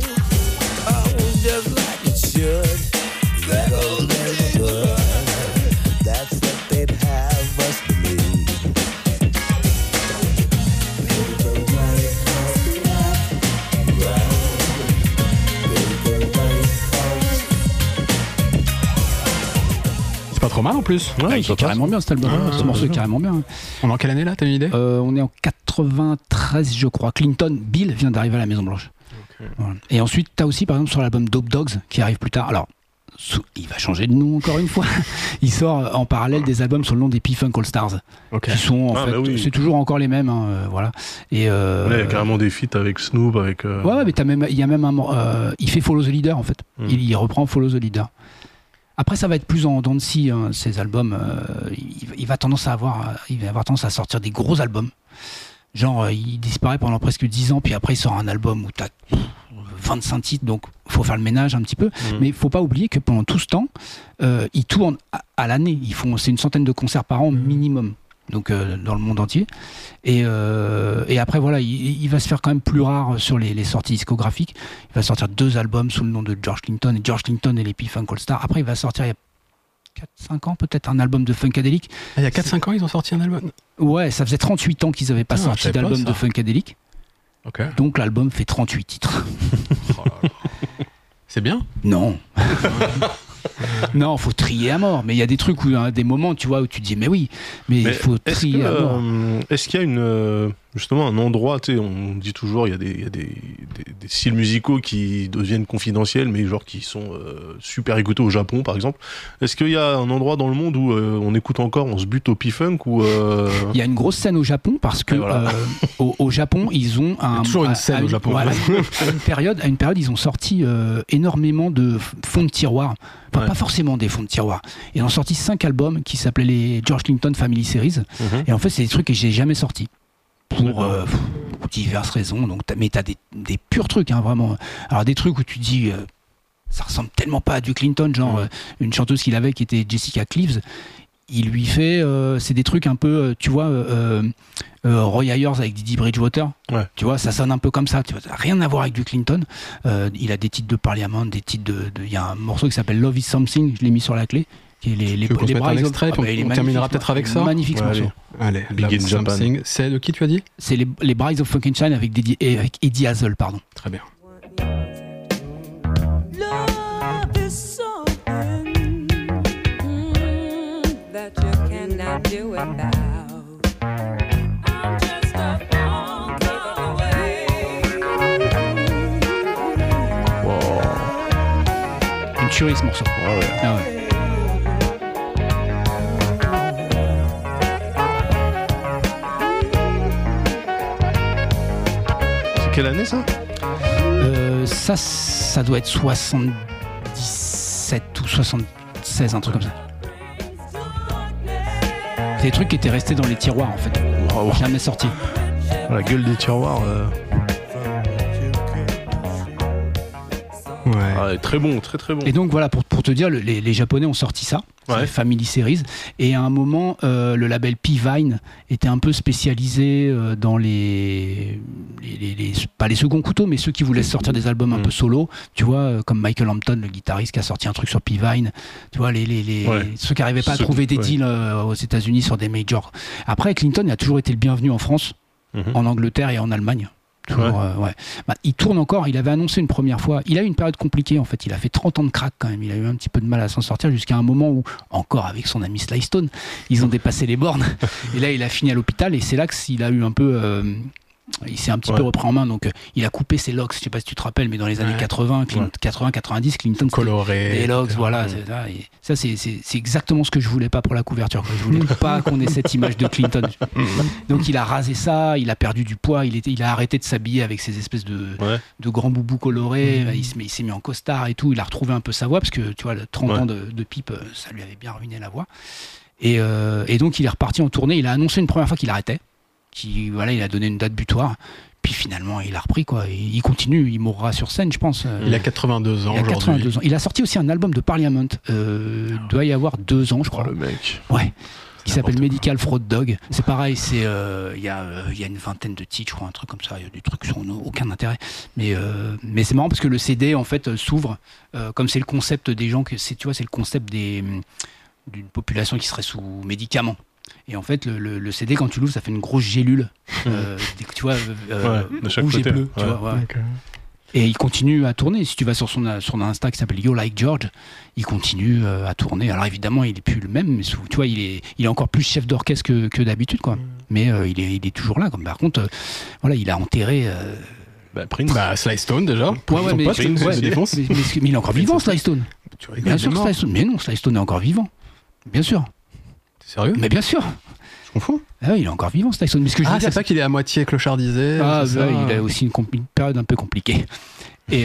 Pas trop mal en plus. Ouais, c'est carrément bien cet album. Ce morceau est carrément bien. On est en quelle année là? T'as une idée? On est en 93, je crois. Bill vient d'arriver à la Maison Blanche. Okay. Voilà. Et ensuite, t'as aussi par exemple sur l'album Dope Dogs qui arrive plus tard. Alors, il va changer de nom encore une fois. Il sort en parallèle des albums sur le nom des P-Funk All Stars. Okay. Qui sont en fait, c'est toujours encore les mêmes. Voilà. Et il y a carrément des feats avec Snoop, avec. Ouais, mais il y a même un. Il fait Follow the Leader en fait. Il reprend Follow the Leader. Après, ça va être plus en dents de scie, ces albums. Il va avoir tendance à sortir des gros albums. Genre, il disparaît pendant presque 10 ans, puis après, il sort un album où tu as 25 titres, donc il faut faire le ménage un petit peu. Mais il ne faut pas oublier que pendant tout ce temps, ils tournent à l'année. C'est une centaine de concerts par an minimum, donc dans le monde entier. Et après, voilà, il va se faire quand même plus rare sur les sorties discographiques. Il va sortir 2 albums sous le nom de George Clinton et les P-Funk All Stars. Après, il va sortir il y a 4-5 ans peut-être un album de Funkadelic. Il y a 4-5 ans ils ont sorti un album? Ouais, ça faisait 38 ans qu'ils n'avaient pas sorti d'album de Funkadelic. Okay. Donc l'album fait 38 titres. Oh là là. C'est bien? Non. Non, faut trier à mort. Mais il y a des trucs des moments, tu vois, où tu te dis mais oui, mais il faut trier à mort. Est-ce qu'il y a justement un endroit, tu sais, on dit toujours il y a des styles musicaux qui deviennent confidentiels, mais genre qui sont super écoutés au Japon, par exemple. Est-ce qu'il y a un endroit dans le monde où on écoute encore, on se bute au P-Funk ou Il y a une grosse scène au Japon parce que voilà. Au Japon, ils ont toujours une scène au Japon. Voilà, à une période, ils ont sorti énormément de fonds de tiroir. Enfin, pas forcément des fonds de tiroir. Ils ont sorti 5 albums qui s'appelaient les George Clinton Family Series. Et en fait, c'est des trucs que j'ai jamais sortis. Pour diverses raisons. Donc, mais t'as des purs trucs, vraiment. Alors, des trucs où tu dis, ça ressemble tellement pas à du Clinton, genre une chanteuse qu'il avait qui était Jessica Cleaves. Il lui fait, c'est des trucs un peu, tu vois, Roy Ayers avec Didi Bridgewater. Ouais. Tu vois, ça sonne un peu comme ça. Tu vois, ça n'a rien à voir avec du Clinton. Il a des titres de Parliament, des titres il y a un morceau qui s'appelle Love is Something, je l'ai mis sur la clé. qui est les Tu veux qu'on se mette un Brides of- extrait, Ah, puis bah, il est on magnifique, terminera peut-être avec ça. Magnifique ce morceau. Allez, Big Love in Japan. Something. C'est de qui tu as dit? C'est les Brides of Frankenstein avec Eddie Hazel, pardon. Très bien. Love is something that you cannot do without. I'm just a phone call away. Une tuerie ce morceau. Ah ouais. Ah ouais. C'est quelle année ça? Ça doit être 77 ou 76, un truc comme ça. C'est des trucs qui étaient restés dans les tiroirs en fait. Bravo. Jamais sortis. La gueule des tiroirs. Ouais. Ah, très bon, très très bon. Et donc voilà, pour te dire, les Japonais ont sorti ça, Ouais. Family Series, et à un moment, le label P-Vine était un peu spécialisé dans pas les seconds couteaux, mais ceux qui voulaient sortir des albums un peu solo, tu vois, comme Michael Hampton, le guitariste qui a sorti un truc sur P-Vine, tu vois, ceux qui n'arrivaient pas à trouver des deals aux États-Unis sur des majors. Après, Clinton il a toujours été le bienvenu en France, en Angleterre et en Allemagne. Toujours, ouais. Bah, il tourne encore, il avait annoncé une première fois, il a eu une période compliquée en fait, il a fait 30 ans de crack quand même, il a eu un petit peu de mal à s'en sortir jusqu'à un moment où, encore avec son ami Sly Stone, ils ont dépassé les bornes et là il a fini à l'hôpital et c'est là qu'il a eu un peu... il s'est un petit peu repris en main, donc il a coupé ses locks, je sais pas si tu te rappelles, mais dans les années 80-90, Clinton coloré, des locks, voilà, c'est ça, et ça c'est exactement ce que je voulais pas pour la couverture, quoi. Je voulais pas qu'on ait cette image de Clinton. Donc il a rasé ça, il a perdu du poids, il a arrêté de s'habiller avec ces espèces de grands boubous colorés, il s'est mis en costard et tout, il a retrouvé un peu sa voix, parce que tu vois, 30 ans de pipe, ça lui avait bien ruiné la voix, et donc il est reparti en tournée, il a annoncé une première fois qu'il arrêtait, il a donné une date butoir, puis finalement il a repris quoi, et il continue, il mourra sur scène je pense. Il a 82 ans aujourd'hui. 82 ans. Il a sorti aussi un album de Parliament, doit y avoir 2 ans je crois. Le mec. Ouais. Qui s'appelle Medical Fraud Dog. C'est pareil, il y a une vingtaine de titres, je crois, un truc comme ça. Il y a des trucs qui n'ont aucun intérêt. Mais c'est marrant parce que le CD en fait s'ouvre comme c'est le concept des gens c'est le concept d'une population qui serait sous médicaments. Et en fait, le CD, quand tu l'ouvres, ça fait une grosse gélule, tu vois, de chaque rouge côté. et bleu. Tu vois, ouais. Et il continue à tourner. Si tu vas sur son Insta qui s'appelle You Like George, il continue à tourner. Alors évidemment, il est plus le même, mais tu vois, il est encore plus chef d'orchestre que d'habitude, quoi. Mais il est toujours là. Par contre, voilà, il a enterré. Prince. Sly Stone déjà. Ouais, mais il est encore vivant, Sly Stone. Bien sûr, Sly Stone. Mais non, Sly Stone est encore vivant. Bien sûr. Sérieux? Mais bien sûr. Je confonds. Ah oui, il est encore vivant, Sly Stone. Mais ce que je veux dire, c'est pas qu'il est à moitié clochardisé. il a aussi une période un peu compliquée. Et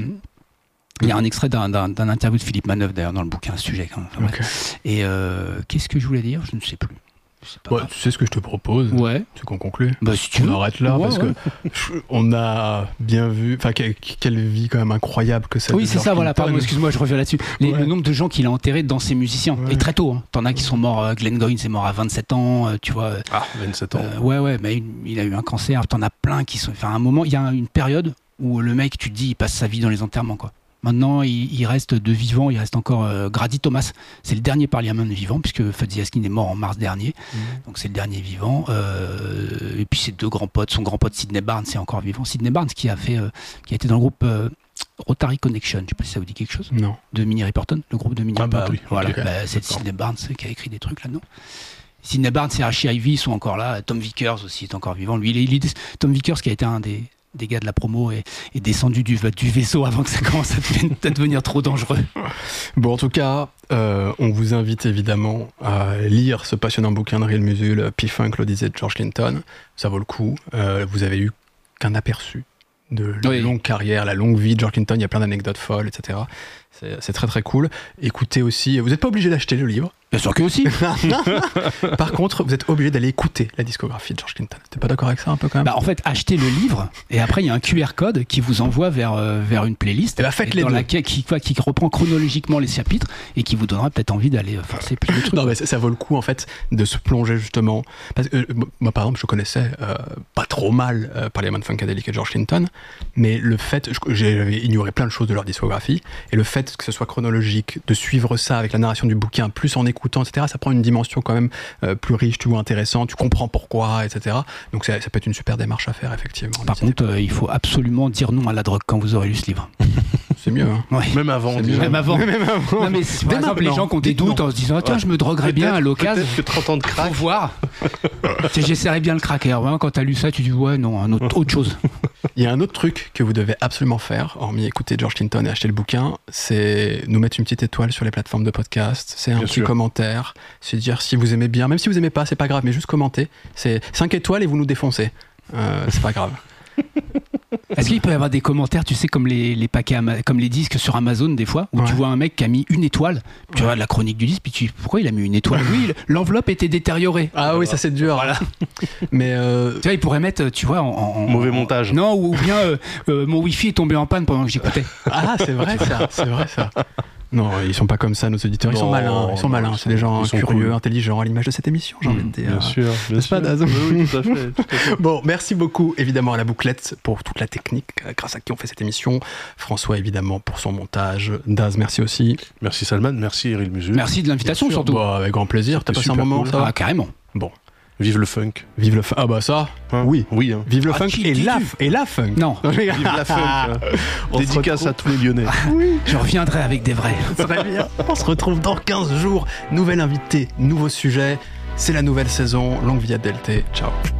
il y a un extrait d'un interview de Philippe Manœuvre d'ailleurs dans le bouquin à ce sujet. Quand même. Okay. Et qu'est-ce que je voulais dire? Je ne sais plus. Tu sais ce que je te propose? Ouais. C'est qu'on conclue. Si tu veux. On arrête là parce que on a bien vu. Enfin, quelle vie quand même incroyable que ça. Oui, c'est ça. Voilà. Pardon, excuse-moi, je reviens là-dessus. Le nombre de gens qu'il a enterrés dans ses musiciens et très tôt. Hein. T'en as qui sont morts. Glenn Goynes est mort à 27 ans. Tu vois. 27 ans. Ouais, mais il a eu un cancer. T'en as plein qui sont. Enfin, à un moment, il y a une période où le mec, tu te dis, il passe sa vie dans les enterrements, quoi. Maintenant, il reste de vivants, il reste encore Grady Thomas, c'est le dernier Parliament vivant, puisque Fuzzy Askin est mort en mars dernier, donc c'est le dernier vivant. Et puis ses deux grands potes, son grand pote Sydney Barnes est encore vivant. Sydney Barnes qui a été dans le groupe Rotary Connection, je ne sais pas si ça vous dit quelque chose. Non. De Minnie Riperton, le groupe de Minnie Riperton. Oui, voilà, okay. C'est Sydney Barnes qui a écrit des trucs là-dedans. Sydney Barnes et Archie Ivy sont encore là. Tom Vickers aussi est encore vivant. Lui, Tom Vickers qui a été un des gars de la promo est descendu du vaisseau avant que ça commence à devenir trop dangereux. Bon, en tout cas, on vous invite évidemment à lire ce passionnant bouquin de Real Musul, P-Funk, l'Odyssée de George Clinton. Ça vaut le coup. Vous avez eu qu'un aperçu de la longue carrière, la longue vie de George Clinton. Il y a plein d'anecdotes folles, etc. C'est très très cool. Écoutez aussi, vous n'êtes pas obligé d'acheter le livre. Bien sûr que aussi. Par contre, vous êtes obligé d'aller écouter la discographie de George Clinton. T'es pas d'accord avec ça un peu quand même? Bah, en fait, achetez le livre et après il y a un QR code qui vous envoie vers une playlist faites les dans deux. laquelle qui reprend chronologiquement les chapitres et qui vous donnera peut-être envie d'aller forcer plus de trucs. Non, mais ça vaut le coup en fait de se plonger justement. Parce que moi par exemple, je connaissais pas trop mal Parliament Funkadelic et George Clinton, mais le fait, j'avais ignoré plein de choses de leur discographie, et le fait que ce soit chronologique, de suivre ça avec la narration du bouquin, plus en écoutant, etc., ça prend une dimension quand même plus riche, tu vois, intéressant, tu comprends pourquoi, etc. Donc ça peut être une super démarche à faire, effectivement. Par contre, il faut absolument dire non à la drogue quand vous aurez lu ce livre. C'est mieux. Hein. Ouais. Même avant. Même avant. Non, mais par exemple, les gens qui ont des doutes en se disant tiens, je me droguerais bien à l'occasion. Peut-être que 30 ans de crack. Faut voir. J'essaierais bien le craquer. Alors, quand t'as lu ça, tu dis ouais, non, autre chose. Il y a un autre truc que vous devez absolument faire, hormis écouter George Clinton et acheter le bouquin, c'est nous mettre une petite étoile sur les plateformes de podcast, c'est un petit commentaire, c'est dire si vous aimez bien, même si vous aimez pas, c'est pas grave, mais juste commenter. C'est 5 étoiles et vous nous défoncez. C'est pas grave. Est-ce qu'il peut y avoir des commentaires, tu sais, comme les paquets, comme les disques sur Amazon des fois, où tu vois un mec qui a mis une étoile, tu vois la chronique du disque, puis tu dis pourquoi il a mis une étoile? Oui, l'enveloppe était détériorée. Ah oui, ça c'est dur. Voilà. Mais tu vois, il pourrait mettre, tu vois, en mauvais montage. Non, ou bien mon wifi est tombé en panne pendant que j'écoutais. Ah, c'est vrai ça. Non, ils sont pas comme ça, nos auditeurs. Ils sont malins. C'est des gens curieux, intelligents, à l'image de cette émission, j'ai envie de dire. Bien sûr. N'est-ce pas, Daz? Oui, tout à fait. Bon, merci beaucoup, évidemment, à la bouclette pour toute la technique, grâce à qui on fait cette émission. François, évidemment, pour son montage. Daz, merci aussi. Merci Salman, merci Eril Musul. Merci de l'invitation, surtout. Bah, avec grand plaisir. T'as passé un moment, cool. ça va? Ah, carrément. Bon. Vive le funk. Vive le funk. Ah bah ça, oui. Oui. Hein. Vive le funk et la funk. Non. Vive la funk. Dédicace à tous les Lyonnais. Oui. Je reviendrai avec des vrais. Très bien. On se retrouve dans 15 jours. Nouvel invité, nouveau sujet. C'est la nouvelle saison. Longue vie à Delta. Ciao.